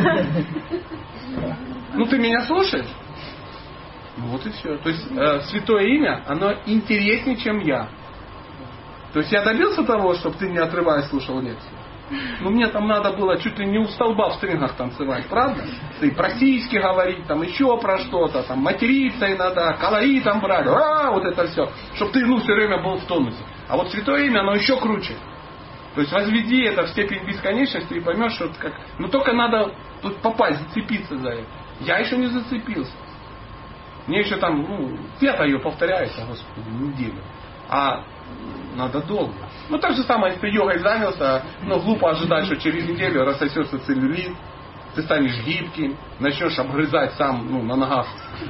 Ну ты меня слушаешь? Вот и все. То есть э, святое имя, оно интереснее, чем я. То есть я добился того, чтобы ты не отрываясь слушал лекцию. Ну мне там надо было чуть ли не у столба в стрингах танцевать, правда? Ты про сиськи говорить, там еще про что-то, там материться иногда, калории там брать, а, вот это все. Чтобы ты ну все время был в тонусе. А вот святое имя, оно еще круче. То есть возведи это в степень бесконечности и поймешь, что это как... Ну только надо тут попасть, зацепиться за это. Я еще не зацепился. Мне еще там, ну, где-то ее повторяется, господи, неделю. А надо долго. Ну, так же самое, если ты йогой занялся, ну, глупо ожидать, что через неделю рассосется целлюлит, ты станешь гибким, начнешь обгрызать сам ну, на ногах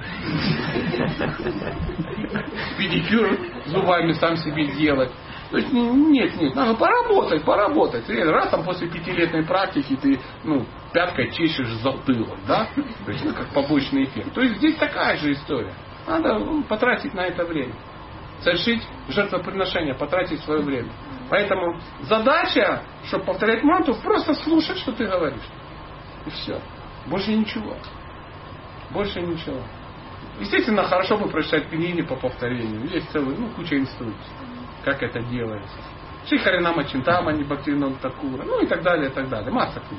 педикюр зубами сам себе делать. То есть нет, нет, надо поработать, поработать. И раз там после пятилетней практики ты ну, пяткой чешешь затылок, да? То есть ну, как побочный эффект. То есть здесь такая же история. Надо ну, потратить на это время. Совершить жертвоприношение, потратить свое время. Поэтому задача, чтобы повторять мантру, просто слушать, что ты говоришь. И все. Больше ничего. Больше ничего. Естественно, хорошо бы прочитать книги по повторению. Есть целая ну, куча инструкций, как это делается. Шри Харинама Чинтамани, Бхактивинода Такура, ну и так далее, и так далее. Масса книг.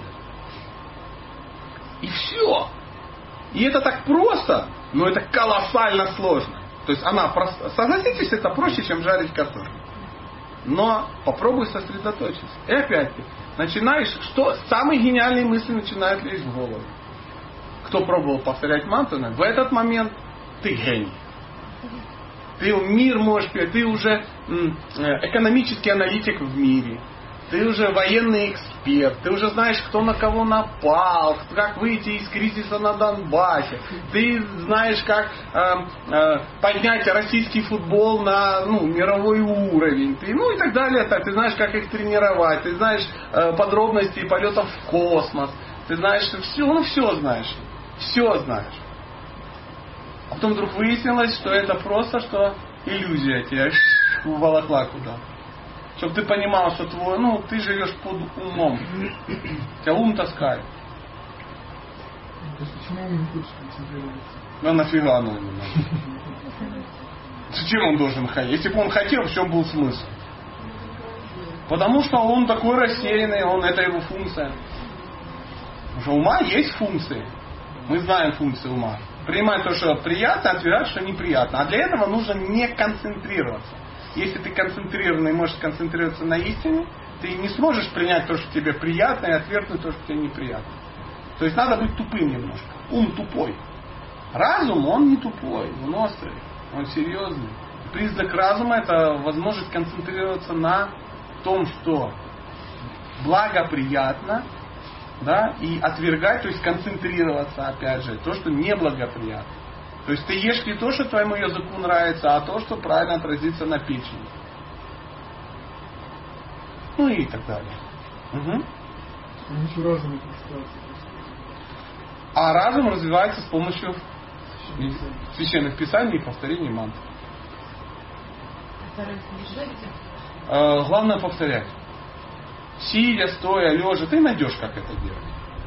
И все. И это так просто, но это колоссально сложно. То есть она, согласитесь, это проще, чем жарить картошку. Но попробуй сосредоточиться. И опять-таки, начинаешь, что самые гениальные мысли начинают лезть в голову. Кто пробовал повторять мантру, в этот момент ты гений. Ты мир можешь, ты уже экономический аналитик в мире. Ты уже военный эксперт, ты уже знаешь, кто на кого напал, как выйти из кризиса на Донбассе, ты знаешь, как э, э, поднять российский футбол на ну, мировой уровень, ты, ну и так далее. Так, ты знаешь, как их тренировать, ты знаешь э, подробности полетов в космос, ты знаешь все, ну все знаешь, все знаешь. А потом вдруг выяснилось, что это просто что иллюзия тебя уволокла куда-то. Чтобы ты понимал, что твой, ну, ты живешь под умом. Тебя ум таскает. То есть почему он не хочет концентрироваться? Ну нафига оно ему надо? Зачем он должен ходить? Если бы он хотел, в чем был смысл? Потому что он такой рассеянный, он, это его функция. Потому что у ума есть функции. Мы знаем функции ума. Принимать то, что приятно, отвергать, что неприятно. А для этого нужно не концентрироваться. Если ты концентрированный, можешь концентрироваться на истине, ты не сможешь принять то, что тебе приятно, и отвергнуть то, что тебе неприятно. То есть надо быть тупым немножко. Ум тупой. Разум, он не тупой, он острый, он серьезный. Признак разума — это возможность концентрироваться на том, что благоприятно, да, и отвергать, то есть концентрироваться, опять же, то, что неблагоприятно. То есть ты ешь не то, что твоему языку нравится, а то, что правильно отразится на печени. Ну и так далее. Угу. Ничего разума не представляется. А разум развивается с помощью священных писаний и повторений мантр. Э, главное повторять. Сидя, стоя, лежа, ты найдешь, как это делать.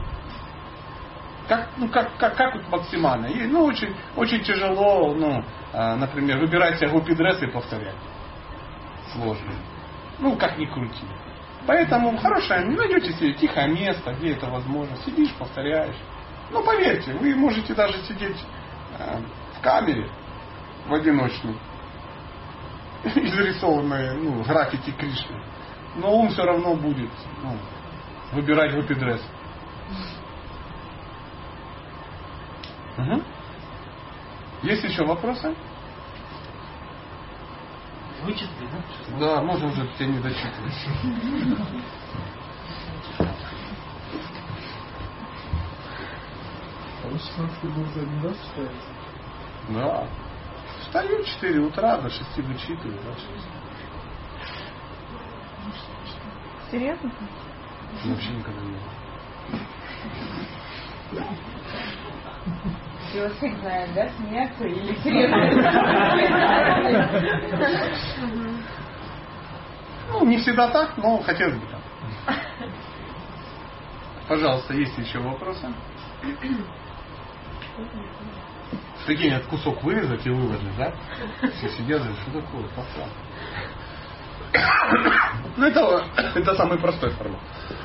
Как, ну, как, как, как вот максимально. И, ну, очень, очень тяжело, ну, э, например, выбирать себе гупидрес и повторять. Сложно. Ну, как ни крути. Поэтому хорошее, найдете себе тихое место, где это возможно. Сидишь, повторяешь. Ну, поверьте, вы можете даже сидеть э, в камере в одиночной, изрисованные ну, граффити Кришны. Но ум все равно будет ну, выбирать гупидрес. Угу. Есть еще вопросы? Вычислили, да? Да, можно уже тебя не дочитывать. А вы шестнадцатый год за один раз читаете? Да. Встаю в четыре утра, до шести вычитываю. Да, Серьезно? вообще никогда не было. Человек знает, да, смеяться или серьезно? Ну, не всегда так, но хотелось бы так. Пожалуйста, есть еще вопросы? Прикинь, этот кусок вырезать и выложить, да? Все сидят, что такое, пацан? Ну, это, это самый простой формат.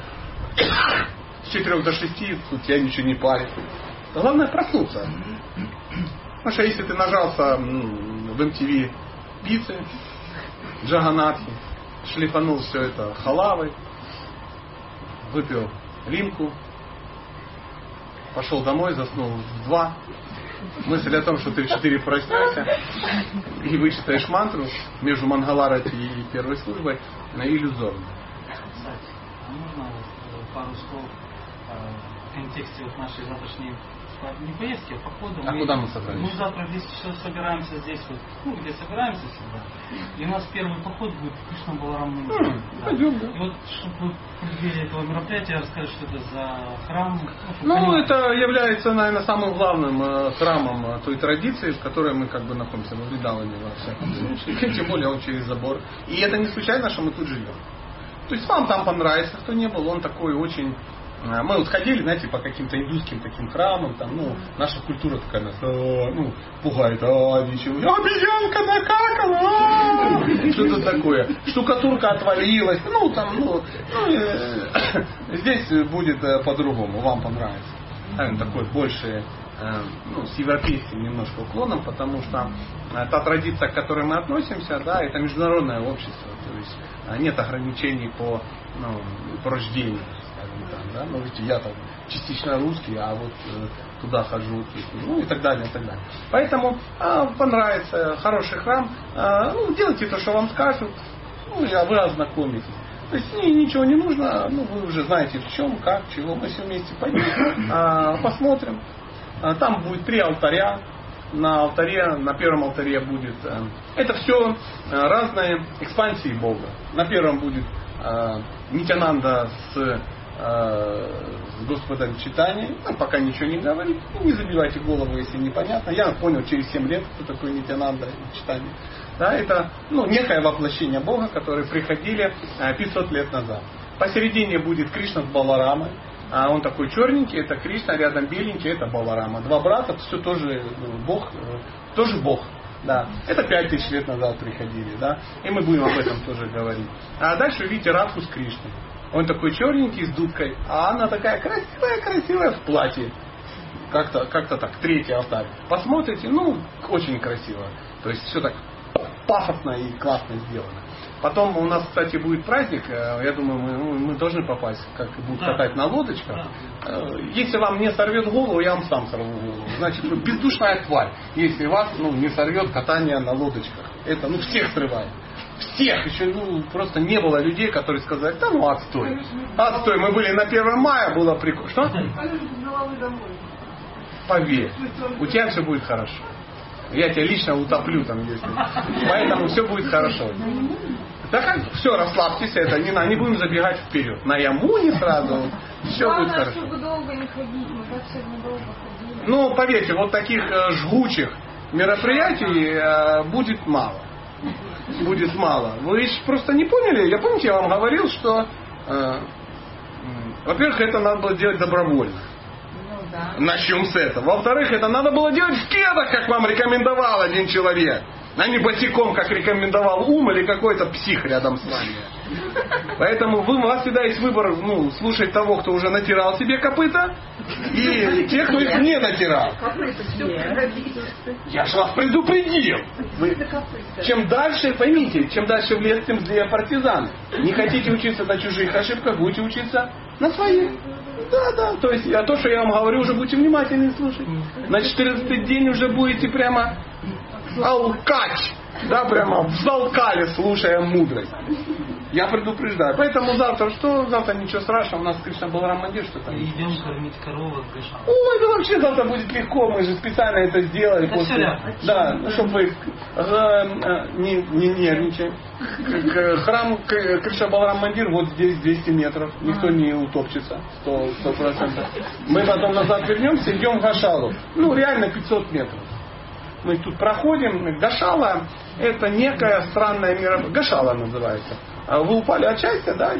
С четырех до шести тут я ничего не парю. Главное проснуться. Потому что если ты нажался в эм ти ви пиццы, джаганатхи, шлифанул все это халавой, выпил лимку, пошел домой, заснул в два. Мысль о том, что ты в четыре проснешься и вычитаешь мантру между Мангаларати и первой службой, она иллюзорна. А можно вот пару слов в контексте вот нашей завтрашней не поездки, а похода. А мы, куда мы собрались? Мы завтра здесь все собираемся здесь вот, ну, где собираемся всегда. И у нас первый поход будет в Кришна Баларам Мандир. Mm, да. Пойдем, да. И вот, чтобы вы в преддверии этого мероприятия рассказать, что это за храм. Ну, понимали. это является, наверное, самым главным э, храмом э, той традиции, в которой мы как бы находимся, во Вриндаване, во всяком случае. Тем более он через забор. И это не случайно, что мы тут живем. То есть вам там понравится, кто не был, он такой очень... Мы вот ходили, знаете, по каким-то индусским таким храмам, там, ну, наша культура такая нас, а, ну, пугает, а, ничего, обезьянка накакала, а, что-то такое, штукатурка отвалилась, ну, там, ну, ну э, здесь будет э, по-другому, вам понравится. Наверное, такой больше, э, ну, с европейским немножко уклоном, потому что э, та традиция, к которой мы относимся, да, это международное общество, то есть э, нет ограничений по, ну, по рождению. Да? Ну, видите, я там частично русский, а вот э, туда хожу, ну и так далее, и так далее. Поэтому э, понравится хороший храм, э, ну, делайте то, что вам скажут, ну, и вы ознакомитесь. То есть ни, ничего не нужно, ну, вы уже знаете в чем, как, чего, мы все вместе пойдем, э, посмотрим. Э, там будет три алтаря. На алтаре, на первом алтаре будет, э, это все э, разные экспансии Бога. На первом будет э, Нитянанда с с Господом Чайтаньей, ну, пока ничего не говорит, не забивайте голову, если непонятно. Я понял через семь лет, кто такой Нитянанда и Чайтанья. Да, это, ну, некое воплощение Бога, которые приходили пятьсот лет назад. Посередине будет Кришна с Баларамой. А он такой черненький, это Кришна, рядом беленький, это Баларама. Два брата, все тоже Бог, тоже Бог. Да. Это пять тысяч лет назад приходили, да. И мы будем об этом тоже говорить. А дальше вы видите Радху с Кришной. Он такой черненький с дудкой, а она такая красивая, красивая в платье. Как-то, как-то так, третий алтарь. Посмотрите, ну, очень красиво. То есть все так пафосно и классно сделано. Потом у нас, кстати, будет праздник, я думаю, мы, мы должны попасть, как будут катать на лодочках. Если вам не сорвет голову, я вам сам сорву голову. Значит, вы бездушная тварь, если вас, ну, не сорвет катание на лодочках. Это, ну, всех срывает. Всех. Еще, ну, просто не было людей, которые сказали, да ну отстой. Отстой. Мы были на первое мая, было прикольно. Что? Поверь, у тебя все будет хорошо. Я тебя лично утоплю там, если. Поэтому все будет хорошо. Да как? Все, расслабьтесь, это не надо, не будем забегать вперед. На Ямуне сразу. Все будет хорошо. Чтобы долго не ходить, мы так сегодня долго ходили. Ну, поверьте, вот таких э, жгучих мероприятий э, будет мало. Будет мало. Вы просто не поняли? Я помните, я вам говорил, что, э, во-первых, это надо было делать добровольно. Ну, да. Начнем с этого. Во-вторых, это надо было делать в кедах, как вам рекомендовал один человек. А не босиком, как рекомендовал ум или какой-то псих рядом с вами. Поэтому вы, у вас всегда есть выбор, ну, слушать того, кто уже натирал себе копыта, и тех, кто их не натирал. Я же вас предупредил. Вы, чем дальше, поймите, чем дальше в лес, тем злее партизаны. Не хотите учиться на чужих ошибках, будете учиться на своих. Да, да. То есть, а то, что я вам говорю, уже будьте внимательны слушать. На четырнадцатый день уже будете прямо алкач. Да, прямо взалкали, слушая мудрость. Я предупреждаю. Поэтому завтра что? Завтра ничего страшного. У нас Кришна Баларам Мандир, что там. Идем кормить коровок, Гашам. Ой, да вообще завтра будет легко. Мы же специально это сделали. Это после... Да, ну, чтобы вы э, не, не нервничали. Храм Кришна Баларам Мандир вот здесь двести метров. Никто не утопчется. сто процентов. Мы потом назад вернемся, идем в Гашалу. Ну, реально пятьсот метров. Мы тут проходим. Гашала — это некая странная мероприятие. Гашала называется. Вы упали от счастья, да?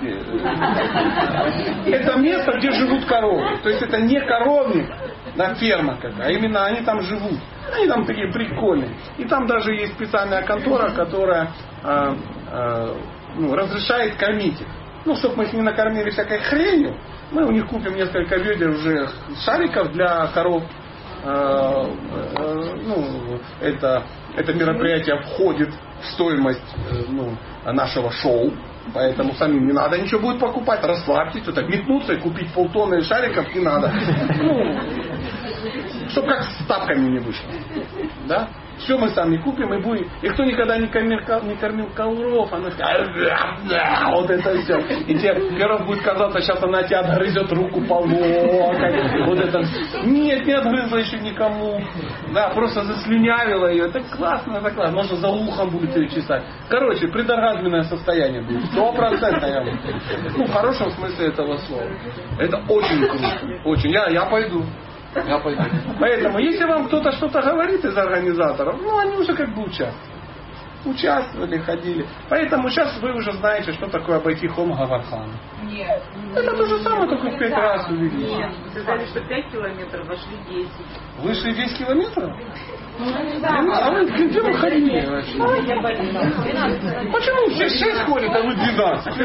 Это место, где живут коровы. То есть это не коровник, да, ферма какая, а именно они там живут. Они там такие прикольные. И там даже есть специальная контора, которая э, э, ну, разрешает кормить их. Ну, чтобы мы их не накормили всякой хренью, мы у них купим несколько ведер уже шариков для коров. Э, э, ну, это, это мероприятие входит в стоимость э, ну, нашего шоу. Поэтому самим не надо ничего будет покупать. Расслабьтесь, то так метнуться и купить полтонны шариков не надо. Ну, чтобы как с тапками не вышло. Да? Все мы сами купим и будем. И кто никогда не кормил, не кормил коровов, она скажет, вот это все. И тебе коров будет казаться, сейчас она тебя отгрызет руку по локоть. Вот это. Нет, не отгрызла еще никому. Да, просто заслюнявила ее. Это классно, это классно. Можно за ухом будет ее чесать. Короче, предоргазменное состояние будет. Сто процентов я вам. Ну, в хорошем смысле этого слова. Это очень круто. Очень. Я, я пойду. Я пойду. Поэтому, если вам кто-то что-то говорит из организаторов, ну, они уже как бы участвовали. Участвовали, ходили. Поэтому сейчас вы уже знаете, что такое обойти Хом Гавархану. Нет. Это то же самое, только в пять раз увидели. Нет. Сказали, что пять километров, вошли десять. Вышли десять километров? Да. А вы где вы ходили вообще? Я болела. Почему все шесть ходят, а вы двенадцать?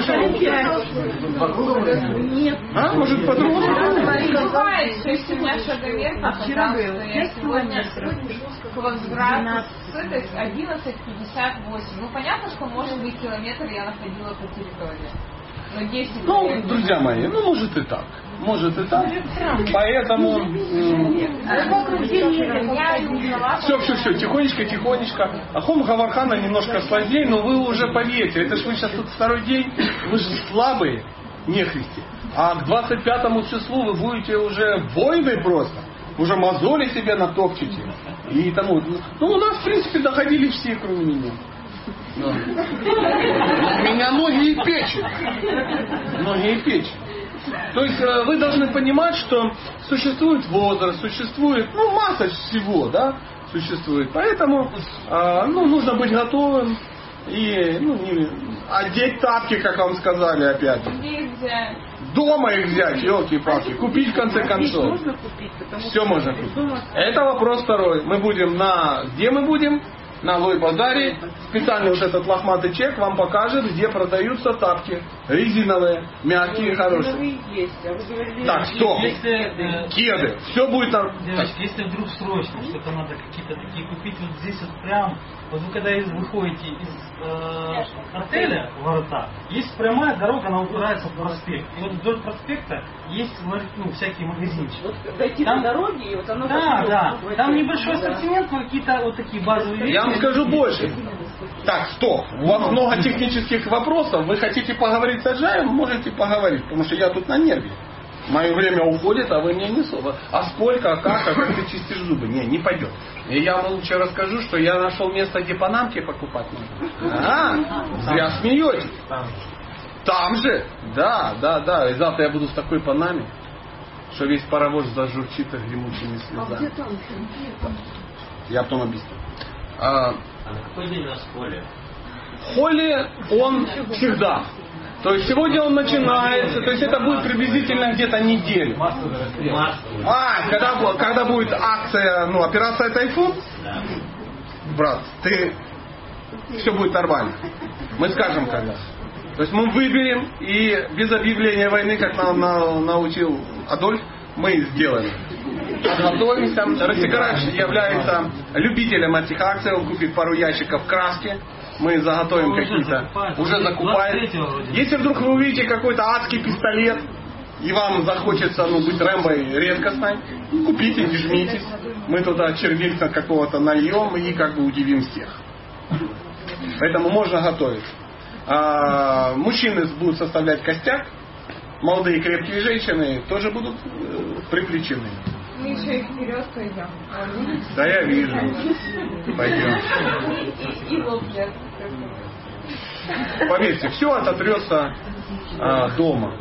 Нет. А, может по-другому? Бывает, что если у меня шагомер, А вчера было я пять сегодня километров. к возврату с одиннадцать пятьдесят восемь. Ну, понятно, что, может быть, километр я находила по территории. Но десять... Ну, друзья мои, ну, может и так. Может и так. Поэтому... Все, все, все, тихонечко, тихонечко. А Хом Гавархана немножко сложнее, но вы уже поверьте, это же вы сейчас тут второй день, вы же слабые, нехристи. А к двадцать пятому числу вы будете уже воины просто. Уже мозоли себе натопчете. И тому. Ну, у нас, в принципе, доходили все, кроме меня. Да. У меня ноги и печень. Ноги и печень. То есть вы должны понимать, что существует возраст, существует, ну, масса всего, да, существует. Поэтому, ну, нужно быть готовым и, ну, не, одеть тапки, как вам сказали опять. Нельзя. Дома их взять, елки-палки, купить в конце концов. Можно купить, все можно купить. Это вопрос второй. Мы будем на... Где мы будем? На Лой-базаре. Специально вот этот лохматый чек вам покажет, где продаются тапки. Резиновые, мягкие, хорошие. Есть, а вы говорили, так, стоп. Если, Кеды. Все будет там. Девочки, если вдруг срочно что-то надо какие-то такие купить, вот здесь вот прям, вот вы когда выходите из э, отеля ворота, есть прямая дорога, она упирается в проспект. И вот вдоль проспекта есть, ну, всякие магазинчики. Вот дойти там, до дороги, и вот оно... Да, да. Ну, там небольшой да. ассортимент, но какие-то вот такие базовые вещи. Я вам скажу больше. Так, стоп. У вас много технических вопросов. Вы хотите поговорить с Аджаем? Можете поговорить, потому что я тут на нерве. Мое время уходит, а вы мне не слово. А сколько, а как, а как ты чистишь зубы? Не, не пойдет. И я вам лучше расскажу, что я нашел место, где панамки покупать можно. А, зря смеетесь. Там же? Да, да, да. И завтра я буду с такой панаме, что весь паровоз зажурчит гремучими слезами. А где там? Я потом объясню. А, а на какой день у нас холли? Холли он всегда. То есть сегодня он начинается, то есть это будет приблизительно где-то неделю. А, когда, когда будет акция, ну, операция Тайфун, брат, ты, все будет нормально. Мы скажем когда. То есть мы выберем и без объявления войны, как нам научил Адольф, мы сделаем. Подготовимся. Рассекарач является любителем этих акций, он купит пару ящиков краски. Мы заготовим какие-то, уже закупаем. Если вдруг вы увидите какой-то адский пистолет, и вам захочется, ну, быть Рэмбой редкостной, купите, не жмитесь. Мы туда червильца какого-то нальем и как бы удивим всех. Поэтому можно готовить. А, мужчины будут составлять костяк, молодые крепкие женщины тоже будут э, приплечены. Мы еще и вперед пойдем. Да, я вижу. Пойдем. И, и лобзер. Поверьте, все ототрется а, дома.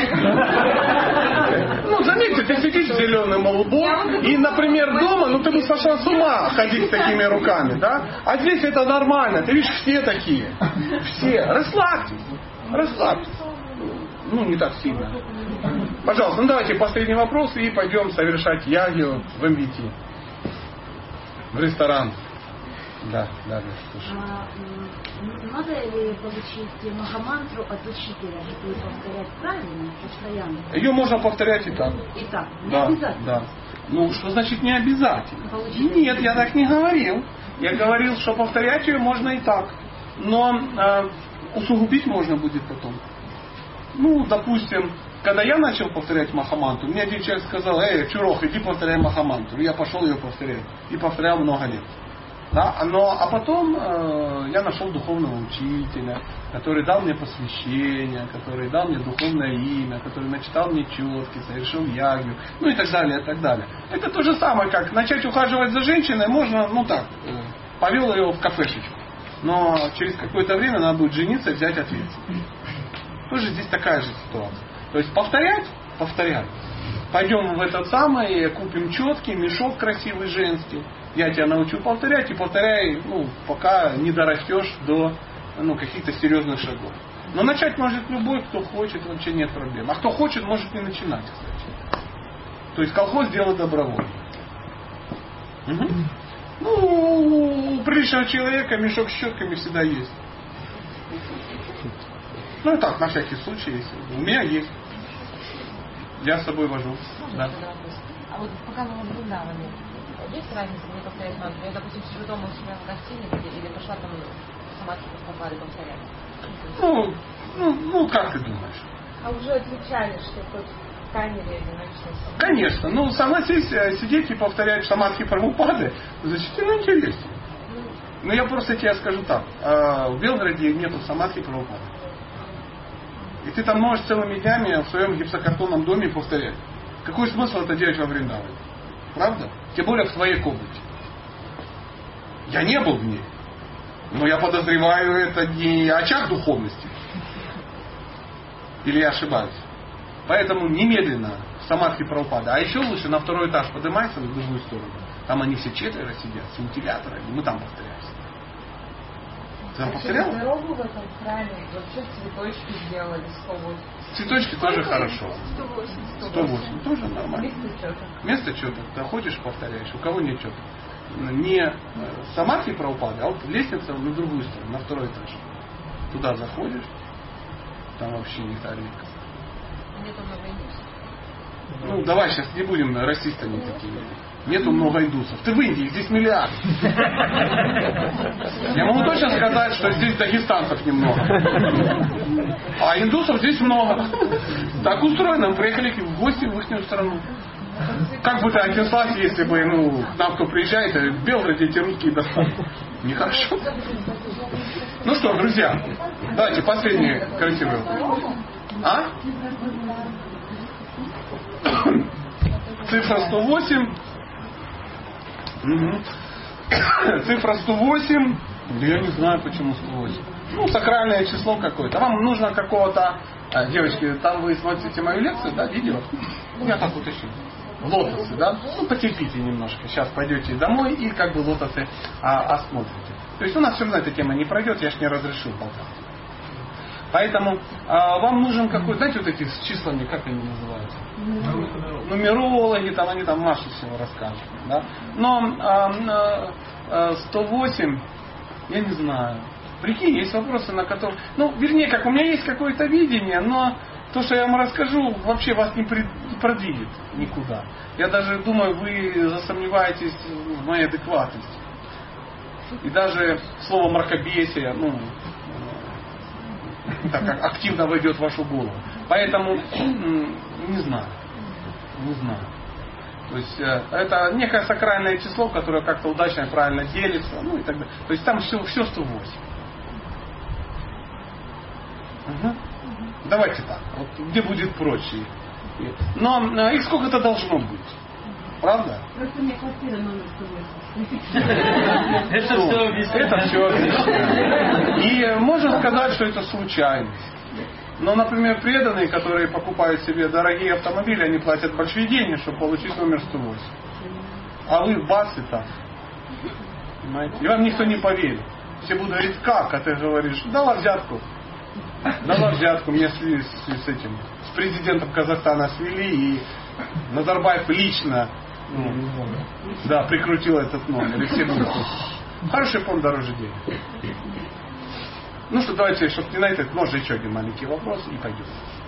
Ну, заметьте, ты сидишь с зеленым лбом, и, например, дома, ну, ты бы сошла с ума ходить с такими руками, да? А здесь это нормально, ты видишь, все такие. Все. Расслабьтесь. Расслабьтесь. Ну, не так сильно. Пожалуйста, ну давайте последний вопрос и пойдем совершать ягью в эм ви ти. В ресторан. Да, да, да, слушай. А, надо ли получить махамантру от учителя, чтобы повторять правильно, постоянно? Ее можно повторять и так. И так, не да, обязательно. Да. Ну, что значит не обязательно? Получить. Нет, я так не говорил. Я говорил, что повторять ее можно и так. Но э, усугубить можно будет потом. Ну, допустим, когда я начал повторять Махамантру, мне один человек сказал: эй, Чурох, иди повторяй Махамантру. Я пошел ее повторять. И повторял много лет. Да? Но, а потом э, я нашел духовного учителя, который дал мне посвящение, который дал мне духовное имя, который начитал мне четки, совершил ягью, ну и так далее, и так далее. Это то же самое, как начать ухаживать за женщиной, можно, ну так, э, повел ее в кафешечку. Но через какое-то время надо будет жениться и взять ответственность. Тоже здесь такая же ситуация. То есть повторять, повторять. Пойдем в этот самый, купим четки, мешок красивый женский. Я тебя научу повторять и повторяй, ну, пока не дорастешь до ну, каких-то серьезных шагов. Но начать может любой, кто хочет, вообще нет проблем. А кто хочет, может не начинать, кстати. То есть колхоз дело добровольно. Угу. Ну, у приличного человека мешок с щетками всегда есть. Ну и так, на всякий случай, если у меня есть. Я с собой вожу. Да. А вот пока мы в Вриндаване, есть разница мне повторять мантру? Я, допустим, сижу дома у себя в гостинице или пошла там сама попали повторять? Ну, ну, ну, как ты думаешь? А уже отвечали, что хоть в камере или начнется? Конечно. Ну, согласись, сидеть и повторять шаманки Прабхупады значительно интереснее. Но я просто тебе скажу так. В Белгороде нету самадхи Прабхупады. И ты там можешь целыми днями в своем гипсокартонном доме повторять. Какой смысл это делать во Вриндаване? Правда? Тем более в своей комнате. Я не был в ней. Но я подозреваю, это не очаг духовности. Или я ошибаюсь? Поэтому немедленно самадхи Прабхупады. А еще лучше на второй этаж поднимайся на другую сторону. Там они все четверо сидят с вентиляторами. Мы там повторяемся. Ты там повторял? Дорогу в этом храме вообще цветочки сделали сто восемь. Цветочки тоже хорошо. сто восемь. сто восемь. Тоже нормально. Место четок. Место четок. Ты ходишь, повторяешь. У кого нет четок. Не самадхи Прабхупады, а вот лестница на другую сторону, на второй этаж. Туда заходишь. Там вообще не тарелка. Нету много индусов. Ну, давай сейчас не будем расистами такими. Нету много индусов. Ты в Индии, здесь миллиард. Я могу точно сказать, что здесь дагестанцев немного. А индусов здесь много. Так устроено, мы приехали в гости в их страну. Как бы ты отнеслась, если бы ну, к нам кто приезжает, в Белгороде эти русские достанут? Нехорошо. Ну что, друзья, давайте последний корректируем. А? Цифра сто восемь. Угу. Цифра сто восемь. Я не знаю, почему сто восемь. Ну, сакральное число какое-то. Вам нужно какого-то... А, девочки, там вы смотрите мою лекцию, да, видео? Я так вот ищу. Лотосы, да? Ну, потерпите немножко. Сейчас пойдете домой и как бы лотосы а, осмотрите. То есть у нас все равно эта тема не пройдет, я ж не разрешил болтать. Поэтому а, вам нужен какой-то, знаете, вот эти с числами, как они называются? Нумерологи, там они там массу всего расскажут. Да? Но а, а, сто восемь, я не знаю. Прикинь, есть вопросы, на которые... Ну, вернее, как у меня есть какое-то видение, но то, что я вам расскажу, вообще вас не продвинет никуда. Я даже думаю, вы засомневаетесь в моей адекватности. И даже слово мракобесие, ну, так как активно войдет в вашу голову. Поэтому, не знаю. Не знаю. То есть это некое сакральное число, которое как-то удачно и правильно делится, ну и так далее. То есть там все, все сто восемь. Угу. Давайте так. Вот где будет проще. Но их сколько-то должно быть. Правда? Просто у меня квартира номер сто восемь. Это все объясняет. Это все объясняет. И можно сказать, что это случайность. Но, например, преданные, которые покупают себе дорогие автомобили, они платят большие деньги, чтобы получить номер сто восемь. А вы бац и так. Понимаете? И вам никто не поверит. Все будут говорить, как? А ты говоришь, дала взятку. Дала взятку. Меня свели с, с этим, с президентом Казахстана свели, и Назарбаев лично ну, да, прикрутил этот номер. И все будут. Хороший фонд дороже денег. Ну что, давайте, чтобы не на этот, может еще один маленький вопрос и пойдем.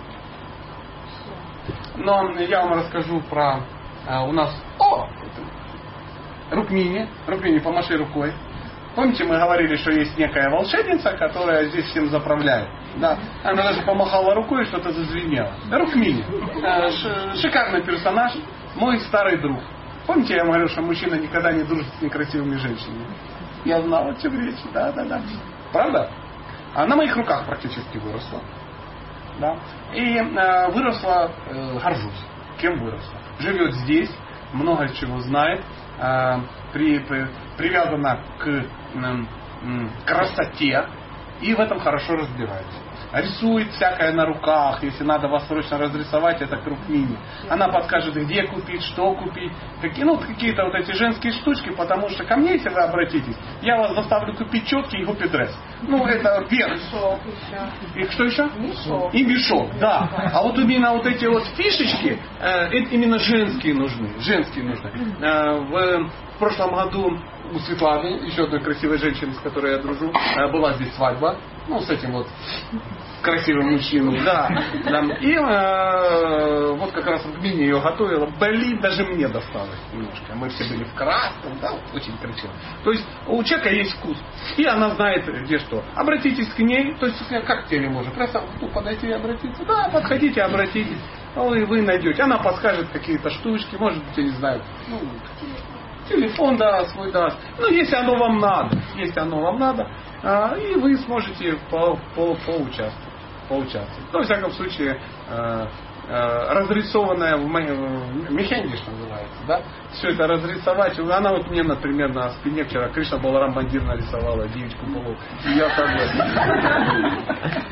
Но я вам расскажу про а, у нас о, Рукмини. Рукмини, помаши рукой. Помните, мы говорили, что есть некая волшебница, которая здесь всем заправляет. Да. Она даже помахала рукой и что-то зазвенело. Рукмини. А, шикарный персонаж, мой старый друг. Помните, я вам говорил, что мужчина никогда не дружит с некрасивыми женщинами? Я знал, о чем речь. Да, да, да. Правда? А на моих руках практически выросла. Да. И э, выросла, э, горжусь. Кем выросла? Живет здесь, много чего знает, э, при, при, привязана к э, э, красоте и в этом хорошо разбирается. Рисует всякое на руках, если надо вас срочно разрисовать, это круг мини. Она подскажет, где купить, что купить, какие, ну, какие-то вот эти женские штучки, потому что ко мне, если вы обратитесь, я вас заставлю купить четкий и гуппи-дресс. Ну, это первый. И что еще? Мешок. И мешок, да. А вот именно вот эти вот фишечки, э, это именно женские нужны. Женские нужны. Э, в, в прошлом году у Светланы, еще одной красивой женщины, с которой я дружу, э, была здесь свадьба. Ну, с этим вот красивым мужчиной, да. да. И э, вот как раз в мини ее готовила. Блин, даже мне досталось немножко. Мы все были в красном, да, очень красиво. То есть у человека есть вкус. И она знает, где что. Обратитесь к ней, то есть как к теле можно. Просто ну, подойти и обратиться. Да, подходите, обратитесь. Ну, и вы найдете. Она подскажет какие-то штучки, может быть, я не знаю, ну, телефон, да, свой даст. Ну, если оно вам надо, если оно вам надо, а, и вы сможете по, по, поучаствовать. поучаствовать. Но, во всяком случае, э, э, разрисованная в мехендиш называется, да, все это разрисовать. Она вот мне, например, на спине вчера Кришна Баларам Мандир нарисовала девичку полу. И я согласен.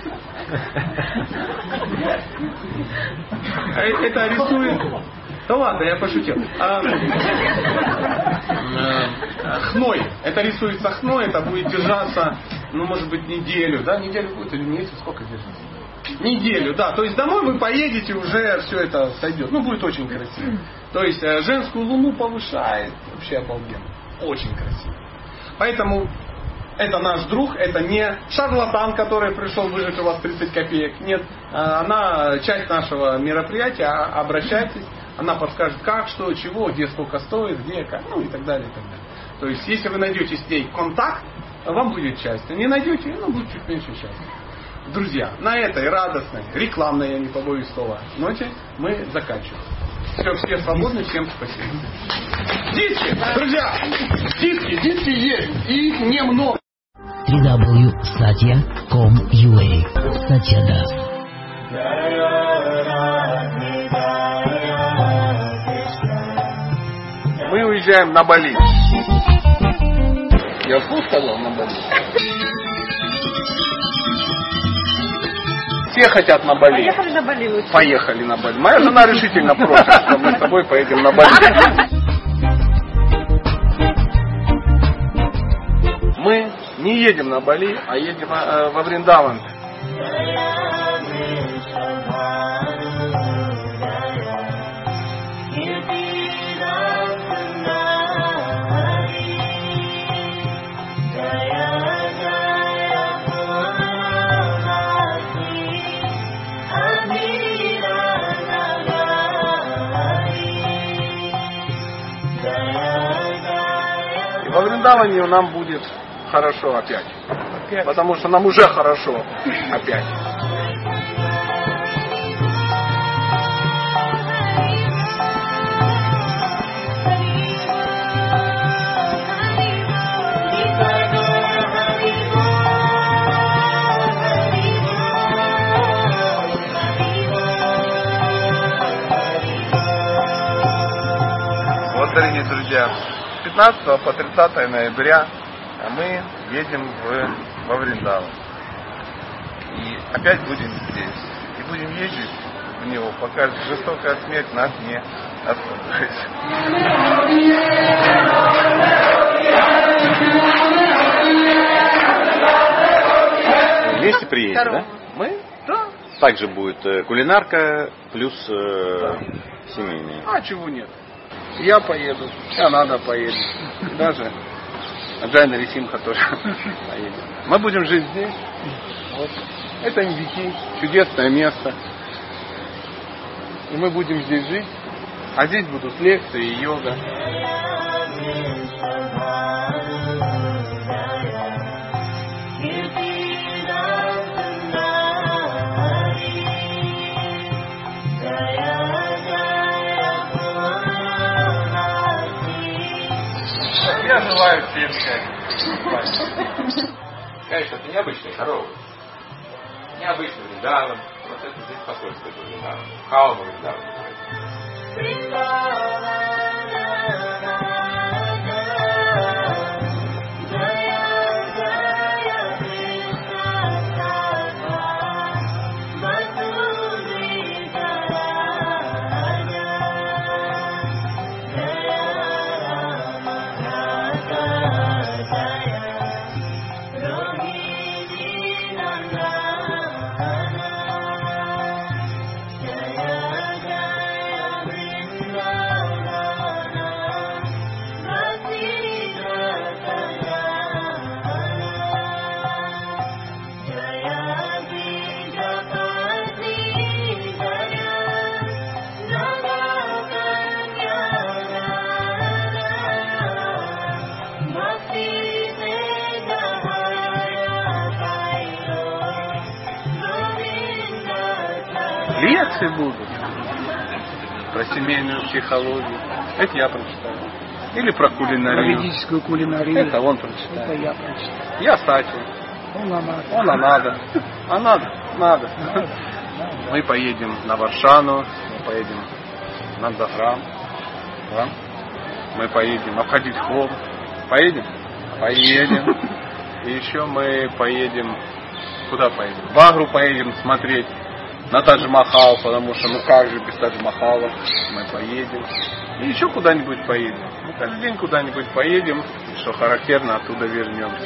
Это рисует. Да ладно, я пошутил. А, э, хной. Это рисуется хной, это будет держаться, ну, может быть, неделю. Да, неделю будет или месяц, сколько держится? Неделю, да. То есть домой вы поедете, уже все это сойдет. Ну, будет очень красиво. То есть э, женскую луну повышает. Вообще обалденно. Очень красиво. Поэтому это наш друг, это не шарлатан, который пришел выжать у вас тридцать копеек. Нет, она часть нашего мероприятия. Обращайтесь. Она подскажет, как, что, чего, где сколько стоит, где, как, ну и так далее, и так далее. То есть, если вы найдете с ней контакт, вам будет счастье. Не найдете, ну, будет чуть меньше счастья. Друзья, на этой радостной, рекламной, я не побоюсь слова, ноте мы заканчиваем. Все, все свободны, всем спасибо. Диски, друзья, диски, диски есть, и их немного. дабл ю дабл ю дабл ю точка сатья точка ком точка ю а Сатья Дас. Мы уезжаем на Бали. Я вкус сказал на Бали. Все хотят на Бали. Поехали на Бали лучше. Поехали на Бали. Моя жена решительно против, что мы с тобой поедем на Бали. Мы не едем на Бали, а едем э, во Вриндаван. Во Вриндаване нам будет хорошо опять. опять. Потому что нам уже хорошо опять. Вот, дорогие друзья, с пятнадцатого по тридцатое ноября мы едем в, во Вриндаван. И опять будем здесь. И будем ездить в него, пока жестокая смерть нас не остановит. Вместе приедете, да? Мы? Да. Также будет кулинарка плюс э, да. семейные. А чего нет? Я поеду, Канада поедет. Даже Аджай Нарисимха тоже поедет. Мы будем жить здесь. Вот. Это Мвики, чудесное место. И мы будем здесь жить. А здесь будут лекции и йога. Я желаю всем счастья. Конечно, это необычные коровы. Необычный Вриндаван. Вот это здесь посольство Вриндавана. Халва Вриндавана. Лекции будут про семейную психологию. Это я прочитаю. Или про кулинарию. Про ведическую кулинарию. Это он прочитает. Это я прочитаю. Я Сати. Он а надо. Он а надо. А надо. Надо. Мы поедем на Варшану. Мы поедем на Захрам. Да? Мы поедем обходить холм. Поедем? Поедем. И еще мы поедем. Куда поедем? В Агру поедем смотреть на Тадж-Махал, потому что ну как же без Тадж-Махала, мы поедем. И еще куда-нибудь поедем. Мы каждый день куда-нибудь поедем, и что характерно, оттуда вернемся.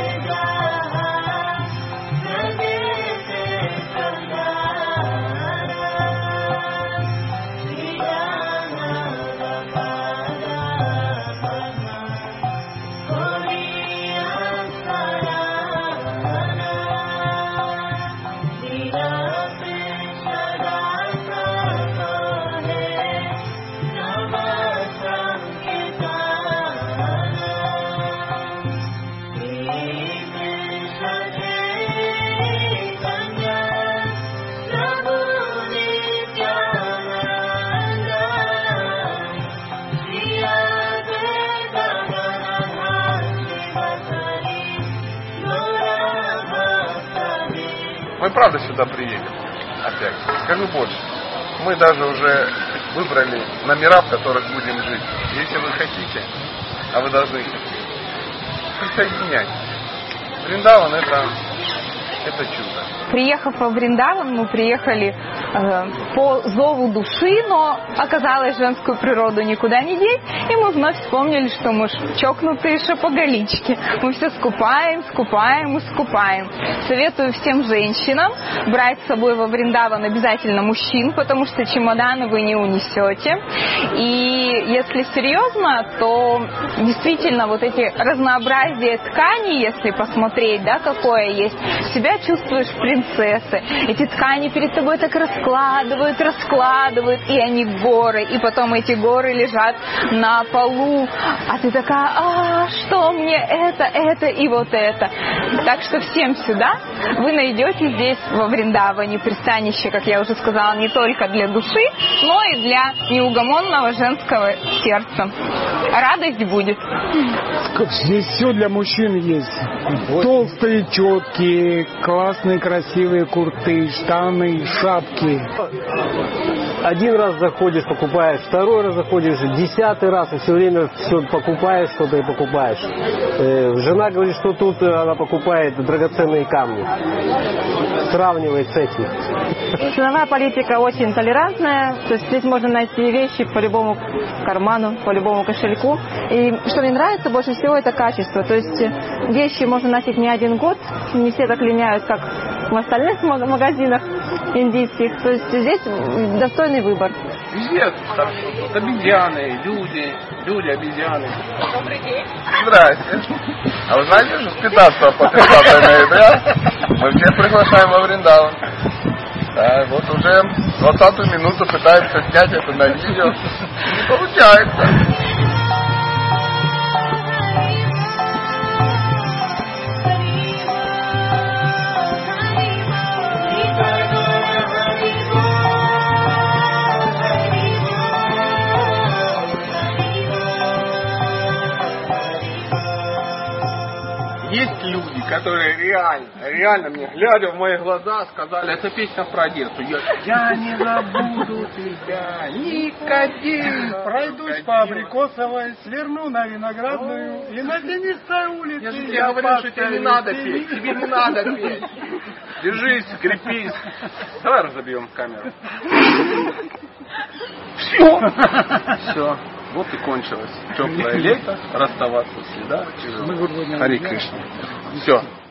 Мы правда сюда приедем опять. Скажу больше. Мы даже уже выбрали номера, в которых будем жить. Если вы хотите, а вы должны присоединяйтесь. Вриндаван это, это чудо. Приехав во Вриндаван, мы приехали э, по зову души, но оказалось, женскую природу никуда не деть, и мы вновь вспомнили, что мы чокнутые шопоголички. Мы все скупаем, скупаем и скупаем. Советую всем женщинам брать с собой во Вриндаван обязательно мужчин, потому что чемоданы вы не унесете. И если серьезно, то действительно вот эти разнообразие тканей, если посмотреть, да, какое есть, себя чувствуешь принцессой. Эти ткани перед тобой так раскладывают, раскладывают, и они горы, и потом эти горы лежат на полу, а ты такая, а что мне это, это и вот это. Так что всем сюда. Вы найдете здесь во Вриндаване пристанище, как я уже сказала, не только для души, но и для неугомонного женского сердца. Радость будет. Здесь все для мужчин есть. Толстые четкие, классные, красивые курты, штаны, шапки. Один раз заходишь, покупаешь, второй раз заходишь, десятый раз, и все время все покупаешь, что-то и покупаешь. Э, жена говорит, что тут она покупает драгоценные камни. Сравнивает с этим. Ценовая политика очень толерантная, то есть здесь можно найти вещи по любому карману, по любому кошельку. И что мне нравится больше всего, это качество. То есть вещи можно носить не один год, не все так линяют, как в остальных магазинах индийских. То есть здесь достойный выбор. Везде вот обезьяны, люди, люди, обезьяны. Добрый день. Здрасте. А вы знаете, что с пятнадцатого по тридцатое ноября мы всех приглашаем во Вриндаван. Да, вот уже двадцатую минуту пытаемся снять это на видео. Не получается. которые реально, реально мне, глядя в мои глаза, сказали, это песня про Одессу. Я, я не забуду тебя, никогда. Пройдусь по Абрикосовой, сверну на Виноградную и на тенистой улице. Я же тебе говорю, что тебе не надо петь, тебе не надо петь. Держись, крепись. Давай разобьем камеру. Все. Все. Вот и кончилось. Теплое лето, расставаться всегда тяжело. Хари Кришна. Все.